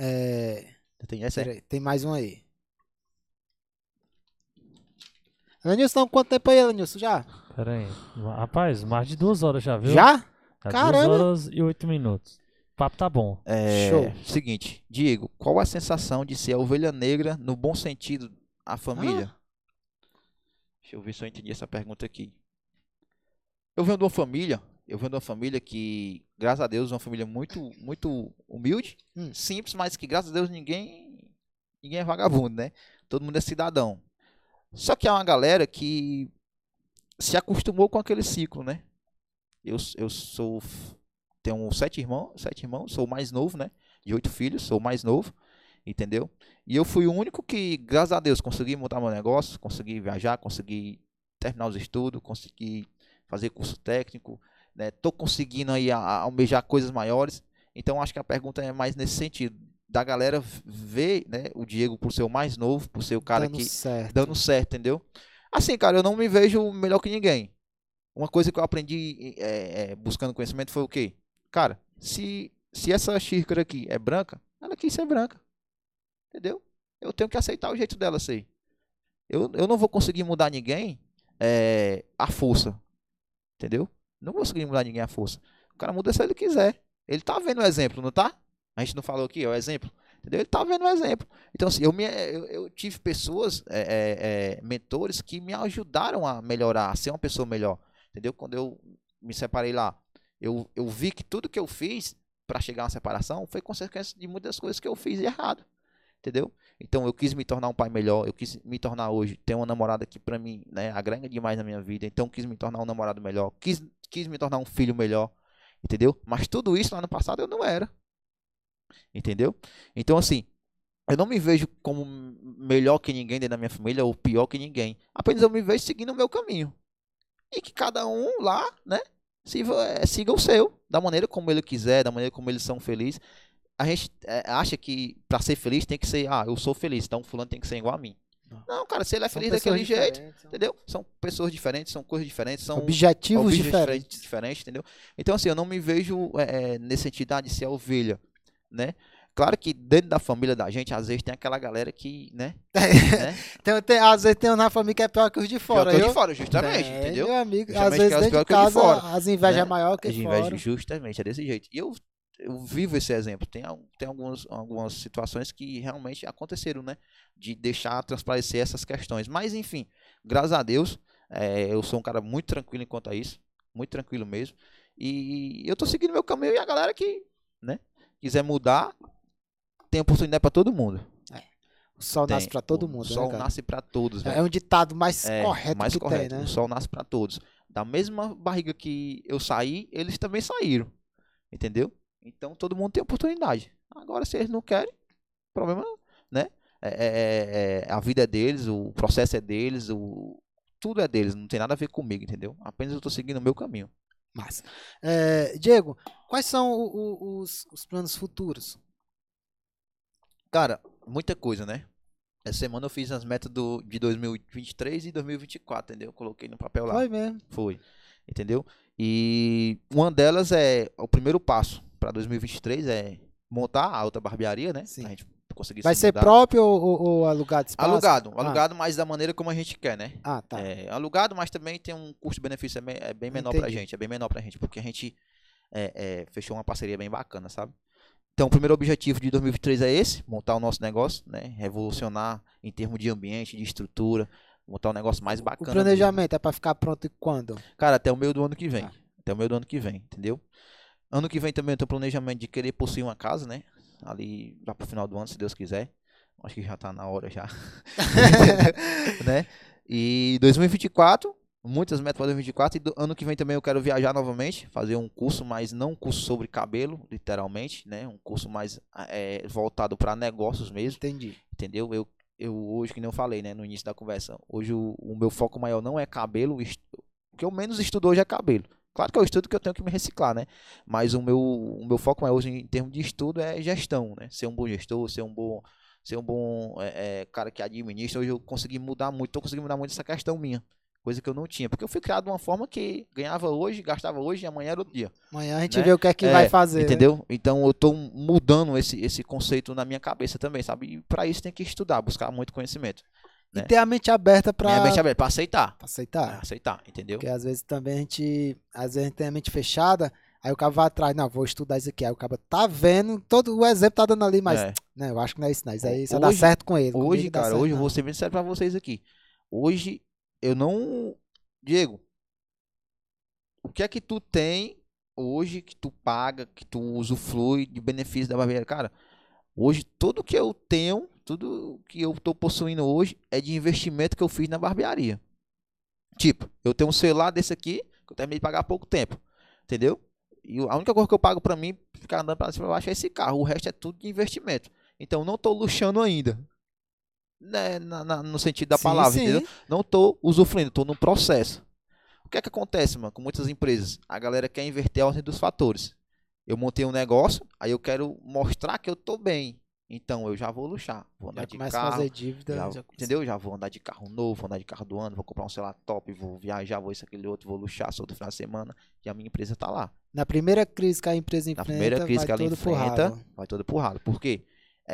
C: Tem essa aí?
A: Peraí, tem mais um aí. Lenilson, tá quanto tempo aí, Lenilson, já?
B: Pera aí. Rapaz, mais de 2 horas já, viu?
A: Já?
B: Já
A: Caramba!
B: 2 horas e 8 minutos. O papo tá bom.
A: Show.
C: Seguinte, Diego, qual a sensação de ser a ovelha negra no bom sentido, a família? Deixa eu ver se eu entendi essa pergunta aqui. Eu venho de uma família que, graças a Deus, é uma família muito, muito humilde, simples, mas que, graças a Deus, ninguém é vagabundo, né? Todo mundo é cidadão. Só que há uma galera que se acostumou com aquele ciclo, né? Eu tenho 7 irmãos, sou o mais novo, né? De 8 filhos, sou o mais novo, entendeu? E eu fui o único que, graças a Deus, consegui montar meu negócio, consegui viajar, consegui terminar os estudos, consegui fazer curso técnico, né? Tô conseguindo aí almejar coisas maiores. Então, acho que a pergunta é mais nesse sentido, da galera ver, né, o Diego por ser o mais novo, por ser o cara
A: Dando
C: que
A: certo.
C: dando certo, entendeu? Assim, cara, eu não me vejo melhor que ninguém. Uma coisa que eu aprendi buscando conhecimento foi o quê? Cara, se essa xícara aqui é branca, ela quis ser branca. Entendeu? Eu tenho que aceitar o jeito dela ser. Eu não vou conseguir mudar ninguém à força. Entendeu? Não vou conseguir mudar ninguém à força. O cara muda se ele quiser. Ele tá vendo o exemplo, não tá? A gente não falou aqui, é o exemplo. Entendeu? Ele tá vendo o exemplo. Então, assim, eu tive pessoas, mentores, que me ajudaram a melhorar, a ser uma pessoa melhor. Entendeu? Quando eu me separei lá, eu vi que tudo que eu fiz para chegar a uma separação foi consequência de muitas coisas que eu fiz de errado. Entendeu? Então eu quis me tornar um pai melhor, eu quis me tornar hoje, ter uma namorada que pra mim, né, agrega demais na minha vida. Então eu quis me tornar um namorado melhor, quis me tornar um filho melhor. Entendeu? Mas tudo isso lá no passado eu não era. Entendeu? Então, assim, eu não me vejo como melhor que ninguém dentro da minha família ou pior que ninguém. Apenas eu me vejo seguindo o meu caminho. E que cada um lá, né, siga o seu, da maneira como ele quiser, da maneira como eles são felizes. A gente acha que para ser feliz tem que ser, eu sou feliz, então fulano tem que ser igual a mim. Não, cara, se ele é feliz daquele jeito, entendeu? São pessoas diferentes, são coisas diferentes, são
A: objetivos diferentes,
C: entendeu? Então, assim, eu não me vejo nesse sentido de ser a ovelha, né? Claro que dentro da família da gente, às vezes tem aquela galera que, né?
A: Às vezes tem um na família que é pior que os de fora.
C: Pior que os de fora, justamente, entendeu?
A: Meu amigo,
C: Justamente
A: às vezes dentro de casa as invejas é maior que fora.
C: Justamente, é desse jeito. E eu vivo esse exemplo. Tem algumas situações que realmente aconteceram, né? De deixar transparecer essas questões. Mas, enfim, graças a Deus, eu sou um cara muito tranquilo enquanto a isso, muito tranquilo mesmo. E eu tô seguindo meu caminho e a galera que, né, quiser mudar, tem oportunidade para todo mundo.
A: O sol nasce
C: Tem.
A: pra todo
C: O
A: mundo,
C: sol
A: né, cara?
C: nasce para todos, velho.
A: É um ditado mais correto
C: mais
A: que
C: correto.
A: tem, né?
C: O sol nasce para todos. Da mesma barriga que eu saí, eles também saíram. Entendeu? Então todo mundo tem oportunidade. Agora, se eles não querem, problema, né? A vida é deles, o processo é deles, tudo é deles, não tem nada a ver comigo, entendeu? Apenas eu tô seguindo o meu caminho.
A: Massa. Diego, quais são os planos futuros?
C: Cara, muita coisa, né? Essa semana eu fiz as metas de 2023 e 2024, entendeu? Coloquei no papel lá.
A: Foi mesmo.
C: Foi, entendeu? E uma delas é o primeiro passo para 2023 é montar a outra barbearia, né?
A: Sim.
C: Pra gente conseguir
A: Vai
C: se
A: ser
C: mudar.
A: próprio ou alugado espaço?
C: Alugado, mas da maneira como a gente quer, né?
A: Ah, tá.
C: Alugado, mas também tem um custo-benefício bem menor pra
A: Entendi.
C: gente, é bem menor pra gente, porque a gente fechou uma parceria bem bacana, sabe? Então, o primeiro objetivo de 2023 é esse, montar o nosso negócio, né? Revolucionar em termos de ambiente, de estrutura, montar um negócio mais
A: O
C: bacana.
A: planejamento é pra ficar pronto quando?
C: Cara, até o meio do ano que vem.
A: Ah.
C: Até o meio do ano que vem, entendeu? Ano que vem também eu tenho planejamento de querer possuir uma casa, né? Ali lá pro final do ano, se Deus quiser. Acho que já tá na hora já. Né? E 2024, muitas metas para 2024. E ano que vem também eu quero viajar novamente, fazer um curso, mas não um curso sobre cabelo, literalmente, né? Um curso mais voltado para negócios mesmo.
A: Entendi.
C: Entendeu? Eu hoje, que nem eu falei, né, no início da conversa, hoje o meu foco maior não é cabelo, o que eu menos estudo hoje é cabelo. Claro que eu estudo que eu tenho que me reciclar, né? Mas o meu foco maior hoje em termos de estudo é gestão, né? Ser um bom gestor, ser um bom cara que administra. Hoje eu consegui mudar muito, tô conseguindo mudar muito essa questão minha. Coisa que eu não tinha, porque eu fui criado de uma forma que ganhava hoje, gastava hoje e amanhã era outro dia.
A: Amanhã a gente
C: Né?
A: vê o que é que vai fazer.
C: Entendeu? Né? Então eu tô mudando esse conceito na minha cabeça também, sabe? E para isso tem que estudar, buscar muito conhecimento.
A: E
C: Né?
A: ter a mente aberta pra...
C: Minha mente aberta, pra aceitar.
A: Pra aceitar.
C: Aceitar, entendeu?
A: Porque às vezes também a gente tem a mente fechada, aí o cara vai atrás, não, vou estudar isso aqui. Aí o cara tá vendo, todo o exemplo tá dando ali, mas não, eu acho que não é isso não. Isso aí só dá certo com ele.
C: Hoje, cara,
A: certo,
C: hoje eu
A: não.
C: vou ser bem sério pra vocês aqui. Hoje eu não... Diego, o que é que tu tem hoje que tu paga, que tu usufrui de benefício da barbearia? Cara, hoje tudo que eu tenho, tudo que eu tô possuindo hoje é de investimento que eu fiz na barbearia. Tipo, eu tenho um celular desse aqui que eu terminei de pagar há pouco tempo, entendeu? E a única coisa que eu pago pra mim, ficar andando pra cima e pra baixo, é esse carro. O resto é tudo de investimento. Então eu não tô luxando ainda, né, no sentido da palavra,
A: sim.
C: entendeu? Não tô usufruindo, tô no processo. O que é que acontece, mano, com muitas empresas? A galera quer inverter a ordem dos fatores. Eu montei um negócio, aí eu quero mostrar que eu tô bem. Então eu já vou luxar, vou andar
A: Já
C: de
A: começa a
C: carro,
A: fazer dívida.
C: entendeu? Já vou andar de carro novo, vou andar de carro do ano, vou comprar um celular top, vou viajar, vou isso, aquele outro, vou luxar só do final de semana, e a minha empresa tá lá.
A: Na primeira crise que a empresa enfrenta,
C: Na primeira crise
A: vai
C: que ela
A: todo
C: enfrenta,
A: pro ralo.
C: vai todo pro ralo. Por quê?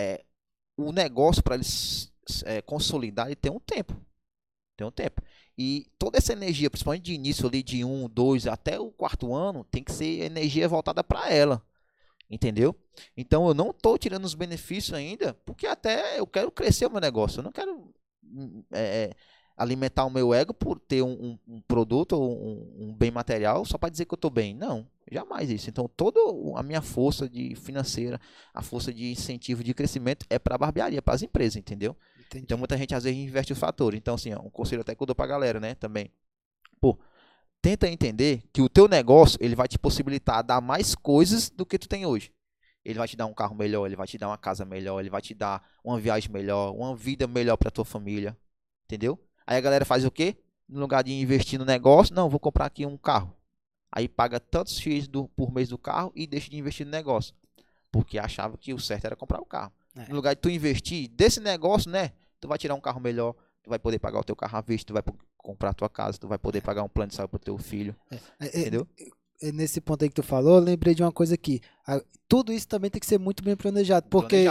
C: O negócio, para eles consolidar, ele tem um tempo. Tem um tempo. E toda essa energia, principalmente de início ali, de 1, 2, até o 4º ano, tem que ser energia voltada para ela. Entendeu? Então eu não estou tirando os benefícios ainda, porque até eu quero crescer o meu negócio. Eu não quero alimentar o meu ego por ter um produto ou um bem material só para dizer que eu estou bem. Não, jamais isso. Então toda a minha força financeira, a força de incentivo de crescimento é para a barbearia, para as empresas, entendeu?
A: Entendi.
C: Então muita gente às vezes investe os fatores. Então assim, um conselho até que eu dou para a galera, né, também. Pô, tenta entender que o teu negócio, ele vai te possibilitar dar mais coisas do que tu tem hoje. Ele vai te dar um carro melhor, ele vai te dar uma casa melhor, ele vai te dar uma viagem melhor, uma vida melhor para tua família. Entendeu? Aí a galera faz o quê? No lugar de investir no negócio, não, vou comprar aqui um carro. Aí paga tantos X por mês do carro e deixa de investir no negócio. Porque achava que o certo era comprar o carro. No lugar de tu investir desse negócio, né? Tu vai tirar um carro melhor, tu vai poder pagar o teu carro à vista, tu vai comprar a tua casa, tu vai poder pagar um plano de saúde pro teu filho. Entendeu?
A: Nesse ponto aí que tu falou, eu lembrei de uma coisa aqui. Tudo isso também tem que ser muito bem planejado. Porque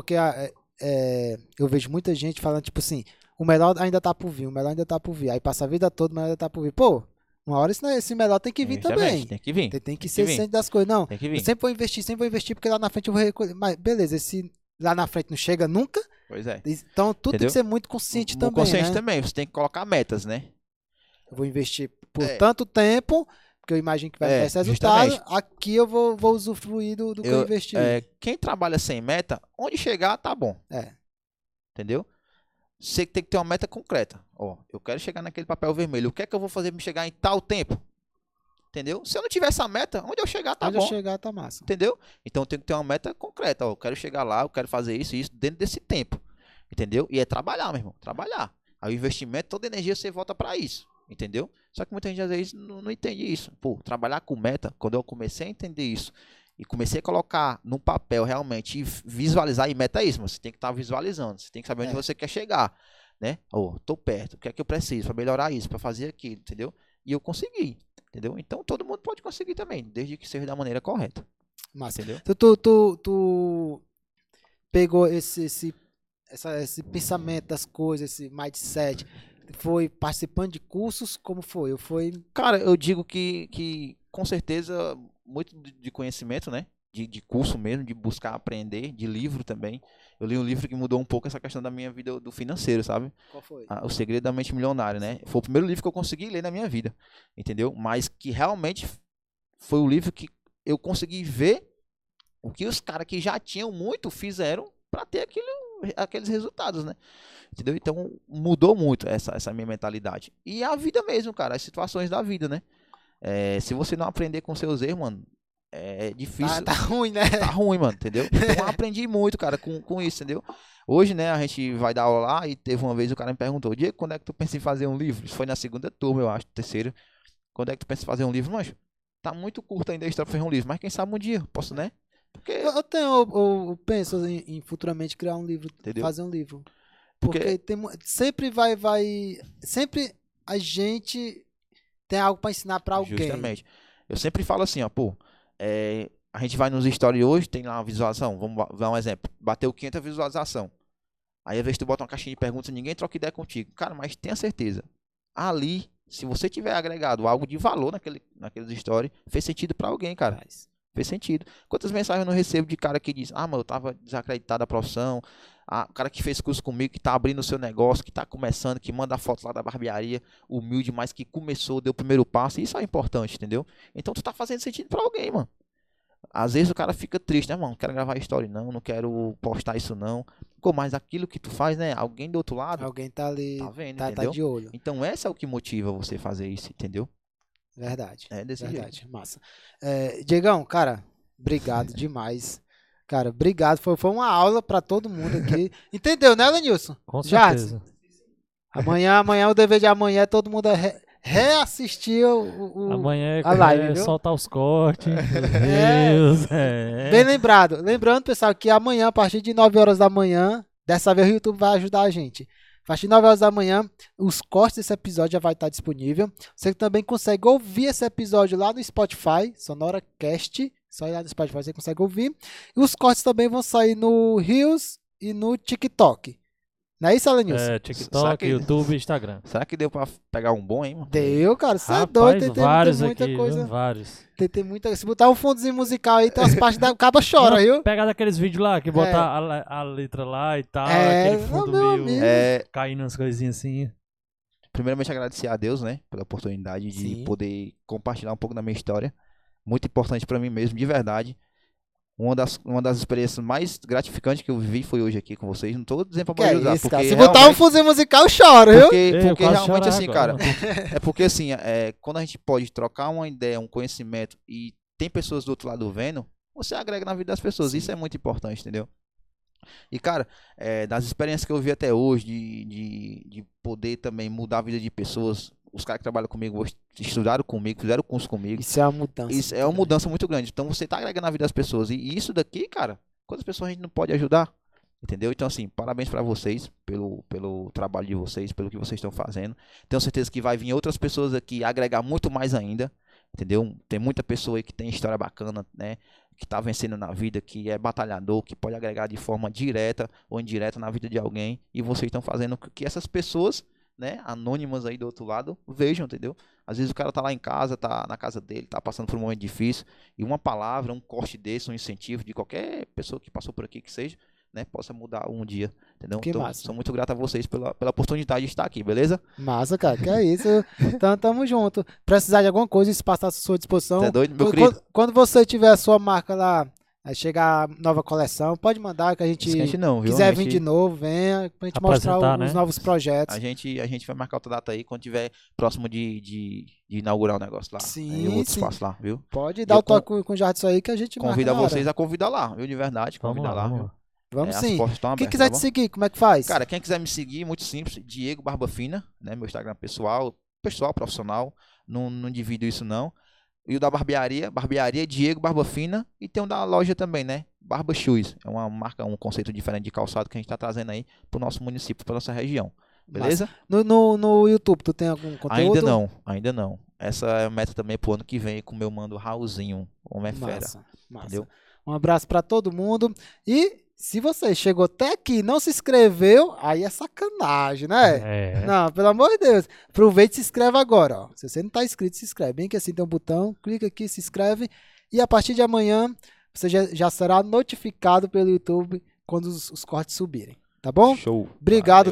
A: eu vejo muita gente falando, tipo assim, o melhor ainda tá por vir, o melhor ainda tá por vir. Aí passa a vida toda, o melhor ainda tá por vir. Pô, uma hora esse melhor tem que vir também.
C: Tem que vir.
A: Tem que ser ciente das coisas. Não,
C: tem que vir.
A: eu sempre vou investir, porque lá na frente eu vou recolher. Mas beleza, esse lá na frente não chega nunca,
C: Pois é.
A: Então, tudo tem
C: Entendeu?
A: que ser muito consciente
C: Muito
A: também,
C: consciente
A: né?
C: também, você tem que colocar metas, né?
A: Eu vou investir por
C: É.
A: tanto tempo, porque eu imagino que vai me dar esse resultado.
C: Justamente.
A: Aqui eu vou usufruir do que eu investi.
C: Quem trabalha sem meta, onde chegar, tá bom.
A: É.
C: Entendeu? Você tem que ter uma meta concreta. Ó, eu quero chegar naquele papel vermelho. O que é que eu vou fazer para chegar em tal tempo? Entendeu? Se eu não tiver essa meta, onde eu chegar, tá
A: Onde
C: bom.
A: eu chegar, tá massa.
C: Entendeu? Então eu tenho que ter uma meta concreta. Ó, eu quero chegar lá, eu quero fazer isso e isso dentro desse tempo. Entendeu? E é trabalhar, meu irmão. Trabalhar. Aí o investimento, toda energia você volta para isso. Entendeu? Só que muita gente às vezes não entende isso. Pô, trabalhar com meta, quando eu comecei a entender isso e comecei a colocar no papel realmente e visualizar, e meta é isso, você tem que estar visualizando, você tem que saber onde você quer chegar, né? Ô, tô perto, o que é que eu preciso para melhorar isso, para fazer aquilo, entendeu? E eu consegui, entendeu? Então todo mundo pode conseguir também, desde que seja da maneira correta,
A: Massa.
C: entendeu?
A: Tu pegou esse pensamento das coisas, esse mindset, foi participando de cursos, como foi?
C: Cara, eu digo que com certeza muito de conhecimento, né? De curso mesmo, de buscar aprender, de livro também. Eu li um livro que mudou um pouco essa questão da minha vida do financeiro, sabe?
A: Qual foi?
C: O Segredo da Mente Milionária, né? Foi o primeiro livro que eu consegui ler na minha vida, entendeu? Mas que realmente foi o livro que eu consegui ver o que os caras que já tinham muito fizeram para ter aqueles resultados, né? Entendeu? Então mudou muito essa minha mentalidade. E a vida mesmo, cara, as situações da vida, né? Se você não aprender com seus erros, mano, é difícil.
A: Tá ruim, né?
C: Tá ruim, mano, entendeu? Então eu aprendi muito, cara, com isso, entendeu? Hoje, né, a gente vai dar aula lá e teve uma vez o cara me perguntou: Diego, quando é que tu pensa em fazer um livro? Isso foi na segunda turma, eu acho, terceira. Quando é que tu pensa em fazer um livro? Mas tá muito curto ainda a história pra fazer um livro, mas quem sabe um dia, posso, né? Porque,
A: Eu penso em futuramente criar um livro,
C: entendeu?
A: fazer um livro.
C: Porque
A: Porque sempre sempre a gente tem algo pra ensinar pra alguém.
C: justamente. Eu sempre falo assim, ó, pô, a gente vai nos stories hoje, tem lá uma visualização, vamos dar um exemplo, bateu 500 visualização. Aí às vezes tu bota uma caixinha de perguntas e ninguém troca ideia contigo. Cara, mas tenha certeza, ali, se você tiver agregado algo de valor naqueles stories, fez sentido pra alguém, cara. Fez sentido. Quantas mensagens eu não recebo de cara que diz: ah, mas eu tava desacreditado da profissão. O cara que fez curso comigo, que tá abrindo o seu negócio, que tá começando, que manda fotos lá da barbearia, humilde, mas que começou, deu o primeiro passo. Isso é importante, entendeu? Então tu tá fazendo sentido pra alguém, mano. Às vezes o cara fica triste, né, mano? Não quero gravar história, não quero postar isso, não. Pô, mas aquilo que tu faz, né? Alguém do outro lado
A: Alguém tá ali,
C: tá vendo,
A: tá
C: entendeu?
A: de olho.
C: Então esse é o que motiva você fazer isso, entendeu?
A: Verdade.
C: É desse
A: Verdade,
C: jeito.
A: massa. Diegão, cara, obrigado demais. Cara, obrigado. Foi uma aula pra todo mundo aqui. Entendeu, né, Lenilson?
B: Com
A: Jardim,
B: certeza.
A: Amanhã, o dever de amanhã é todo mundo reassistir
B: Amanhã
A: a live, viu?
B: soltar os cortes.
A: É.
B: Deus,
A: Bem lembrado. Lembrando, pessoal, que amanhã, a partir de 9 horas da manhã, dessa vez o YouTube vai ajudar a gente. A partir de 9 horas da manhã, os cortes desse episódio já vai estar disponível. Você também consegue ouvir esse episódio lá no Spotify, SonoraCast. Só ir lá no Spotify você consegue ouvir. E os cortes também vão sair no Reels e no TikTok. Não é isso, Alenilson?
B: TikTok,
C: Será que-
B: YouTube e Instagram.
C: Será que deu pra pegar um bom, hein, mano?
A: Deu, cara. Você é
B: Rapaz,
A: doido. Tem
B: vários
A: muita
B: aqui,
A: coisa.
B: viu? Vários.
A: Tem muita. Se botar um fundozinho musical aí, tem umas partes da caba chora,
B: Não,
A: viu?
B: Pegar daqueles vídeos lá, que bota a letra lá e tal,
A: É,
B: aquele fundo
A: meu
B: meio
A: amigo.
B: caindo nas coisinhas assim.
C: Primeiramente agradecer a Deus, né, pela oportunidade de
A: Sim.
C: poder compartilhar um pouco da minha história. Muito importante pra mim mesmo, de verdade. Uma das experiências mais gratificantes que eu vivi foi hoje aqui com vocês. Não tô dizendo pra
A: Que é
C: ajudar,
A: isso,
C: porque
A: cara. Se botar um
C: realmente-
A: fundozinho musical, eu choro, viu?
C: porque,
B: Eu
C: porque
B: quase
C: realmente
B: chorar
C: assim,
B: agora.
C: cara, é porque assim, quando a gente pode trocar uma ideia, um conhecimento e tem pessoas do outro lado vendo, você agrega na vida das pessoas. Isso é muito importante, entendeu? E, cara, das experiências que eu vi até hoje, de poder também mudar a vida de pessoas, os caras que trabalham comigo, estudaram comigo, fizeram curso comigo.
A: Isso é uma mudança.
C: Isso é uma mudança muito grande. Então você tá agregando na vida das pessoas. E isso daqui, cara, quantas pessoas a gente não pode ajudar? Entendeu? Então, assim, parabéns pra vocês pelo trabalho de vocês, pelo que vocês estão fazendo. Tenho certeza que vai vir outras pessoas aqui agregar muito mais ainda. Entendeu? Tem muita pessoa aí que tem história bacana, né? Que tá vencendo na vida, que é batalhador, que pode agregar de forma direta ou indireta na vida de alguém. E vocês estão fazendo com que essas pessoas, né, anônimas aí do outro lado, vejam, entendeu? Às vezes o cara tá lá em casa, tá na casa dele, tá passando por um momento difícil, e uma palavra, um corte desse, um incentivo de qualquer pessoa que passou por aqui que seja, né, possa mudar um dia, entendeu?
A: Que
C: Então,
A: massa.
C: sou muito grato a vocês pela oportunidade de estar aqui, beleza?
A: Massa, cara, que é isso. Então, tamo junto. Precisar de alguma coisa, espaço tá à sua disposição.
C: Você é doido, meu querido?
A: Quando você tiver a sua marca lá, aí chegar nova coleção, pode mandar que a gente
C: Esquece não, viu?
A: quiser
C: A
A: vir
C: gente-
A: de novo, venha pra gente mostrar
B: Apresentar,
A: os
B: né?
A: novos projetos.
C: A gente vai marcar outra data aí quando tiver próximo de inaugurar o negócio lá.
A: Sim,
C: Em outro
A: sim.
C: espaço lá, viu?
A: Pode dar o toque com o Jardim isso aí que a gente
C: Convido a
A: marca na hora.
C: vocês a convidar lá, viu? De verdade,
B: Vamos
C: convidar
B: lá,
C: lá,
B: vamos
C: viu?
B: lá.
A: Vamos
C: As
A: sim.
C: portas estão
A: Quem
C: abertas,
A: quiser
C: tá
A: te
C: bom?
A: seguir, como é que faz?
C: Cara, quem quiser me seguir, muito simples, Diego Barba Fina, né? Meu Instagram pessoal, profissional, não divido isso não. E o da barbearia Diego Barba Fina, e tem o da loja também, né? Barba Shoes, é uma marca, um conceito diferente de calçado que a gente tá trazendo aí pro nosso município, pra nossa região. Beleza?
A: No YouTube, tu tem algum conteúdo?
C: Ainda não. Essa é a meta também pro ano que vem com o meu mano Raulzinho, homem é fera.
A: Massa.
C: Entendeu?
A: Um abraço pra todo mundo. E se você chegou até aqui e não se inscreveu, aí é sacanagem, né?
B: É.
A: Não, pelo amor de Deus. Aproveita e se inscreve agora, ó. Se você não tá inscrito, se inscreve. Bem que assim tem um botão, clica aqui, se inscreve. E a partir de amanhã, você já será notificado pelo YouTube quando os cortes subirem. Tá bom?
C: Show.
A: Obrigado.